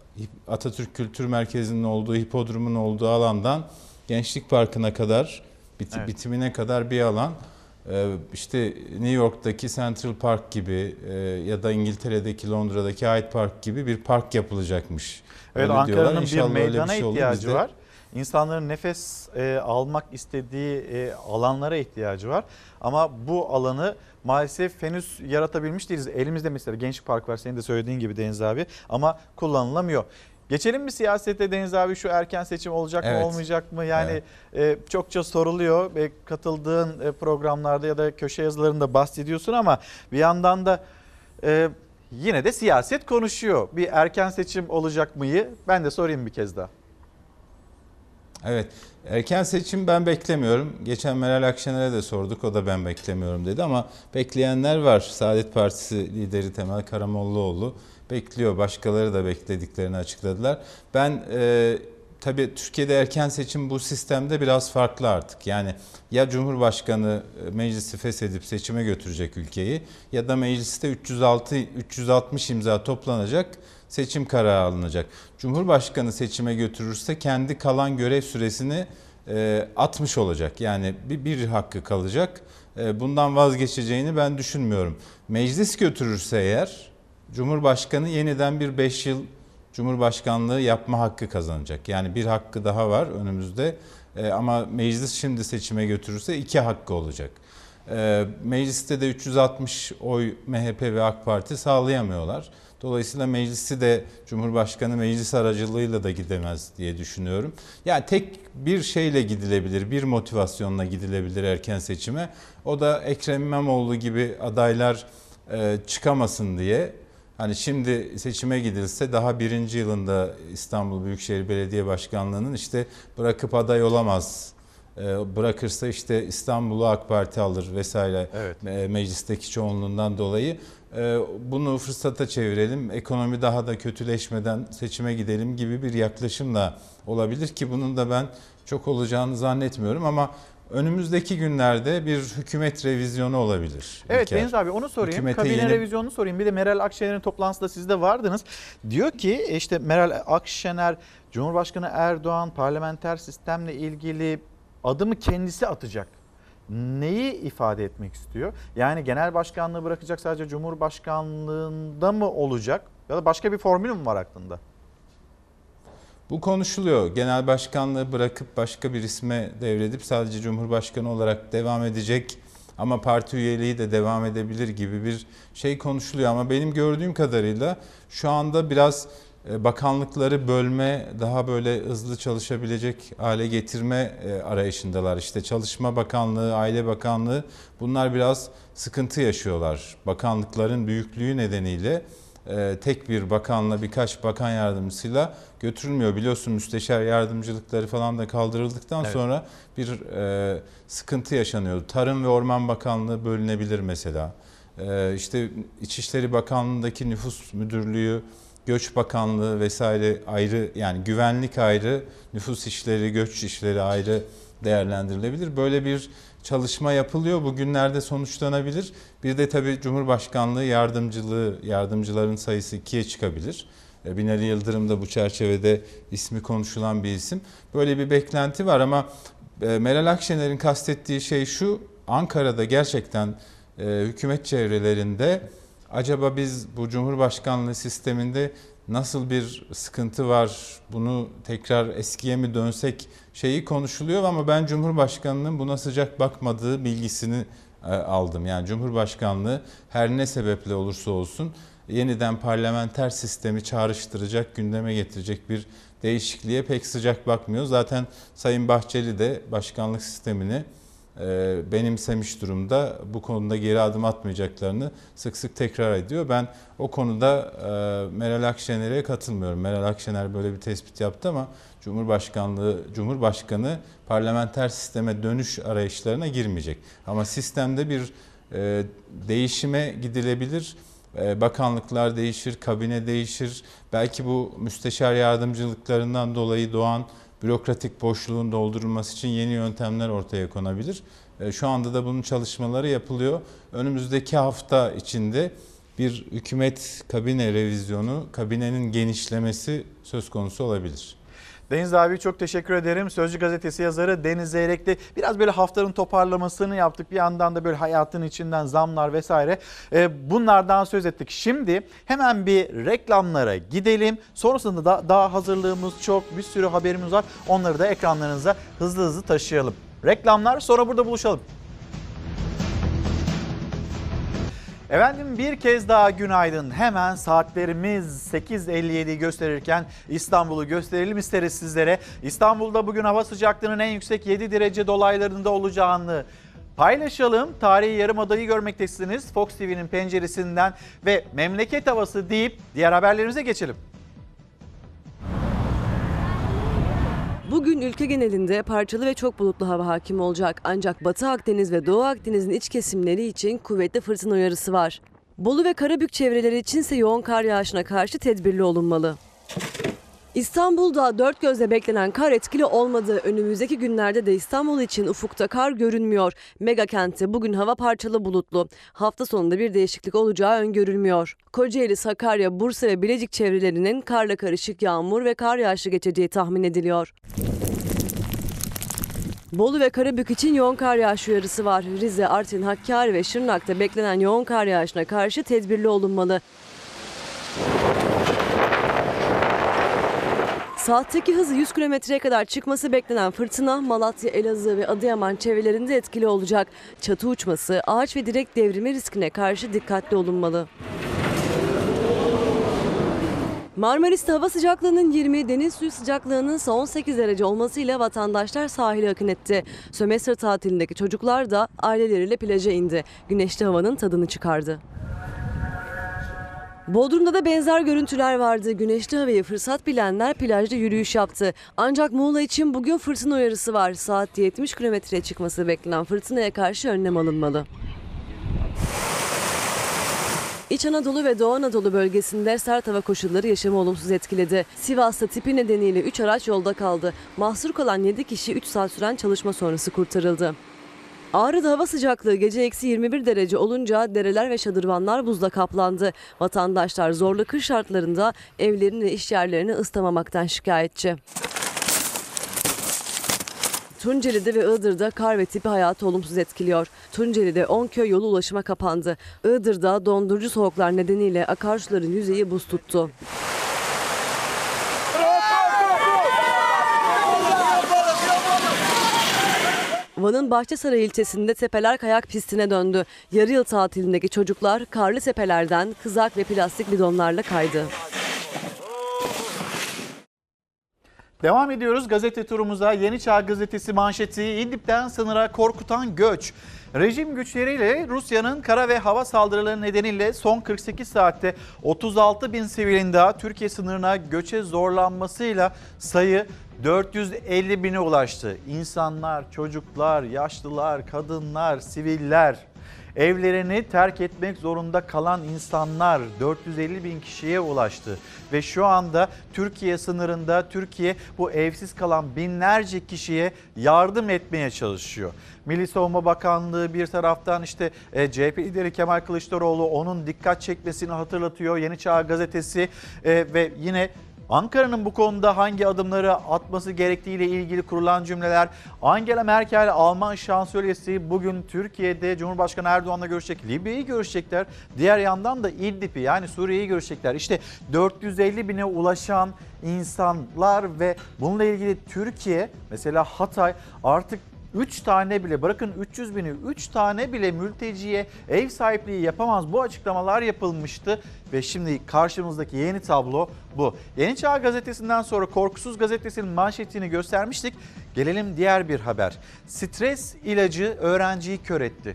Atatürk Kültür Merkezi'nin olduğu, hipodromun olduğu alandan Gençlik Parkı'na kadar, bit- evet. bitimine kadar bir alan. Ee, işte New York'taki Central Park gibi e, ya da İngiltere'deki, Londra'daki Hyde Park gibi bir park yapılacakmış. Evet, öyle Ankara'nın bir meydana bir şey ihtiyacı Bizde... var. İnsanların nefes e, almak istediği e, alanlara ihtiyacı var. Ama bu alanı maalesef henüz yaratabilmiş değiliz. Elimizde mesela Gençlik Park var, senin de söylediğin gibi Deniz abi, ama kullanılamıyor. Geçelim mi siyasete Deniz abi, şu erken seçim olacak evet. mı olmayacak mı? Yani evet. e, çokça soruluyor ve katıldığın e, programlarda ya da köşe yazılarında bahsediyorsun ama bir yandan da e, yine de siyaset konuşuyor. Bir erken seçim olacak mıyı ben de sorayım bir kez daha. Evet, erken seçim ben beklemiyorum. Geçen Meral Akşener'e de sorduk, o da ben beklemiyorum dedi ama bekleyenler var. Saadet Partisi lideri Temel Karamollaoğlu bekliyor. Başkaları da beklediklerini açıkladılar. Ben e, tabii Türkiye'de erken seçim bu sistemde biraz farklı artık. Yani ya Cumhurbaşkanı meclisi feshedip seçime götürecek ülkeyi ya da mecliste üç yüz altı üç yüz altmış imza toplanacak, seçim kararı alınacak. Cumhurbaşkanı seçime götürürse kendi kalan görev süresini e, atmış olacak. Yani bir, bir hakkı kalacak. E, bundan vazgeçeceğini ben düşünmüyorum. Meclis götürürse eğer Cumhurbaşkanı yeniden bir beş yıl Cumhurbaşkanlığı yapma hakkı kazanacak. Yani bir hakkı daha var önümüzde. E, ama meclis şimdi seçime götürürse iki hakkı olacak. E, mecliste de üç yüz altmış oy M H P ve AK Parti sağlayamıyorlar. Dolayısıyla meclisi de Cumhurbaşkanı meclis aracılığıyla da gidemez diye düşünüyorum. Yani tek bir şeyle gidilebilir, bir motivasyonla gidilebilir erken seçime. O da Ekrem İmamoğlu gibi adaylar e, çıkamasın diye. Hani şimdi seçime gidilse daha birinci yılında İstanbul Büyükşehir Belediye Başkanlığı'nın işte bırakıp aday olamaz. Bırakırsa işte İstanbul'u AK Parti alır vesaire, evet. Meclisteki çoğunluğundan dolayı. Bunu fırsata çevirelim, ekonomi daha da kötüleşmeden seçime gidelim gibi bir yaklaşımla olabilir ki bunun da ben çok olacağını zannetmiyorum ama önümüzdeki günlerde bir hükümet revizyonu olabilir. Evet İlker. Deniz abi onu sorayım. Hükümete Kabine yeni... revizyonunu sorayım. Bir de Meral Akşener'in toplantısında siz de vardınız. Diyor ki işte Meral Akşener, Cumhurbaşkanı Erdoğan parlamenter sistemle ilgili adımı kendisi atacak. Neyi ifade etmek istiyor? Yani genel başkanlığı bırakacak, sadece Cumhurbaşkanlığında mı olacak? Ya da başka bir formülü mü var aklında? Bu konuşuluyor. Genel başkanlığı bırakıp başka bir isme devredip sadece Cumhurbaşkanı olarak devam edecek ama parti üyeliği de devam edebilir gibi bir şey konuşuluyor. Ama benim gördüğüm kadarıyla şu anda biraz bakanlıkları bölme, daha böyle hızlı çalışabilecek hale getirme arayışındalar. İşte Çalışma Bakanlığı, Aile Bakanlığı bunlar biraz sıkıntı yaşıyorlar. Bakanlıkların büyüklüğü nedeniyle tek bir bakanla birkaç bakan yardımcısıyla götürülmüyor. Biliyorsun müsteşar yardımcılıkları falan da kaldırıldıktan evet. sonra bir e, sıkıntı yaşanıyordu. Tarım ve Orman Bakanlığı bölünebilir mesela. E, işte İçişleri Bakanlığı'ndaki nüfus müdürlüğü, Göç Bakanlığı vesaire ayrı, yani güvenlik ayrı, nüfus işleri, göç işleri ayrı değerlendirilebilir. Böyle bir çalışma yapılıyor. Bugünlerde sonuçlanabilir. Bir de tabii Cumhurbaşkanlığı yardımcılığı, yardımcıların sayısı ikiye çıkabilir. Binali Yıldırım da bu çerçevede ismi konuşulan bir isim. Böyle bir beklenti var ama Meral Akşener'in kastettiği şey şu: Ankara'da gerçekten hükümet çevrelerinde acaba biz bu Cumhurbaşkanlığı sisteminde nasıl bir sıkıntı var, bunu tekrar eskiye mi dönsek şeyi konuşuluyor ama ben Cumhurbaşkanlığının buna sıcak bakmadığı bilgisini aldım. Yani Cumhurbaşkanlığı her ne sebeple olursa olsun yeniden parlamenter sistemi çağrıştıracak, gündeme getirecek bir değişikliğe pek sıcak bakmıyor. Zaten Sayın Bahçeli de başkanlık sistemini benimsemiş durumda, bu konuda geri adım atmayacaklarını sık sık tekrar ediyor. Ben o konuda Meral Akşener'e katılmıyorum. Meral Akşener böyle bir tespit yaptı ama Cumhurbaşkanlığı, Cumhurbaşkanı parlamenter sisteme dönüş arayışlarına girmeyecek. Ama sistemde bir değişime gidilebilir. Bakanlıklar değişir, kabine değişir. Belki bu müsteşar yardımcılıklarından dolayı doğan bürokratik boşluğun doldurulması için yeni yöntemler ortaya konabilir. Şu anda da bunun çalışmaları yapılıyor. Önümüzdeki hafta içinde bir hükümet kabine revizyonu, kabinenin genişlemesi söz konusu olabilir. Deniz abi çok teşekkür ederim. Sözcü gazetesi yazarı Deniz Zeyrek'te biraz böyle haftanın toparlamasını yaptık. Bir yandan da böyle hayatın içinden zamlar vesaire bunlardan söz ettik. Şimdi hemen bir reklamlara gidelim. Sonrasında da daha hazırlığımız çok, bir sürü haberimiz var. Onları da ekranlarınıza hızlı hızlı taşıyalım. Reklamlar, sonra burada buluşalım. Efendim bir kez daha günaydın. Hemen saatlerimiz sekiz elli yediyi gösterirken İstanbul'u gösterelim isteriz sizlere. İstanbul'da bugün hava sıcaklığının en yüksek yedi derece dolaylarında olacağını paylaşalım. Tarihi Yarımada'yı görmektesiniz Fox T V'nin penceresinden ve memleket havası deyip diğer haberlerimize geçelim. Bugün ülke genelinde parçalı ve çok bulutlu hava hakim olacak. Ancak Batı Akdeniz ve Doğu Akdeniz'in iç kesimleri için kuvvetli fırtına uyarısı var. Bolu ve Karabük çevreleri içinse yoğun kar yağışına karşı tedbirli olunmalı. İstanbul'da dört gözle beklenen kar etkili olmadı. Önümüzdeki günlerde de İstanbul için ufukta kar görünmüyor. Mega kentte bugün hava parçalı bulutlu. Hafta sonunda bir değişiklik olacağı öngörülmüyor. Kocaeli, Sakarya, Bursa ve Bilecik çevrelerinin karla karışık yağmur ve kar yağışı geçeceği tahmin ediliyor. Bolu ve Karabük için yoğun kar yağışı uyarısı var. Rize, Artvin, Hakkari ve Şırnak'ta beklenen yoğun kar yağışına karşı tedbirli olunmalı. Saatteki hızı yüz kilometreye kadar çıkması beklenen fırtına Malatya, Elazığ ve Adıyaman çevrelerinde etkili olacak. Çatı uçması, ağaç ve direk devrimi riskine karşı dikkatli olunmalı. Marmaris'te hava sıcaklığının yirmi, deniz suyu sıcaklığının ise on sekiz derece olmasıyla vatandaşlar sahile akın etti. Sömestr tatilindeki çocuklar da aileleriyle plaja indi. Güneşli havanın tadını çıkardı. Bodrum'da da benzer görüntüler vardı. Güneşli havayı fırsat bilenler plajda yürüyüş yaptı. Ancak Muğla için bugün fırtına uyarısı var. Saatte yetmiş kilometreye çıkması beklenen fırtınaya karşı önlem alınmalı. İç Anadolu ve Doğu Anadolu bölgesinde sert hava koşulları yaşamı olumsuz etkiledi. Sivas'ta tipi nedeniyle üç araç yolda kaldı. Mahsur kalan yedi kişi üç saat süren çalışma sonrası kurtarıldı. Ağrı'da hava sıcaklığı gece eksi yirmi bir derece olunca dereler ve şadırvanlar buzla kaplandı. Vatandaşlar zorlu kış şartlarında evlerini ve iş yerlerini ıslamamaktan şikayetçi. Tunceli'de ve Iğdır'da kar ve tipi hayatı olumsuz etkiliyor. Tunceli'de on köy yolu ulaşıma kapandı. Iğdır'da dondurucu soğuklar nedeniyle akarsuların yüzeyi buz tuttu. Van'ın Bahçesaray ilçesinde tepeler kayak pistine döndü. Yarı yıl tatilindeki çocuklar karlı tepelerden kızak ve plastik bidonlarla kaydı. Devam ediyoruz gazete turumuza. Yeni Çağ Gazetesi manşeti: İdlib'den sınıra korkutan göç. Rejim güçleriyle Rusya'nın kara ve hava saldırıları nedeniyle son kırk sekiz saatte otuz altı bin sivilin daha Türkiye sınırına göçe zorlanmasıyla sayı dört yüz elli bine ulaştı. İnsanlar, çocuklar, yaşlılar, kadınlar, siviller, evlerini terk etmek zorunda kalan insanlar dört yüz elli bin kişiye ulaştı. Ve şu anda Türkiye sınırında Türkiye bu evsiz kalan binlerce kişiye yardım etmeye çalışıyor. Milli Savunma Bakanlığı bir taraftan işte C H P lideri Kemal Kılıçdaroğlu onun dikkat çekmesini hatırlatıyor. Yeni Çağ Gazetesi ve yine Ankara'nın bu konuda hangi adımları atması gerektiğiyle ilgili kurulan cümleler. Angela Merkel, Alman şansölyesi bugün Türkiye'de Cumhurbaşkanı Erdoğan'la görüşecek. Libya'yı görüşecekler. Diğer yandan da İdlib'i yani Suriye'yi görüşecekler. İşte dört yüz elli bine ulaşan insanlar ve bununla ilgili Türkiye mesela Hatay artık üç tane bile, bırakın üç yüz bini, üç tane bile mülteciye ev sahipliği yapamaz. Bu açıklamalar yapılmıştı ve şimdi karşımızdaki yeni tablo bu. Yeni Çağ Gazetesi'nden sonra Korkusuz Gazetesi'nin manşetini göstermiştik. Gelelim diğer bir haber. Stres ilacı öğrenciyi kör etti.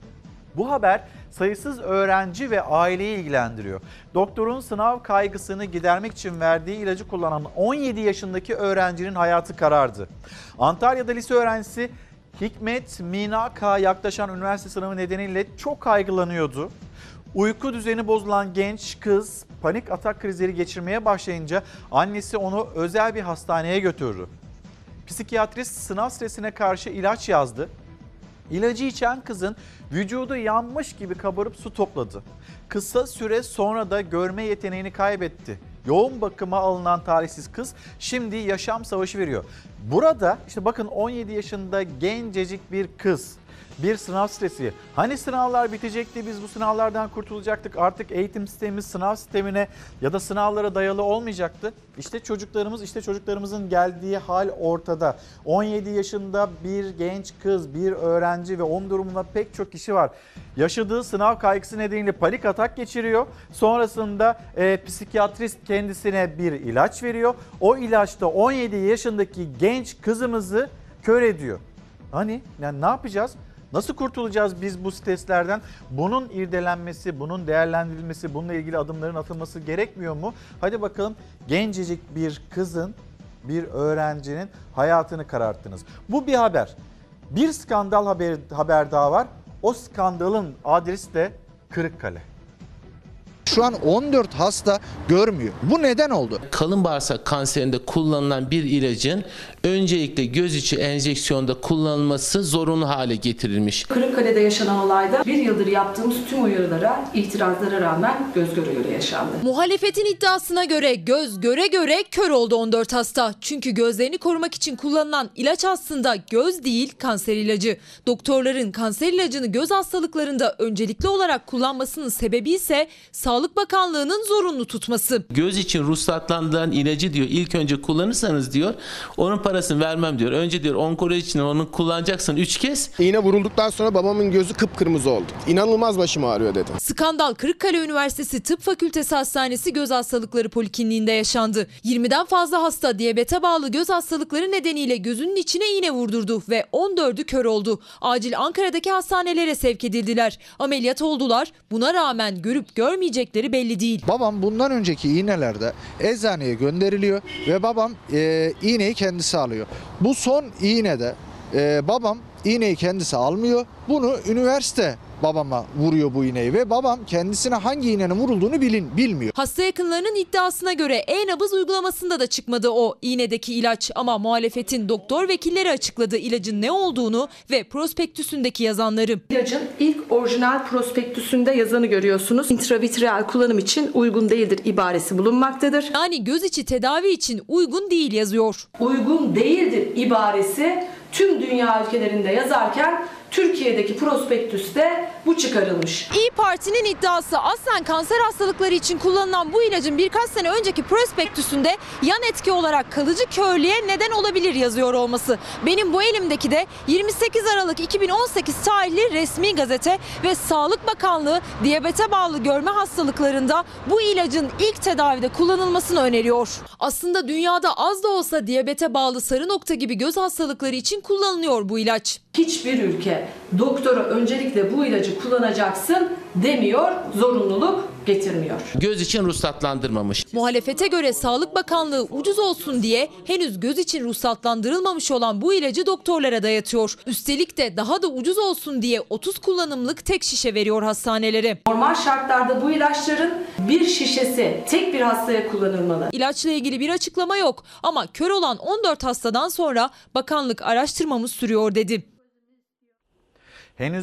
Bu haber sayısız öğrenci ve aileyi ilgilendiriyor. Doktorun sınav kaygısını gidermek için verdiği ilacı kullanan on yedi yaşındaki öğrencinin hayatı karardı. Antalya'da lise öğrencisi Hikmet Mina K yaklaşan üniversite sınavı nedeniyle çok kaygılanıyordu. Uyku düzeni bozulan genç kız panik atak krizleri geçirmeye başlayınca annesi onu özel bir hastaneye götürdü. Psikiyatrist sınav stresine karşı ilaç yazdı. İlacı içen kızın vücudu yanmış gibi kabarıp su topladı. Kısa süre sonra da görme yeteneğini kaybetti. Yoğun bakıma alınan talihsiz kız şimdi yaşam savaşı veriyor. Burada işte bakın on yedi yaşında gencecik bir kız. Bir sınav stresi. Hani sınavlar bitecekti, biz bu sınavlardan kurtulacaktık. Artık eğitim sistemimiz sınav sistemine ya da sınavlara dayalı olmayacaktı. İşte çocuklarımız, işte çocuklarımızın geldiği hal ortada. on yedi yaşında bir genç kız, bir öğrenci ve onun durumunda pek çok kişi var. Yaşadığı sınav kaygısı nedeniyle panik atak geçiriyor. Sonrasında e, psikiyatrist kendisine bir ilaç veriyor. O ilaçta on yedi yaşındaki genç kızımızı kör ediyor. Hani yani ne yapacağız? Nasıl kurtulacağız biz bu streslerden? Bunun irdelenmesi, bunun değerlendirilmesi, bununla ilgili adımların atılması gerekmiyor mu? Hadi bakalım, gencecik bir kızın, bir öğrencinin hayatını kararttınız. Bu bir haber. Bir skandal haber, haber daha var. O skandalın adresi de Kırıkkale. Şu an on dört hasta görmüyor. Bu neden oldu? Kalın bağırsak kanserinde kullanılan bir ilacın öncelikle göz içi enjeksiyonda kullanılması zorunlu hale getirilmiş. Kırıkkale'de yaşanan olayda bir yıldır yaptığımız tüm uyarılara, itirazlara rağmen göz göre göre yaşandı. Muhalefetin iddiasına göre göz göre göre kör oldu on dört hasta. Çünkü gözlerini korumak için kullanılan ilaç aslında göz değil, kanser ilacı. Doktorların kanser ilacını göz hastalıklarında öncelikli olarak kullanmasının sebebi ise sağlık Sağlık Bakanlığı'nın zorunlu tutması. Göz için ruhsatlandırılan ilacı diyor ilk önce kullanırsanız diyor onun parasını vermem diyor. Önce diyor onkoloji için onu kullanacaksın üç kez. İğne vurulduktan sonra babamın gözü kıpkırmızı oldu. İnanılmaz başım ağrıyor dedi. Skandal Kırıkkale Üniversitesi Tıp Fakültesi Hastanesi Göz Hastalıkları Polikliniğinde yaşandı. yirmiden fazla hasta diyabete bağlı göz hastalıkları nedeniyle gözünün içine iğne vurdurdu ve on dördü kör oldu. Acil Ankara'daki hastanelere sevk edildiler. Ameliyat oldular. Buna rağmen görüp görmeyecekleri belli değil. Babam bundan önceki iğnelerde eczaneye gönderiliyor ve babam e, iğneyi kendisi alıyor. Bu son iğnede e, babam iğneyi kendisi almıyor. Bunu üniversite babama vuruyor bu iğneyi ve babam kendisine hangi iğnenin vurulduğunu bilin, bilmiyor. Hasta yakınlarının iddiasına göre e-nabız uygulamasında da çıkmadı o iğnedeki ilaç ama muhalefetin doktor vekilleri açıkladı ilacın ne olduğunu ve prospektüsündeki yazanları. İlacın ilk orijinal prospektüsünde yazanı görüyorsunuz. İntravitreal kullanım için uygun değildir ibaresi bulunmaktadır. Yani göz içi tedavi için uygun değil yazıyor. Uygun değildir ibaresi tüm dünya ülkelerinde yazarken Türkiye'deki prospektüste bu çıkarılmış. İYİ Parti'nin iddiası aslen kanser hastalıkları için kullanılan bu ilacın birkaç sene önceki prospektüsünde yan etki olarak kalıcı körlüğe neden olabilir yazıyor olması. Benim bu elimdeki de yirmi sekiz Aralık iki bin on sekiz tarihli resmi gazete ve Sağlık Bakanlığı diyabete bağlı görme hastalıklarında bu ilacın ilk tedavide kullanılmasını öneriyor. Aslında dünyada az da olsa diyabete bağlı sarı nokta gibi göz hastalıkları için kullanılıyor bu ilaç. Hiçbir ülke doktora öncelikle bu ilacı kullanacaksın demiyor, zorunluluk getirmiyor. Göz için ruhsatlandırmamış. Muhalefete göre Sağlık Bakanlığı ucuz olsun diye henüz göz için ruhsatlandırılmamış olan bu ilacı doktorlara dayatıyor. Üstelik de daha da ucuz olsun diye otuz kullanımlık tek şişe veriyor hastanelere. Normal şartlarda bu ilaçların bir şişesi tek bir hastaya kullanılmalı. İlaçla ilgili bir açıklama yok ama kör olan on dört hastadan sonra bakanlık araştırmamız sürüyor dedi. Henüz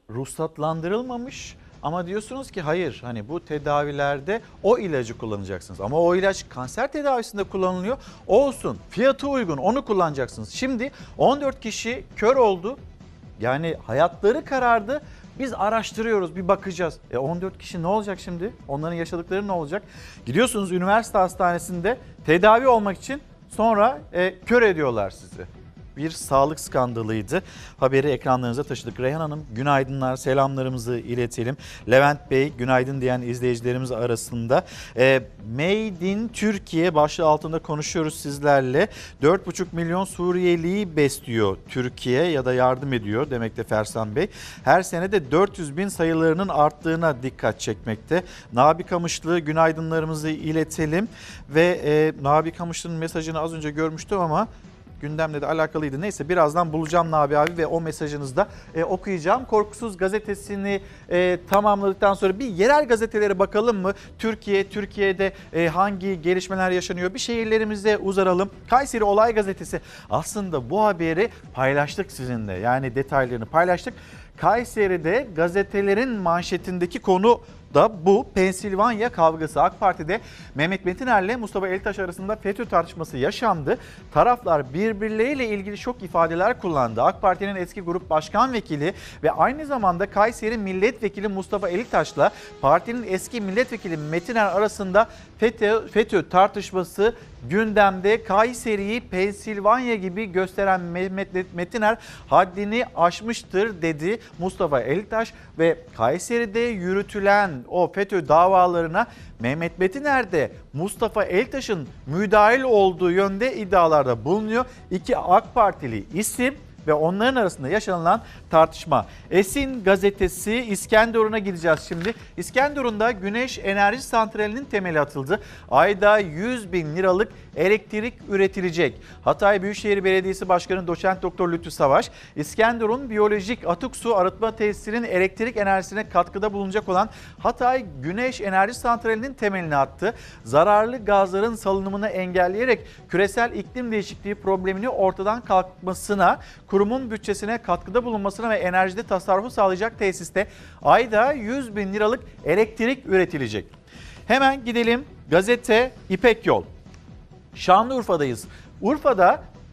ruhsatlandırılmamış ama diyorsunuz ki hayır, hani bu tedavilerde o ilacı kullanacaksınız. Ama o ilaç kanser tedavisinde kullanılıyor. Olsun, fiyatı uygun, onu kullanacaksınız. Şimdi on dört kişi kör oldu. Yani hayatları karardı. Biz araştırıyoruz, bir bakacağız. E on dört kişi ne olacak şimdi? Onların yaşadıkları ne olacak? Gidiyorsunuz üniversite hastanesinde tedavi olmak için, sonra e, kör ediyorlar sizi. Bir sağlık skandalıydı. Haberi ekranlarınıza taşıdık. Reyhan Hanım günaydınlar, selamlarımızı iletelim. Levent Bey günaydın diyen izleyicilerimiz arasında. E, Made in Türkiye başlığı altında konuşuyoruz sizlerle. dört buçuk milyon Suriyeliyi besliyor Türkiye ya da yardım ediyor demekte Fersan Bey. Her sene de dört yüz bin sayılarının arttığına dikkat çekmekte. Nabi Kamışlı günaydınlarımızı iletelim. Ve e, Nabi Kamışlı'nın mesajını az önce görmüştüm ama gündemle de alakalıydı. Neyse birazdan bulacağım Nabi abi ve o mesajınızı da e, okuyacağım. Korkusuz gazetesini e, tamamladıktan sonra bir yerel gazetelere bakalım mı? Türkiye, Türkiye'de e, hangi gelişmeler yaşanıyor? Bir şehirlerimize uzaralım. Kayseri Olay Gazetesi, aslında bu haberi paylaştık sizinle. Yani detaylarını paylaştık. Kayseri'de gazetelerin manşetindeki konu da bu. Pensilvanya kavgası. AK Parti'de Mehmet Metiner'le Mustafa Elitaş arasında FETÖ tartışması yaşandı. Taraflar birbirleriyle ilgili şok ifadeler kullandı. AK Parti'nin eski grup başkan vekili ve aynı zamanda Kayseri milletvekili Mustafa Elitaş'la partinin eski milletvekili Metiner arasında FETÖ, FETÖ tartışması gündemde. Kayseri'yi Pensilvanya gibi gösteren Mehmet Metiner haddini aşmıştır dedi Mustafa Elitaş ve Kayseri'de yürütülen o FETÖ davalarına Mehmet Metiner de Mustafa Elitaş'ın müdahil olduğu yönde iddialarda bulunuyor. İki AK Partili isim ve onların arasında yaşanılan tartışma. Esin gazetesi, İskenderun'a gideceğiz şimdi. İskenderun'da güneş enerji santralinin temeli atıldı. Ayda yüz bin liralık elektrik üretilecek. Hatay Büyükşehir Belediyesi Başkanı Doçent Doktor Lütfü Savaş, İskenderun Biyolojik Atık Su Arıtma Tesisinin elektrik enerjisine katkıda bulunacak olan Hatay Güneş Enerji Santrali'nin temelini attı. Zararlı gazların salınımını engelleyerek küresel iklim değişikliği problemini ortadan kalkmasına, kurumun bütçesine katkıda bulunmasına ve enerjide tasarrufu sağlayacak tesiste ayda yüz bin liralık elektrik üretilecek. Hemen gidelim gazete İpek Yol. Şanlıurfa'dayız. Urfa'da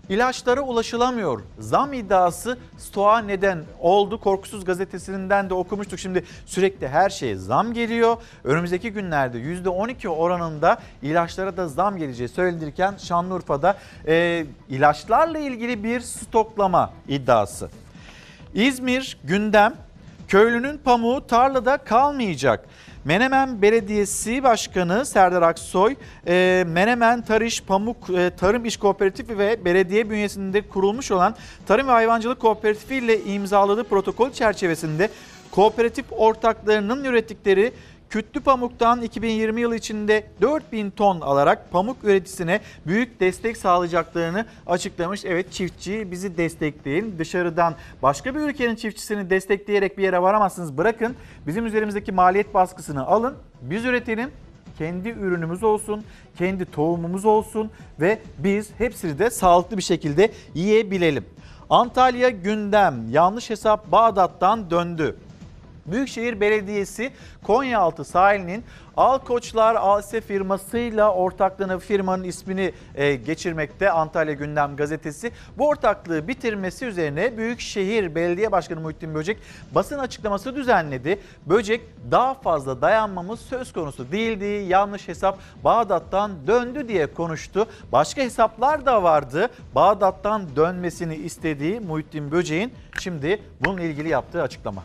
İlaçlara ulaşılamıyor. Zam iddiası stoğa neden oldu. Korkusuz gazetesinden de okumuştuk. Şimdi sürekli her şeye zam geliyor. Önümüzdeki günlerde yüzde on iki oranında ilaçlara da zam geleceği söylenirken Şanlıurfa'da e, ilaçlarla ilgili bir stoklama iddiası. İzmir gündem, köylünün pamuğu tarlada kalmayacak. Menemen Belediyesi Başkanı Serdar Aksoy, e, Menemen Tarış Pamuk e, Tarım İş Kooperatifi ve belediye bünyesinde kurulmuş olan Tarım ve Hayvancılık Kooperatifi ile imzaladığı protokol çerçevesinde kooperatif ortaklarının ürettikleri kütlü pamuktan iki bin yirmi yılı içinde dört bin ton alarak pamuk üreticisine büyük destek sağlayacaklarını açıklamış. Evet, çiftçi bizi destekleyin. Dışarıdan başka bir ülkenin çiftçisini destekleyerek bir yere varamazsınız. Bırakın bizim üzerimizdeki maliyet baskısını alın. Biz üretelim. Kendi ürünümüz olsun, kendi tohumumuz olsun ve biz hepsini de sağlıklı bir şekilde yiyebilelim. Antalya gündem, yanlış hesap Bağdat'tan döndü. Büyükşehir Belediyesi Konyaaltı sahilinin Alkoçlar A S firmasıyla ortaklığını, firmanın ismini e, geçirmekte Antalya Gündem gazetesi. Bu ortaklığı bitirmesi üzerine Büyükşehir Belediye Başkanı Muhittin Böcek basın açıklaması düzenledi. Böcek daha fazla dayanmamız söz konusu değildi. Yanlış hesap Bağdat'tan döndü diye konuştu. Başka hesaplar da vardı. Bağdat'tan dönmesini istediği Muhittin Böcek'in şimdi bununla ilgili yaptığı açıklama.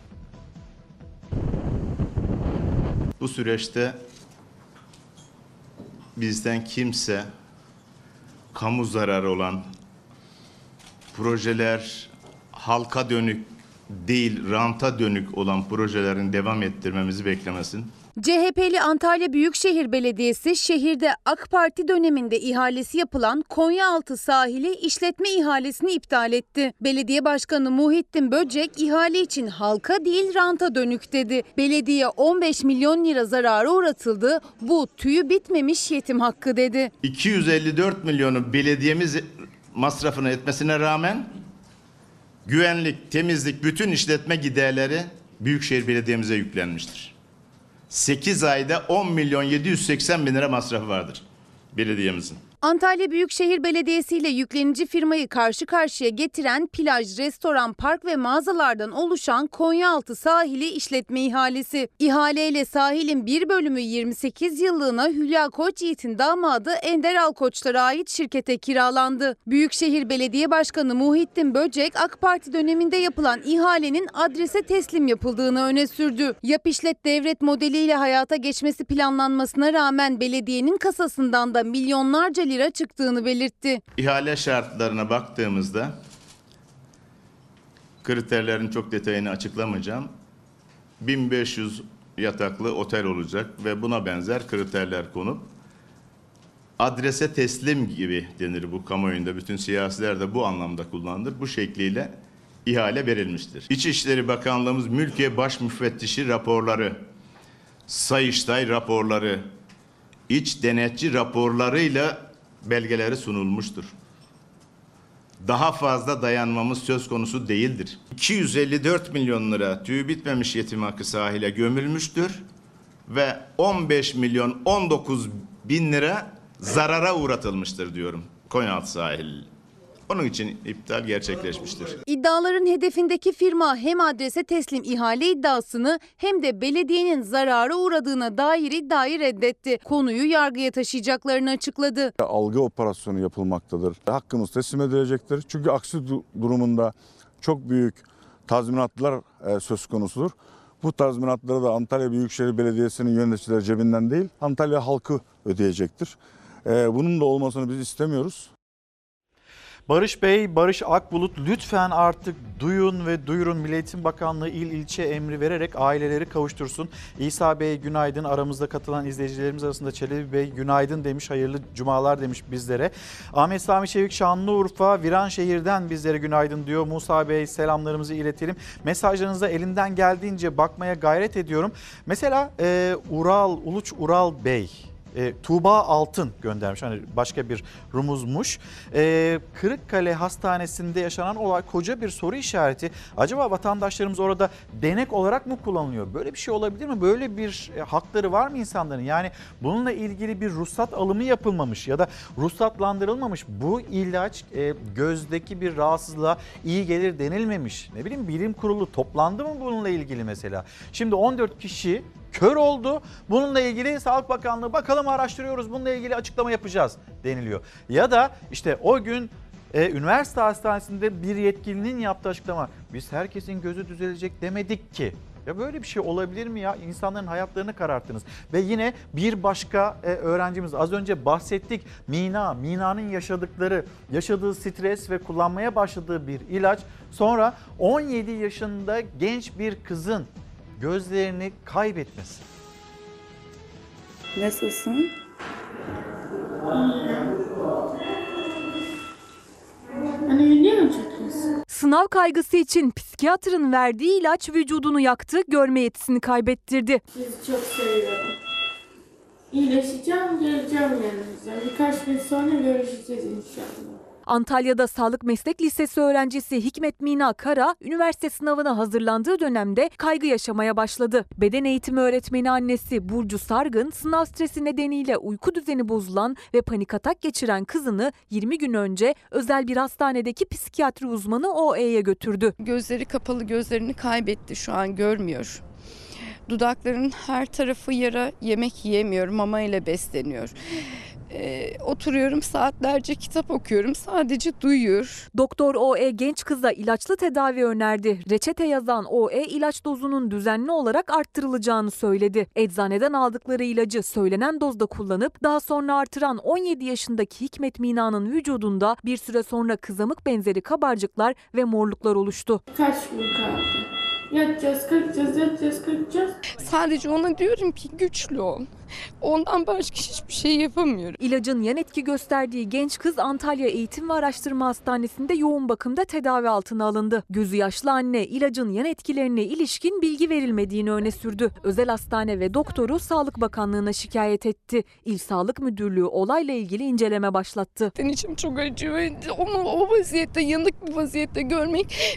Bu süreçte bizden kimse kamu zararı olan projeler, halka dönük değil ranta dönük olan projelerin devam ettirmemizi beklemesin. C H P'li Antalya Büyükşehir Belediyesi şehirde AK Parti döneminde ihalesi yapılan Konyaaltı sahili işletme ihalesini iptal etti. Belediye Başkanı Muhittin Böcek ihale için halka değil ranta dönük dedi. Belediye on beş milyon lira zarara uğratıldı. Bu tüyü bitmemiş yetim hakkı dedi. iki yüz elli dört milyonu belediyemiz masrafını etmesine rağmen güvenlik, temizlik, bütün işletme giderleri Büyükşehir Belediye'mize yüklenmiştir. sekiz ayda on milyon yedi yüz seksen bin lira masrafı vardır belediyemizin. Antalya Büyükşehir Belediyesi ile yüklenici firmayı karşı karşıya getiren plaj, restoran, park ve mağazalardan oluşan Konyaaltı sahili işletme ihalesi. İhaleyle sahilin bir bölümü yirmi sekiz yıllığına Hülya Koçyiğit'in damadı Ender Alkoçlar'a ait şirkete kiralandı. Büyükşehir Belediye Başkanı Muhittin Böcek AK Parti döneminde yapılan ihalenin adrese teslim yapıldığını öne sürdü. Yap işlet devret modeliyle hayata geçmesi planlanmasına rağmen belediyenin kasasından da milyonlarca lira çıktığını belirtti. İhale şartlarına baktığımızda kriterlerin çok detayını açıklamayacağım. bin beş yüz yataklı otel olacak ve buna benzer kriterler konup adrese teslim gibi denir bu kamuoyunda, bütün siyasiler de bu anlamda kullanılır. Bu şekliyle ihale verilmiştir. İçişleri Bakanlığımız Mülkiye Baş Müfettişi raporları, Sayıştay raporları, iç denetçi raporlarıyla belgeleri sunulmuştur. Daha fazla dayanmamız söz konusu değildir. iki yüz elli dört milyon lira tüyü bitmemiş yetim hakkı sahile gömülmüştür ve on beş milyon on dokuz bin lira zarara uğratılmıştır diyorum Konyaaltı sahil. Onun için iptal gerçekleşmiştir. İddiaların hedefindeki firma hem adrese teslim ihale iddiasını hem de belediyenin zarara uğradığına dair iddiayı reddetti. Konuyu yargıya taşıyacaklarını açıkladı. Algı operasyonu yapılmaktadır. Hakkımız teslim edilecektir. Çünkü aksi durumunda çok büyük tazminatlar söz konusudur. Bu tazminatları da Antalya Büyükşehir Belediyesi'nin yöneticileri cebinden değil, Antalya halkı ödeyecektir. Bunun da olmasını biz istemiyoruz. Barış Bey, Barış Akbulut lütfen artık duyun ve duyurun. Milli Eğitim Bakanlığı il ilçe emri vererek aileleri kavuştursun. İsa Bey günaydın, aramızda katılan izleyicilerimiz arasında Çelebi Bey günaydın demiş, hayırlı cumalar demiş bizlere. Ahmet Sami Çevik Şanlıurfa Viranşehir'den bizlere günaydın diyor. Musa Bey selamlarımızı iletelim. Mesajlarınıza elinden geldiğince bakmaya gayret ediyorum. Mesela e, Ural, Uluç Ural Bey E, Tuğba Altın göndermiş. Hani başka bir rumuzmuş. E, Kırıkkale Hastanesi'nde yaşanan olay koca bir soru işareti. Acaba vatandaşlarımız orada denek olarak mı kullanılıyor? Böyle bir şey olabilir mi? Böyle bir e, hakları var mı insanların? Yani bununla ilgili bir ruhsat alımı yapılmamış ya da ruhsatlandırılmamış. Bu ilaç e, gözdeki bir rahatsızlığa iyi gelir denilmemiş. Ne bileyim bilim kurulu toplandı mı bununla ilgili mesela? Şimdi on dört kişi kör oldu. Bununla ilgili Sağlık Bakanlığı bakalım araştırıyoruz. Bununla ilgili açıklama yapacağız deniliyor. Ya da işte o gün e, üniversite hastanesinde bir yetkilinin yaptığı açıklama. Biz herkesin gözü düzelecek demedik ki. Ya böyle bir şey olabilir mi ya? İnsanların hayatlarını kararttınız. Ve yine bir başka e, öğrencimiz az önce bahsettik. Mina, Mina'nın yaşadıkları, yaşadığı stres ve kullanmaya başladığı bir ilaç. Sonra on yedi yaşında genç bir kızın gözlerini kaybetmesi. Nasılsın? Anne niye mi çekiyorsun? Sınav kaygısı için psikiyatrın verdiği ilaç vücudunu yaktı, görme yetisini kaybettirdi. Sizi çok seviyorum. İyileşeceğim, geleceğim yanınıza. Birkaç gün sonra görüşeceğiz inşallah. Antalya'da Sağlık Meslek Lisesi öğrencisi Hikmet Mina Kara, üniversite sınavına hazırlandığı dönemde kaygı yaşamaya başladı. Beden eğitimi öğretmeni annesi Burcu Sargın, sınav stresi nedeniyle uyku düzeni bozulan ve panik atak geçiren kızını yirmi gün önce özel bir hastanedeki psikiyatri uzmanı O E'ye götürdü. Gözleri kapalı, gözlerini kaybetti, şu an görmüyor. Dudaklarının her tarafı yara, yemek yiyemiyor, mama ile besleniyor. Ee, oturuyorum saatlerce kitap okuyorum, sadece duyuyor. Doktor O E genç kıza ilaçlı tedavi önerdi. Reçete yazan O E ilaç dozunun düzenli olarak arttırılacağını söyledi. Eczaneden aldıkları ilacı söylenen dozda kullanıp daha sonra artıran on yedi yaşındaki Hikmet Mina'nın vücudunda bir süre sonra kızamık benzeri kabarcıklar ve morluklar oluştu. Kaç gün kaldı? Yatacağız, kalkacağız, yatacağız, kalkacağız. Sadece ona diyorum ki güçlü ol. Ondan başka hiçbir şey yapamıyorum. İlacın yan etki gösterdiği genç kız Antalya Eğitim ve Araştırma Hastanesi'nde yoğun bakımda tedavi altına alındı. Gözü yaşlı anne ilacın yan etkilerine ilişkin bilgi verilmediğini öne sürdü. Özel hastane ve doktoru Sağlık Bakanlığı'na şikayet etti. İl Sağlık Müdürlüğü olayla ilgili inceleme başlattı. Benim içim çok acıyor. Onu o vaziyette, yanık bir vaziyette görmek...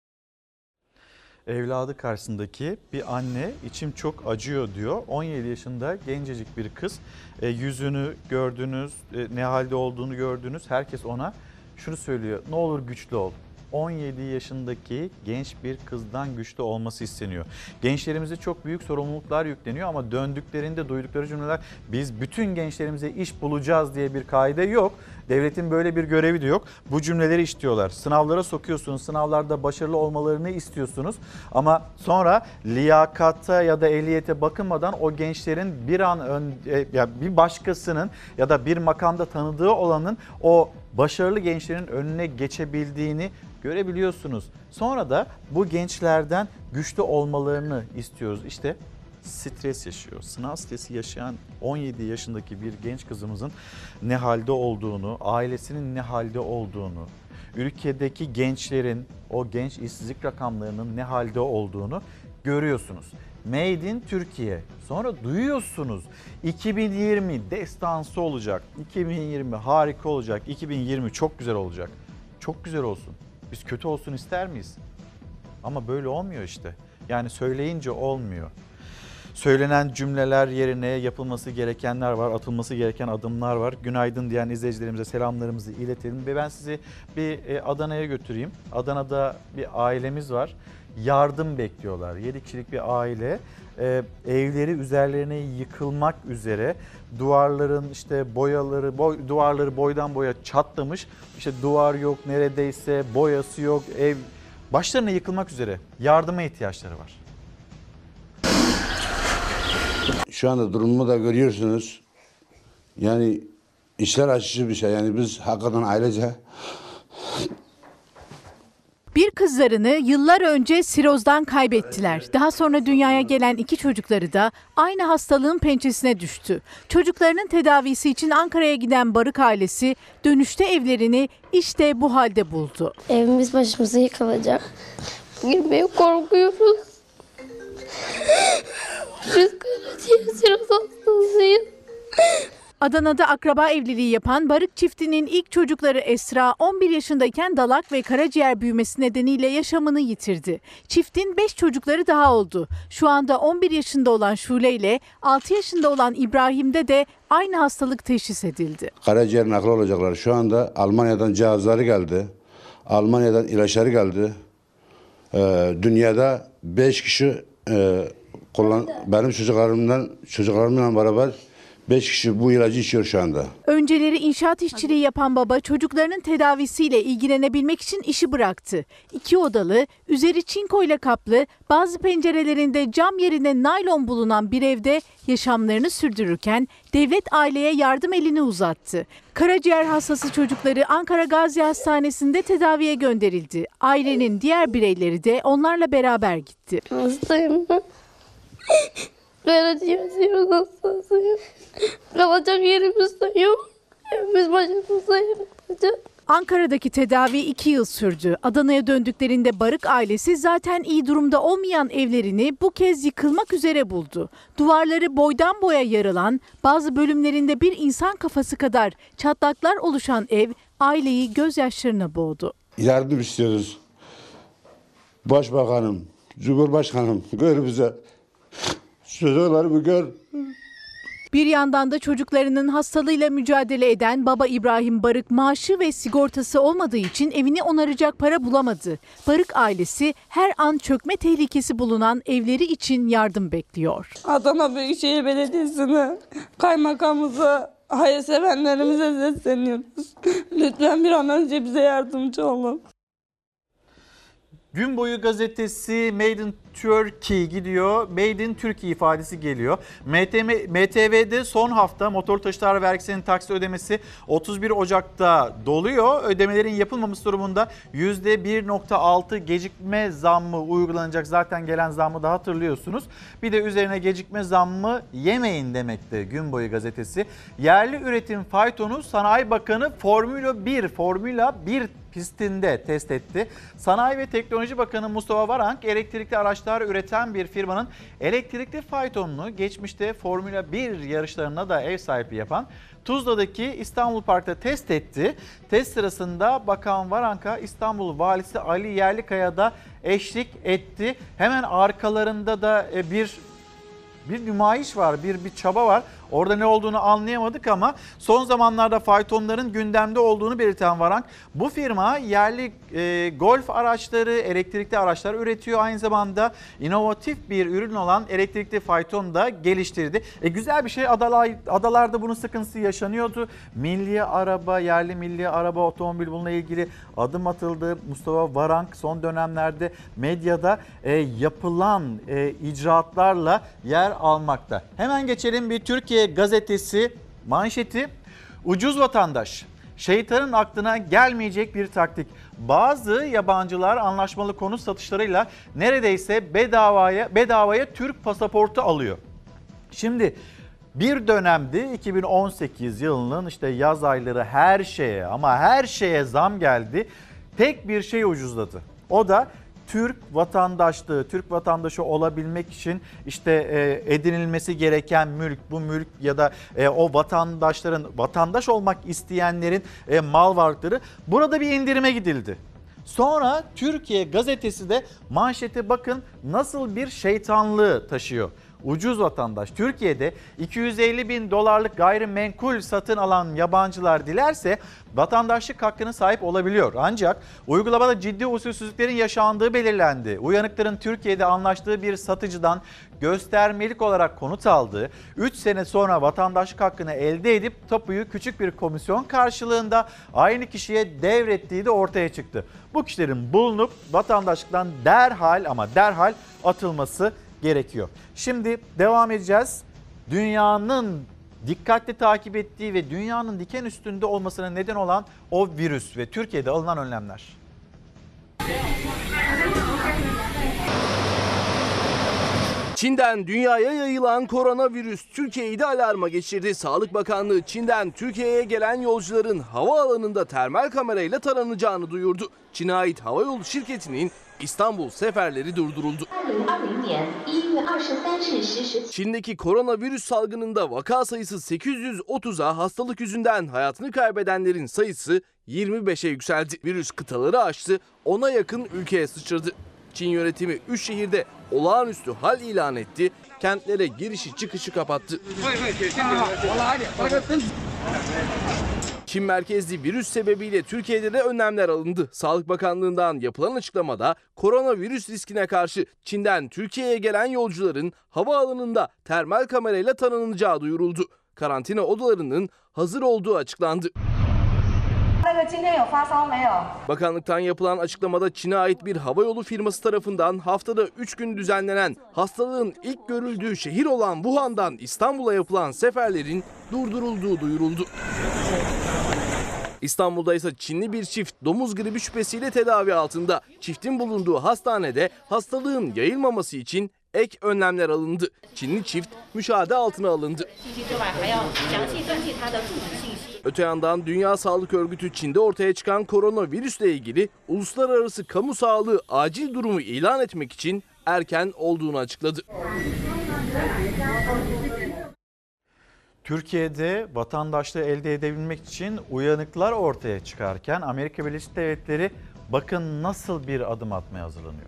Evladı karşısındaki bir anne içim çok acıyor diyor. on yedi yaşında gencecik bir kız. E, yüzünü gördünüz, e, ne halde olduğunu gördünüz. Herkes ona şunu söylüyor. Ne olur güçlü ol. on yedi yaşındaki genç bir kızdan güçlü olması isteniyor. Gençlerimize çok büyük sorumluluklar yükleniyor ama döndüklerinde duydukları cümleler biz bütün gençlerimize iş bulacağız diye bir kaide yok. Devletin böyle bir görevi de yok. Bu cümleleri işliyorlar. Sınavlara sokuyorsunuz. Sınavlarda başarılı olmalarını istiyorsunuz. Ama sonra liyakata ya da ehliyete bakılmadan o gençlerin bir an ön, e, ya bir başkasının ya da bir makamda tanıdığı olanın o başarılı gençlerin önüne geçebildiğini görebiliyorsunuz. Sonra da bu gençlerden güçlü olmalarını istiyoruz. İşte stres yaşıyor. Sınav stresi yaşayan on yedi yaşındaki bir genç kızımızın ne halde olduğunu, ailesinin ne halde olduğunu, ülkedeki gençlerin, o genç işsizlik rakamlarının ne halde olduğunu görüyorsunuz. Made in Türkiye. Sonra duyuyorsunuz. iki bin yirmi destansı olacak. iki bin yirmi harika olacak. iki bin yirmi çok güzel olacak. Çok güzel olsun. Biz kötü olsun ister miyiz? Ama böyle olmuyor işte. Yani söyleyince olmuyor. Söylenen cümleler yerine yapılması gerekenler var, atılması gereken adımlar var. Günaydın diyen izleyicilerimize selamlarımızı iletelim ve ben sizi bir Adana'ya götüreyim. Adana'da bir ailemiz var. Yardım bekliyorlar. yedi kişilik bir aile. Ee, evleri üzerlerine yıkılmak üzere. Duvarların işte boyaları, boy, duvarları boydan boya çatlamış. İşte duvar yok, neredeyse boyası yok. Ev başlarına yıkılmak üzere. Yardıma ihtiyaçları var. Şu anda durumumu da görüyorsunuz. Yani işler açıcı bir şey. Yani biz hakikaten ailece... Bir kızlarını yıllar önce sirozdan kaybettiler. Daha sonra dünyaya gelen iki çocukları da aynı hastalığın pençesine düştü. Çocuklarının tedavisi için Ankara'ya giden Barık ailesi dönüşte evlerini işte bu halde buldu. Evimiz başımıza yıkılacak. Girmeye korkuyoruz. Biz karaciğer siroz hastasıyız. Adana'da akraba evliliği yapan Barık çiftinin ilk çocukları Esra on bir yaşındayken dalak ve karaciğer büyümesi nedeniyle yaşamını yitirdi. Çiftin beş çocukları daha oldu. Şu anda on bir yaşında olan Şule ile altı yaşında olan İbrahim'de de aynı hastalık teşhis edildi. Karaciğer nakli olacaklar. Şu anda Almanya'dan cihazları geldi. Almanya'dan ilaçları geldi. Ee, dünyada beş kişi e, kullan, benim çocuklarımdan çocuklarımla beraber beş kişi bu ilacı içiyor şu anda. Önceleri inşaat işçiliği yapan baba çocuklarının tedavisiyle ilgilenebilmek için işi bıraktı. İki odalı, üzeri çinkoyla kaplı, bazı pencerelerinde cam yerine naylon bulunan bir evde yaşamlarını sürdürürken devlet aileye yardım elini uzattı. Karaciğer hastası çocukları Ankara Gazi Hastanesi'nde tedaviye gönderildi. Ailenin diğer bireyleri de onlarla beraber gitti. Hastayım ben. Karaciğer hastasıyım. Kalacak yerimiz de yok. Evimiz başımızda yapacak. Ankara'daki tedavi iki yıl sürdü. Adana'ya döndüklerinde Barık ailesi zaten iyi durumda olmayan evlerini bu kez yıkılmak üzere buldu. Duvarları boydan boya yarılan, bazı bölümlerinde bir insan kafası kadar çatlaklar oluşan ev aileyi gözyaşlarına boğdu. Yardım istiyoruz. Başbakanım, Cumhurbaşkanım gör bize. Çocuklarımı gör. Bir yandan da çocuklarının hastalığıyla mücadele eden baba İbrahim Barık maaşı ve sigortası olmadığı için evini onaracak para bulamadı. Barık ailesi her an çökme tehlikesi bulunan evleri için yardım bekliyor. Adana Büyükşehir Belediyesi'ne, kaymakamımıza, hayırsevenlerimize sesleniyoruz. Lütfen bir an önce bize yardımcı olun. Gün boyu gazetesi Made in Turkey gidiyor. Made in Turkey ifadesi geliyor. M T V'de son hafta motor taşıtlar vergisinin taksit ödemesi otuz bir Ocak'ta doluyor. Ödemelerin yapılmaması durumunda yüzde bir virgül altı gecikme zammı uygulanacak. Zaten gelen zammı da hatırlıyorsunuz. Bir de üzerine gecikme zammı yemeyin demekti Gün boyu gazetesi. Yerli üretim faytonu Sanayi Bakanı Formula bir Formula bir pistinde test etti. Sanayi ve Teknoloji Bakanı Mustafa Varank elektrikli araçlar üreten bir firmanın elektrikli faytonunu geçmişte Formula bir yarışlarına da ev sahipliği yapan Tuzla'daki İstanbul Park'ta test etti. Test sırasında Bakan Varank'a İstanbul Valisi Ali Yerlikaya da eşlik etti. Hemen arkalarında da bir bir nümayiş var, bir bir çaba var. Orada ne olduğunu anlayamadık ama son zamanlarda faytonların gündemde olduğunu belirten Varank, bu firma yerli e, golf araçları, elektrikli araçlar üretiyor. Aynı zamanda inovatif bir ürün olan elektrikli fayton da geliştirdi. E, güzel bir şey, adalar, adalarda bunun sıkıntısı yaşanıyordu. Milli araba, yerli milli araba, otomobil, bununla ilgili adım atıldı. Mustafa Varank son dönemlerde medyada e, yapılan e, icraatlarla yer almakta. Hemen geçelim bir Türkiye gazetesi manşeti. Ucuz vatandaş. Şeytanın aklına gelmeyecek bir taktik. Bazı yabancılar anlaşmalı konut satışlarıyla neredeyse bedavaya bedavaya Türk pasaportu alıyor. Şimdi bir dönemdi, iki bin on sekiz yılının işte yaz ayları, her şeye ama her şeye zam geldi. Tek bir şey ucuzladı. O da Türk vatandaşlığı, Türk vatandaşı olabilmek için işte e, edinilmesi gereken mülk, bu mülk ya da e, o vatandaşların, vatandaş olmak isteyenlerin e, mal varlıkları, burada bir indirime gidildi. Sonra Türkiye gazetesi de manşete bakın nasıl bir şeytanlığı taşıyor. Ucuz vatandaş. Türkiye'de iki yüz elli bin dolarlık gayrimenkul satın alan yabancılar dilerse vatandaşlık hakkına sahip olabiliyor. Ancak uygulamada ciddi usulsüzlüklerin yaşandığı belirlendi. Uyanıkların Türkiye'de anlaştığı bir satıcıdan göstermelik olarak konut aldığı, üç sene sonra vatandaşlık hakkını elde edip tapuyu küçük bir komisyon karşılığında aynı kişiye devrettiği de ortaya çıktı. Bu kişilerin bulunup vatandaşlıktan derhal ama derhal atılması gerekiyor. Şimdi devam edeceğiz. Dünyanın dikkatli takip ettiği ve dünyanın diken üstünde olmasına neden olan o virüs ve Türkiye'de alınan önlemler. Çin'den dünyaya yayılan koronavirüs Türkiye'yi de alarma geçirdi. Sağlık Bakanlığı Çin'den Türkiye'ye gelen yolcuların havaalanında termal kamerayla taranacağını duyurdu. Çin'e ait havayolu şirketinin İstanbul seferleri durduruldu. Çin'deki koronavirüs salgınında vaka sayısı sekiz yüz otuza, hastalık yüzünden hayatını kaybedenlerin sayısı yirmi beşe yükseldi. Virüs kıtaları aştı, ona yakın ülkeye sıçradı. Çin yönetimi üç şehirde olağanüstü hal ilan etti, kentlere girişi çıkışı kapattı. Çin merkezli virüs sebebiyle Türkiye'de de önlemler alındı. Sağlık Bakanlığı'ndan yapılan açıklamada koronavirüs riskine karşı Çin'den Türkiye'ye gelen yolcuların havaalanında termal kamerayla tanınacağı duyuruldu. Karantina odalarının hazır olduğu açıklandı. Bakanlıktan yapılan açıklamada Çin'e ait bir havayolu firması tarafından haftada üç gün düzenlenen hastalığın ilk görüldüğü şehir olan Wuhan'dan İstanbul'a yapılan seferlerin durdurulduğu duyuruldu. İstanbul'da ise Çinli bir çift domuz gribi şüphesiyle tedavi altında. Çiftin bulunduğu hastanede hastalığın yayılmaması için ek önlemler alındı. Çinli çift müşahede altına alındı. Öte yandan Dünya Sağlık Örgütü Çin'de ortaya çıkan koronavirüsle ilgili uluslararası kamu sağlığı acil durumu ilan etmek için erken olduğunu açıkladı. Türkiye'de vatandaşlığı elde edebilmek için uyanıklar ortaya çıkarken Amerika Birleşik Devletleri bakın nasıl bir adım atmaya hazırlanıyor.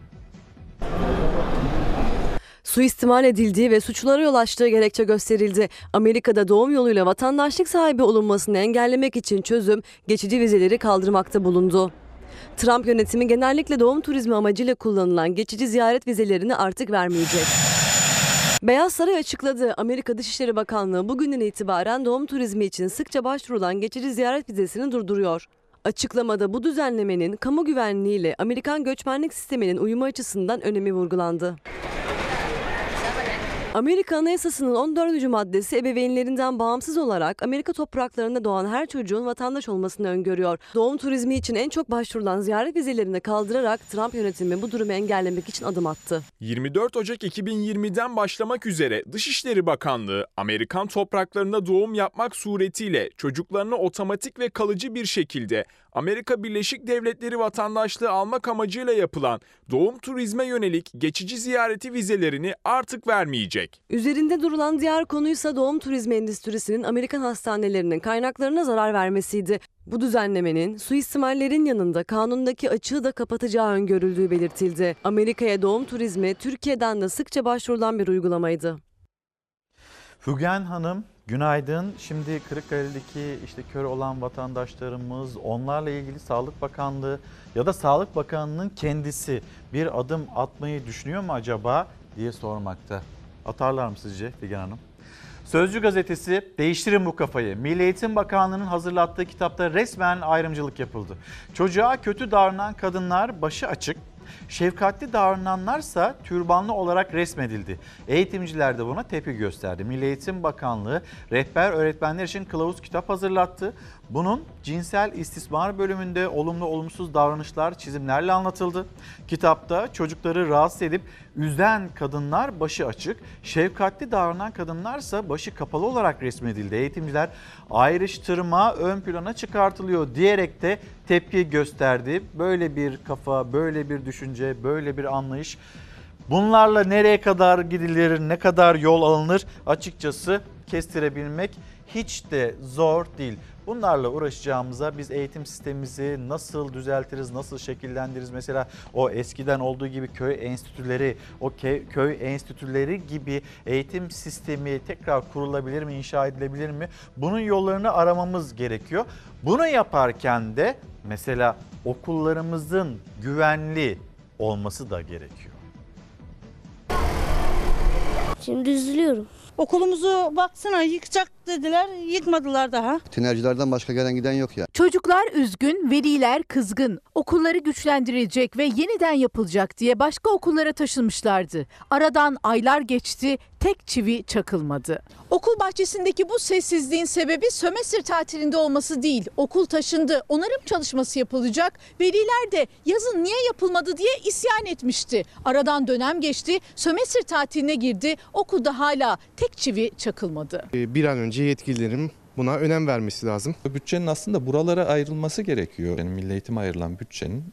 Suistimal edildiği ve suçlara yol açtığı gerekçe gösterildi. Amerika'da doğum yoluyla vatandaşlık sahibi olunmasını engellemek için çözüm geçici vizeleri kaldırmakta bulundu. Trump yönetimi genellikle doğum turizmi amacıyla kullanılan geçici ziyaret vizelerini artık vermeyecek. Beyaz Saray açıkladı. Amerika Dışişleri Bakanlığı bugünden itibaren doğum turizmi için sıkça başvurulan geçici ziyaret vizesini durduruyor. Açıklamada bu düzenlemenin kamu güvenliğiyle Amerikan göçmenlik sisteminin uyumu açısından önemi vurgulandı. Amerika Anayasası'nın on dördüncü maddesi ebeveynlerinden bağımsız olarak Amerika topraklarında doğan her çocuğun vatandaş olmasını öngörüyor. Doğum turizmi için en çok başvurulan ziyaret vizelerini kaldırarak Trump yönetimi bu durumu engellemek için adım attı. yirmi dört Ocak iki bin yirmiden başlamak üzere Dışişleri Bakanlığı, Amerikan topraklarında doğum yapmak suretiyle çocuklarını otomatik ve kalıcı bir şekilde Amerika Birleşik Devletleri vatandaşlığı almak amacıyla yapılan doğum turizme yönelik geçici ziyareti vizelerini artık vermeyecek. Üzerinde durulan diğer konuysa doğum turizmi endüstrisinin Amerikan hastanelerinin kaynaklarına zarar vermesiydi. Bu düzenlemenin suistimallerin yanında kanundaki açığı da kapatacağı öngörüldüğü belirtildi. Amerika'ya doğum turizmi Türkiye'den de sıkça başvurulan bir uygulamaydı. Fügen Hanım günaydın. Şimdi Kırıkkale'deki işte kör olan vatandaşlarımız, onlarla ilgili Sağlık Bakanlığı ya da Sağlık Bakanlığı'nın kendisi bir adım atmayı düşünüyor mu acaba diye sormakta. Atarlar mı sizce Fügen Hanım? Sözcü gazetesi değiştirin bu kafayı. Milli Eğitim Bakanlığı'nın hazırlattığı kitapta resmen ayrımcılık yapıldı. Çocuğa kötü davranan kadınlar başı açık, şefkatli davrananlarsa türbanlı olarak resmedildi. Eğitimciler de buna tepki gösterdi. Milli Eğitim Bakanlığı rehber öğretmenler için kılavuz kitap hazırlattı. Bunun cinsel istismar bölümünde olumlu olumsuz davranışlar çizimlerle anlatıldı. Kitapta çocukları rahatsız edip üzen kadınlar başı açık, şefkatli davranan kadınlarsa başı kapalı olarak resmedildi. Eğitimciler ayrıştırma ön plana çıkartılıyor diyerek de tepki gösterdi. Böyle bir kafa, böyle bir düşünce, böyle bir anlayış, bunlarla nereye kadar gidilir, ne kadar yol alınır açıkçası kestirebilmek hiç de zor değil. Bunlarla uğraşacağımıza biz eğitim sistemimizi nasıl düzeltiriz, nasıl şekillendiririz? Mesela o eskiden olduğu gibi köy enstitüleri, o köy enstitüleri gibi eğitim sistemi tekrar kurulabilir mi, inşa edilebilir mi? Bunun yollarını aramamız gerekiyor. Bunu yaparken de mesela okullarımızın güvenli olması da gerekiyor. Şimdi üzülüyorum. Okulumuzu baksana yıkacak dediler, yıkmadılar daha. Tinercilerden başka gelen giden yok ya. Çocuklar üzgün, veliler kızgın. Okulları güçlendirilecek ve yeniden yapılacak diye başka okullara taşınmışlardı. Aradan aylar geçti, tek çivi çakılmadı. Okul bahçesindeki bu sessizliğin sebebi sömestr tatilinde olması değil. Okul taşındı, onarım çalışması yapılacak. Veliler de yazın niye yapılmadı diye isyan etmişti. Aradan dönem geçti, sömestr tatiline girdi. Okulda hala tek çivi çakılmadı. Bir an önce yetkililerin buna önem vermesi lazım. Bütçenin aslında buralara ayrılması gerekiyor. Yani Milli Eğitim'e ayrılan bütçenin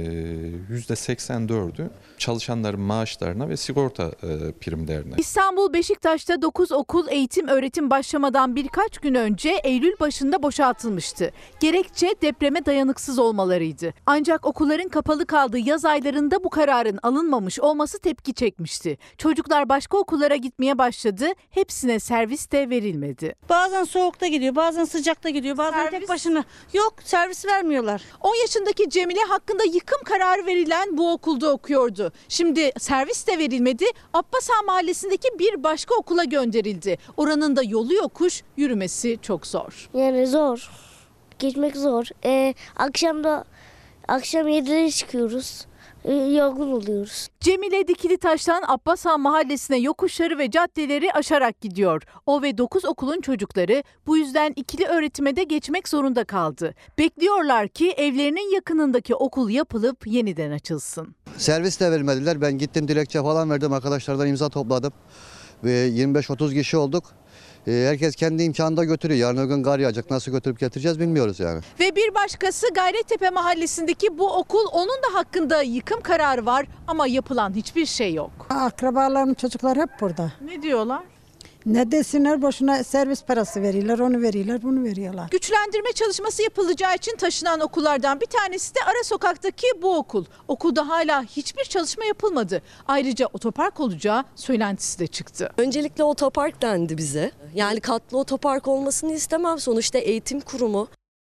yüzde seksen dördü çalışanların maaşlarına ve sigorta primlerine. İstanbul Beşiktaş'ta dokuz okul eğitim öğretim başlamadan birkaç gün önce Eylül başında boşaltılmıştı. Gerekçe depreme dayanıksız olmalarıydı. Ancak okulların kapalı kaldığı yaz aylarında bu kararın alınmamış olması tepki çekmişti. Çocuklar başka okullara gitmeye başladı. Hepsine servis de verilmedi. Bazen soğukta gidiyor, bazen sıcakta gidiyor, bazen servis... tek başına. Yok, servis vermiyorlar. on yaşındaki Cemile hakkında yıkım kararı verilen bu okulda okuyordu. Şimdi servis de verilmedi. Abbas Ağa Mahallesi'ndeki bir başka okula gönderildi. Oranın da yolu yokuş, yürümesi çok zor. Yani zor. Geçmek zor. Ee, akşam da akşam yedilere çıkıyoruz. Yorgun oluyoruz. Cemile Dikilitaş'tan Abbas Ağa Mahallesi'ne yokuşları ve caddeleri aşarak gidiyor. O ve dokuz okulun çocukları bu yüzden ikili öğretime de geçmek zorunda kaldı. Bekliyorlar ki evlerinin yakınındaki okul yapılıp yeniden açılsın. Servis de vermediler. Ben gittim dilekçe falan verdim. Arkadaşlardan imza topladım. Ve yirmi beş otuz kişi olduk. Herkes kendi imkanında götürüyor. Yarın öbür gün kar yağacak. Nasıl götürüp getireceğiz bilmiyoruz yani. Ve bir başkası Gayrettepe Mahallesi'ndeki bu okul, onun da hakkında yıkım kararı var ama yapılan hiçbir şey yok. Akrabalarım çocuklar hep burada. Ne diyorlar? Ne desinler, boşuna servis parası veriyorlar, onu veriyorlar, bunu veriyorlar. Güçlendirme çalışması yapılacağı için taşınan okullardan bir tanesi de ara sokaktaki bu okul. Okulda hala hiçbir çalışma yapılmadı. Ayrıca otopark olacağı söylentisi de çıktı. Öncelikle otopark dendi bize. Yani katlı otopark olmasını istemem. Sonuçta eğitim kurumu.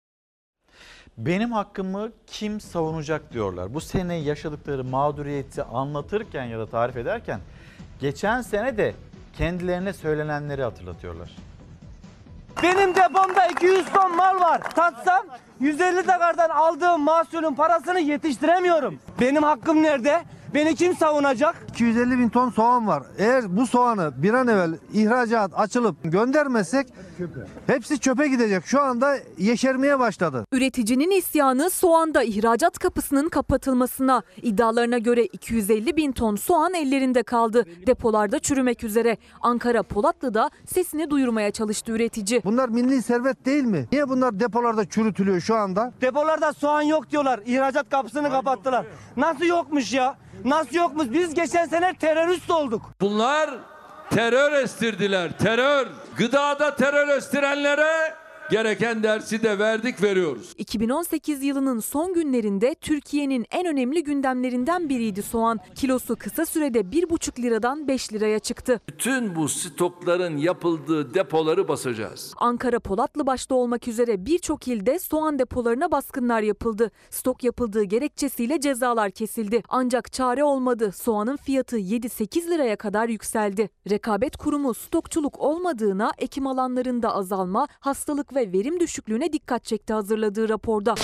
Benim hakkımı kim savunacak diyorlar. Bu sene yaşadıkları mağduriyeti anlatırken ya da tarif ederken geçen sene de kendilerine söylenenleri hatırlatıyorlar. Benim depomda iki yüz ton mal var. Satsam yüz elli takardan aldığım mahsulün parasını yetiştiremiyorum. Benim hakkım nerede? Beni kim savunacak? iki yüz elli bin ton soğan var. Eğer bu soğanı bir an evvel ihracat açılıp göndermezsek hepsi çöpe gidecek. Şu anda yeşermeye başladı. Üreticinin isyanı soğanda ihracat kapısının kapatılmasına. İddialarına göre iki yüz elli bin ton soğan ellerinde kaldı. Depolarda çürümek üzere. Ankara Polatlı'da sesini duyurmaya çalıştı üretici. Bunlar milli servet değil mi? Niye bunlar depolarda çürütülüyor şu anda? Depolarda soğan yok diyorlar. İhracat kapısını kapattılar. Nasıl yokmuş ya? Nasıl yokmuş? Biz geçen sene terörist olduk. Bunlar terör estirdiler. Terör. Gıdada terör estirenlere gereken dersi de verdik, veriyoruz. iki bin on sekiz yılının son günlerinde Türkiye'nin en önemli gündemlerinden biriydi soğan. Kilosu kısa sürede bir buçuk liradan beş liraya çıktı. Bütün bu stokların yapıldığı depoları basacağız. Ankara Polatlı başta olmak üzere birçok ilde soğan depolarına baskınlar yapıldı. Stok yapıldığı gerekçesiyle cezalar kesildi. Ancak çare olmadı. Soğanın fiyatı yedi sekiz liraya kadar yükseldi. Rekabet Kurumu stokçuluk olmadığına, ekim alanlarında azalma, hastalık ve verim düşüklüğüne dikkat çekti hazırladığı raporda.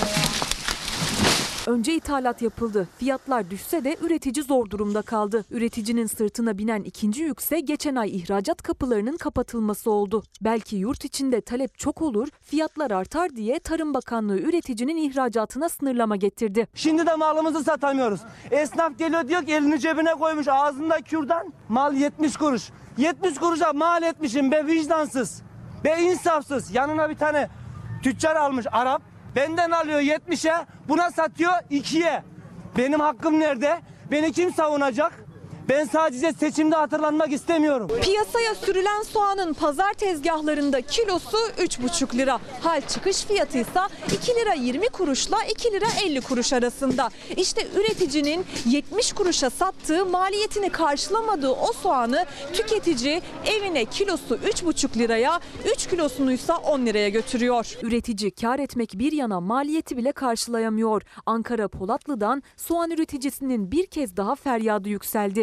Önce ithalat yapıldı. Fiyatlar düşse de üretici zor durumda kaldı. Üreticinin sırtına binen ikinci yükse geçen ay ihracat kapılarının kapatılması oldu. Belki yurt içinde talep çok olur, fiyatlar artar diye Tarım Bakanlığı üreticinin ihracatına sınırlama getirdi. Şimdi de malımızı satamıyoruz. Esnaf geliyor diyor ki elini cebine koymuş ağzında kürdan. Mal yetmiş kuruş. yetmiş kuruşa mal etmişim be vicdansız. Be insafsız. Yanına bir tane tüccar almış Arap. Benden alıyor yetmişe, buna satıyor ikiye. Benim hakkım nerede? Beni kim savunacak? Ben sadece seçimde hatırlanmak istemiyorum. Piyasaya sürülen soğanın pazar tezgahlarında kilosu üç buçuk lira. Hal çıkış fiyatı ise iki lira yirmi kuruşla iki lira elli kuruş arasında. İşte üreticinin yetmiş kuruşa sattığı, maliyetini karşılamadığı o soğanı tüketici evine kilosu üç buçuk liraya, üç kilosunuysa on liraya götürüyor. Üretici kar etmek bir yana maliyeti bile karşılayamıyor. Ankara Polatlı'dan soğan üreticisinin bir kez daha feryadı yükseldi.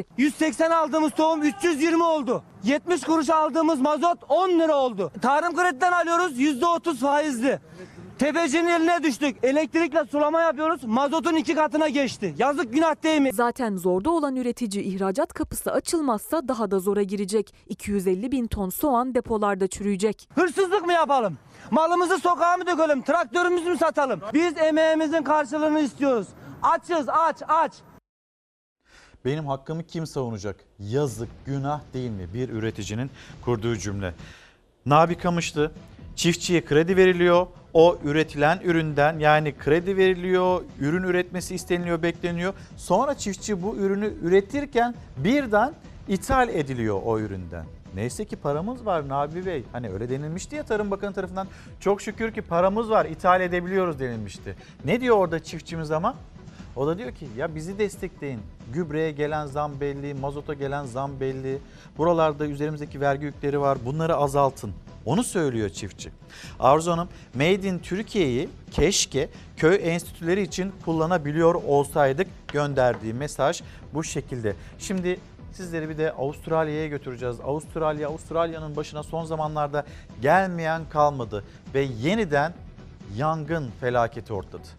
yüz seksen aldığımız tohum üç yüz yirmi oldu. yetmiş kuruş aldığımız mazot on lira oldu. Tarım krediden alıyoruz yüzde otuz faizli. Tefecinin eline düştük. Elektrikle sulama yapıyoruz. Mazotun iki katına geçti. Yazık, günah değil mi? Zaten zorda olan üretici ihracat kapısı açılmazsa daha da zora girecek. iki yüz elli bin ton soğan depolarda çürüyecek. Hırsızlık mı yapalım? Malımızı sokağa mı dökelim? Traktörümüzü mü satalım? Biz emeğimizin karşılığını istiyoruz. Açız, aç, aç. Benim hakkımı kim savunacak? Yazık, günah değil mi? Bir üreticinin kurduğu cümle. Nabi Kamışlı, çiftçiye kredi veriliyor. O üretilen üründen, yani kredi veriliyor, ürün üretmesi isteniliyor, bekleniyor. Sonra çiftçi bu ürünü üretirken birden ithal ediliyor o üründen. Neyse ki paramız var Nabi Bey. Hani öyle denilmişti ya Tarım Bakanı tarafından. Çok şükür ki paramız var, ithal edebiliyoruz denilmişti. Ne diyor orada çiftçimiz ama? O da diyor ki ya bizi destekleyin. Gübreye gelen zam belli, mazota gelen zam belli. Buralarda üzerimizdeki vergi yükleri var. Bunları azaltın. Onu söylüyor çiftçi. Arzu Hanım, Made in Türkiye'yi keşke köy enstitüleri için kullanabiliyor olsaydık gönderdiği mesaj bu şekilde. Şimdi sizleri bir de Avustralya'ya götüreceğiz. Avustralya, Avustralya'nın başına son zamanlarda gelmeyen kalmadı ve yeniden yangın felaketi ortladı.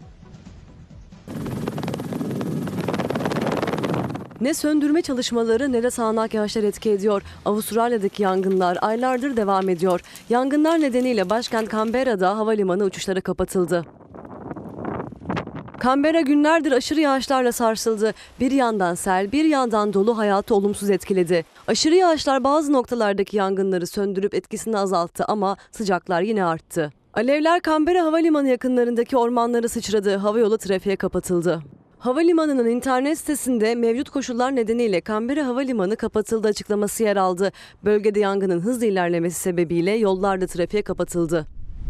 Ne söndürme çalışmaları ne de sağanak yağışlar etki ediyor. Avustralya'daki yangınlar aylardır devam ediyor. Yangınlar nedeniyle başkent Canberra'da havalimanı uçuşları kapatıldı. Canberra günlerdir aşırı yağışlarla sarsıldı. Bir yandan sel, bir yandan dolu hayatı olumsuz etkiledi. Aşırı yağışlar bazı noktalardaki yangınları söndürüp etkisini azalttı ama sıcaklar yine arttı. Alevler Canberra Havalimanı yakınlarındaki ormanları sıçradı. Havayolu trafiğe kapatıldı. Havalimanının internet sitesinde mevcut koşullar nedeniyle Canberra Havalimanı kapatıldı açıklaması yer aldı. Bölgede yangının hızlı ilerlemesi sebebiyle yollar da trafiğe kapatıldı.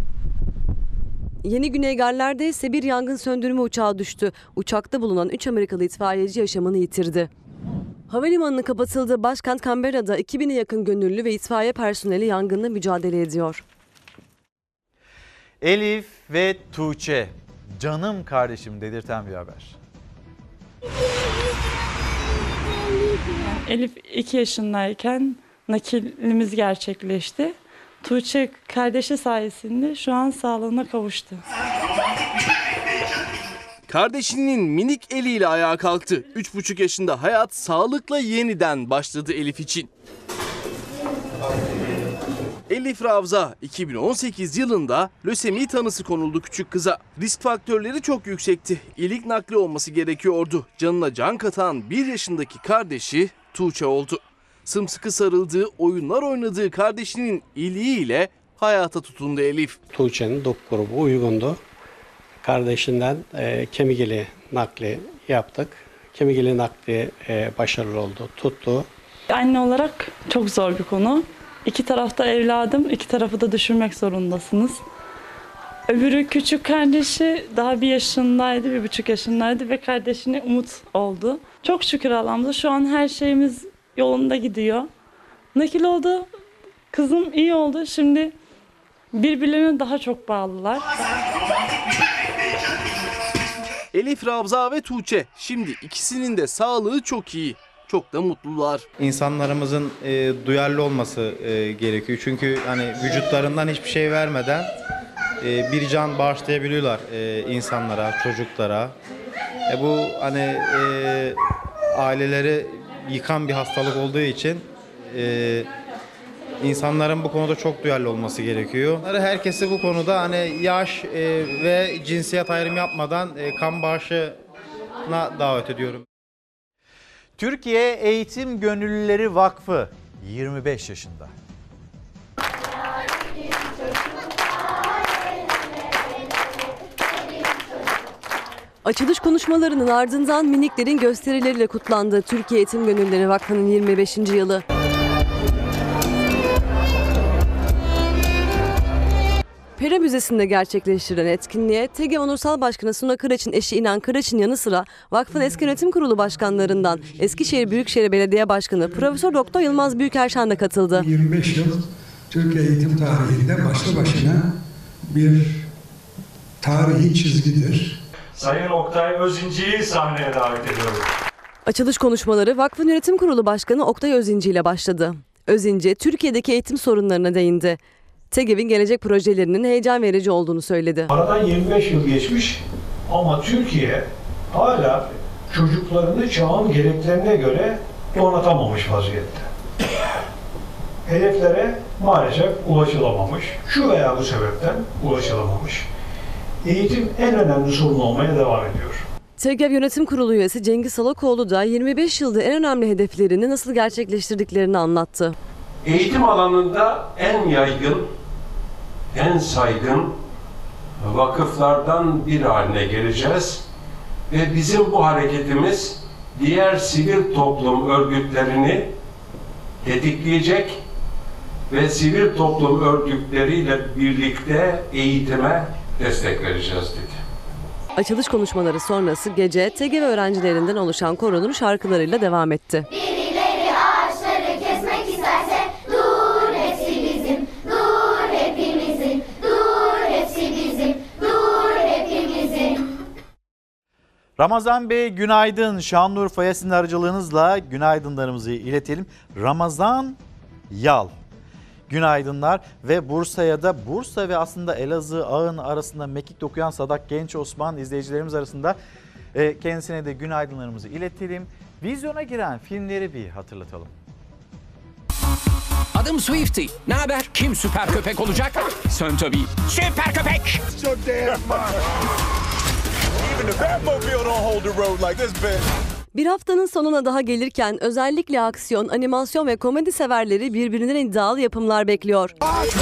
Yeni Güney Galler'de ise bir yangın söndürme uçağı düştü. Uçakta bulunan üç Amerikalı itfaiyeci yaşamını yitirdi. Havalimanının kapatıldığı başkent Canberra'da iki bine yakın gönüllü ve itfaiye personeli yangınla mücadele ediyor. Elif ve Tuğçe, canım kardeşim dedirten bir haber. Elif iki yaşındayken nakilimiz gerçekleşti. Tuğçe kardeşi sayesinde şu an sağlığına kavuştu. Kardeşinin minik eliyle ayağa kalktı. üç buçuk yaşında hayat sağlıkla yeniden başladı Elif için. Elif Ravza iki bin on sekiz yılında lösemi tanısı konuldu küçük kıza. Risk faktörleri çok yüksekti. İlik nakli olması gerekiyordu. Canına can katan bir yaşındaki kardeşi Tuğçe oldu. Sımsıkı sarıldığı, oyunlar oynadığı kardeşinin iliğiyle hayata tutundu Elif. Tuğçe'nin dop grubu uygundu. Kardeşinden e, kemik ili nakli yaptık. Kemik ili nakli e, başarılı oldu, tuttu. Anne olarak çok zor bir konu. İki tarafta evladım, iki tarafı da düşürmek zorundasınız. Öbürü küçük kardeşi daha bir yaşındaydı, bir buçuk yaşındaydı ve kardeşine umut oldu. Çok şükür Allah'ımıza şu an her şeyimiz yolunda gidiyor. Nakil oldu, kızım iyi oldu. Şimdi birbirlerine daha çok bağlılar. Elif Ravza ve Tuğçe, şimdi ikisinin de sağlığı çok iyi. Çok da mutlular. İnsanlarımızın e, duyarlı olması e, gerekiyor. Çünkü hani vücutlarından hiçbir şey vermeden e, bir can bağışlayabiliyorlar e, insanlara, çocuklara. E, bu hani e, aileleri yıkan bir hastalık olduğu için e, insanların bu konuda çok duyarlı olması gerekiyor. Herkesi bu konuda hani yaş e, ve cinsiyet ayrımı yapmadan e, kan bağışına davet ediyorum. Türkiye Eğitim Gönüllüleri Vakfı yirmi beş yaşında. Açılış konuşmalarının ardından miniklerin gösterileriyle kutlandı Türkiye Eğitim Gönüllüleri Vakfı'nın yirmi beşinci yılı. Pera Müzesi'nde gerçekleştirilen etkinliğe T G Onursal Başkanı Suna Kıraç'ın eşi İnan Kıraç'ın yanı sıra vakfın eski yönetim kurulu başkanlarından Eskişehir Büyükşehir Belediye Başkanı Profesör Doktor Yılmaz Büyükerşen de katıldı. yirmi beş yıl Türkiye eğitim tarihinde başlı başına bir tarihi çizgidir. Sayın Oktay Özinci'yi sahneye davet ediyorum. Açılış konuşmaları Vakfın Yönetim Kurulu Başkanı Oktay Özinci ile başladı. Özinci, Türkiye'deki eğitim sorunlarına değindi. TEGEV'in gelecek projelerinin heyecan verici olduğunu söyledi. Aradan yirmi beş yıl geçmiş ama Türkiye hala çocuklarını çağın gereklerine göre donatamamış vaziyette. Hedeflere maalesef ulaşılamamış. Şu veya bu sebepten ulaşılamamış. Eğitim en önemli sorun olmaya devam ediyor. TEGEV Yönetim Kurulu üyesi Cengiz Salakoğlu da yirmi beş yılda en önemli hedeflerini nasıl gerçekleştirdiklerini anlattı. Eğitim alanında en yaygın, en saygın vakıflardan bir haline geleceğiz ve bizim bu hareketimiz diğer sivil toplum örgütlerini tetikleyecek ve sivil toplum örgütleriyle birlikte eğitime destek vereceğiz dedi. Açılış konuşmaları sonrası gece TEGEV öğrencilerinden oluşan koronun şarkılarıyla devam etti. Birileri ağaçları kesmek isterse dur hepsi bizim, dur hepimizin, dur hepsi bizim, dur hepimizin. Ramazan Bey günaydın. Şanlıurfa'ya sizin aracılığınızla günaydınlarımızı iletelim. Ramazan Yal. Günaydınlar ve Bursa'ya da Bursa ve aslında Elazığ Ağın arasında mekik dokuyan Sadak Genç Osman izleyicilerimiz arasında kendisine de günaydınlarımızı iletelim. Vizyona giren filmleri bir hatırlatalım. Adım Swifty. Ne haber? Kim süper köpek olacak? Sen tabii. Süper köpek. Bir haftanın sonuna daha gelirken özellikle aksiyon, animasyon ve komedi severleri birbirinden iddialı yapımlar bekliyor.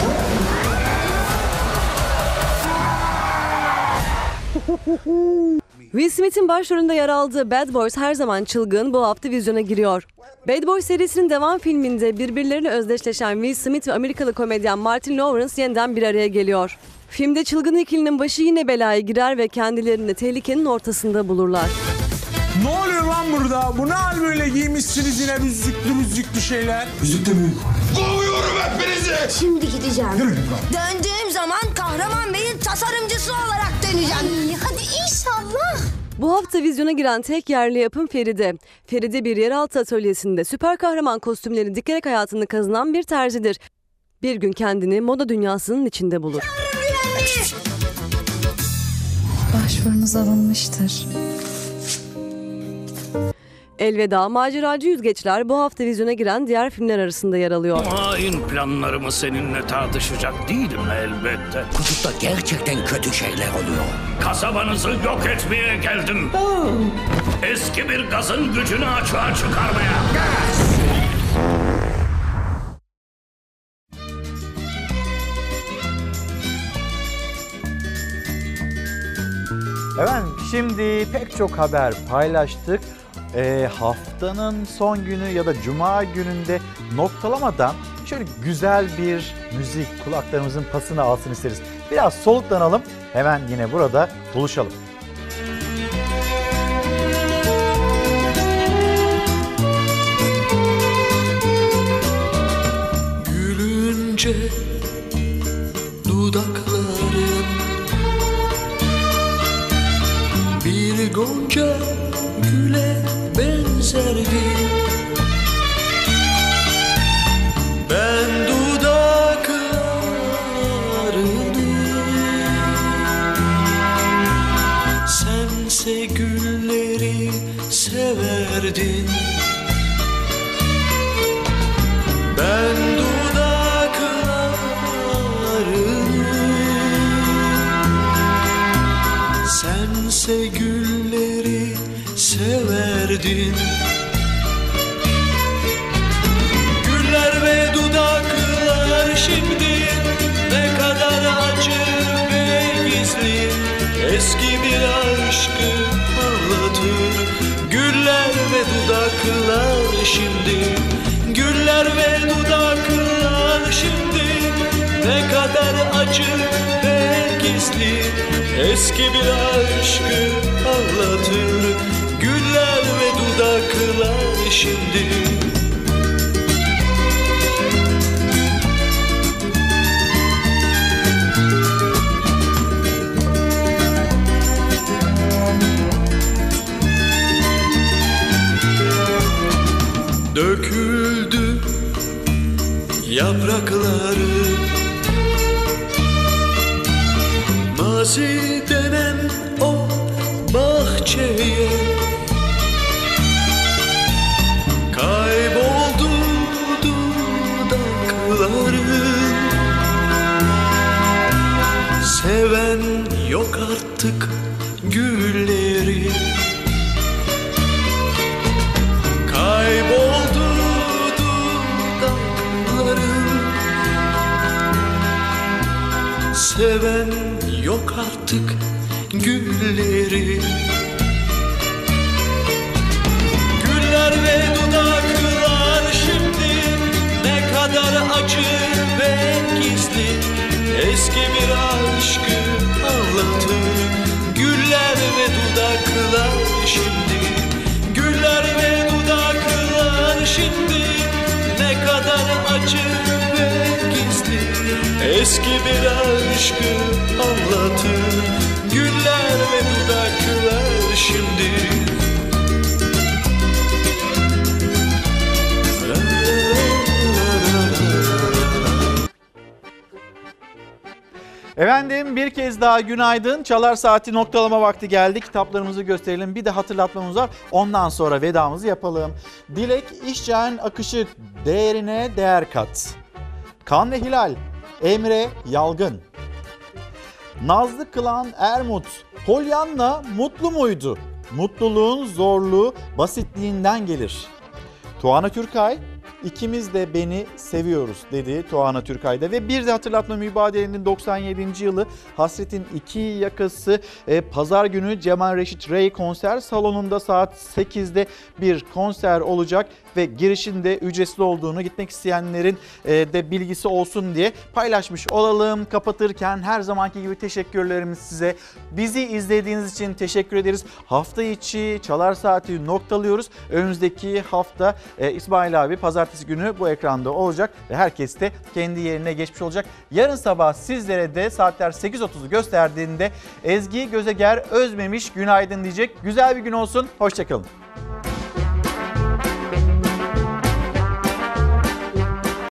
Will Smith'in başrolünde yer aldığı Bad Boys Her Zaman Çılgın bu hafta vizyona giriyor. Bad Boys serisinin devam filminde birbirleriyle özdeşleşen Will Smith ve Amerikalı komedyen Martin Lawrence yeniden bir araya geliyor. Filmde çılgın ikilinin başı yine belaya girer ve kendilerini tehlikenin ortasında bulurlar. Ne oluyor lan burada? Bu ne hal böyle giymişsiniz yine rüzüklü rüzüklü şeyler? Rüzükte mi? Kovuyorum hepinizi! Şimdi gideceğim. Döndüğüm zaman Kahraman Bey'in tasarımcısı olarak döneceğim. Ay, hadi inşallah. Bu hafta vizyona giren tek yerli yapım Feride. Feride bir yeraltı atölyesinde süper kahraman kostümleri dikerek hayatını kazanan bir terzidir. Bir gün kendini moda dünyasının içinde bulur. Başvurunuz alınmıştır. Elveda Maceracı Yüzgeçler bu hafta vizyona giren diğer filmler arasında yer alıyor. Hain planlarımı seninle tartışacak değilim elbette. Kutupta gerçekten kötü şeyler oluyor. Kasabanızı yok etmeye geldim. Eski bir gazın gücünü açığa çıkarmaya. Efendim şimdi pek çok haber paylaştık. E, haftanın son günü ya da cuma gününde noktalamadan şöyle güzel bir müzik kulaklarımızın pasını alsın isteriz. Biraz soluklanalım, hemen yine burada buluşalım. Gülünce dudakların bir gonca güle benzerdi. Ben dudaklarını, sense gülleri severdin. Ben dudaklarını, sense gülleri severdin. Güller ve dudaklar şimdi ne kadar acı ve gizli, eski bir aşkı anlatır. Güller ve dudaklar şimdi, güller ve dudaklar şimdi ne kadar acı ve gizli, eski bir aşkı anlatır. Güller ve dudaklar şimdi. döküldü yaprakları. Mazi denen o bahçeye kayboldu dudakları. Seven yok artık gülleri. Kayboldu dudakları. Seven yok artık gülleri. Güller ve dudaklar şimdi ne kadar acı ve gizli. Eski bir aşkı anlatır. Güller ve dudaklar şimdi. Güller ve dudaklar şimdi ne kadar acı ve gizli. Eski bir aşkı anlatır. Güller ve dudaklar şimdi. Efendim bir kez daha günaydın. Çalar Saati noktalama vakti geldi. Kitaplarımızı gösterelim. Bir de hatırlatmamız var. Ondan sonra vedamızı yapalım. Dilek İşcan Akışık, değerine değer kat. Kan ve Hilal, Emre Yalgın. Nazlı Kılan Ermut, Polyanna mutlu muydu? Mutluluğun zorluğu basitliğinden gelir. Tuana Türkay, İkimiz de beni seviyoruz dedi Tuana Türkay'da. Ve bir de hatırlatma, mübadelenin doksan yedinci yılı Hasret'in iki yakası e, pazar günü Cemal Reşit Rey konser salonunda saat sekizde bir konser olacak ve girişinde ücretsiz olduğunu gitmek isteyenlerin e, de bilgisi olsun diye paylaşmış olalım. Kapatırken her zamanki gibi teşekkürlerimiz size. Bizi izlediğiniz için teşekkür ederiz. Hafta içi Çalar Saati noktalıyoruz. Önümüzdeki hafta e, İsmail abi pazartesi günü bu ekranda olacak ve herkes de kendi yerine geçmiş olacak. Yarın sabah sizlere de saatler sekiz otuzu gösterdiğinde Ezgi Gözeger Özmemiş günaydın diyecek. Güzel bir gün olsun. Hoşçakalın.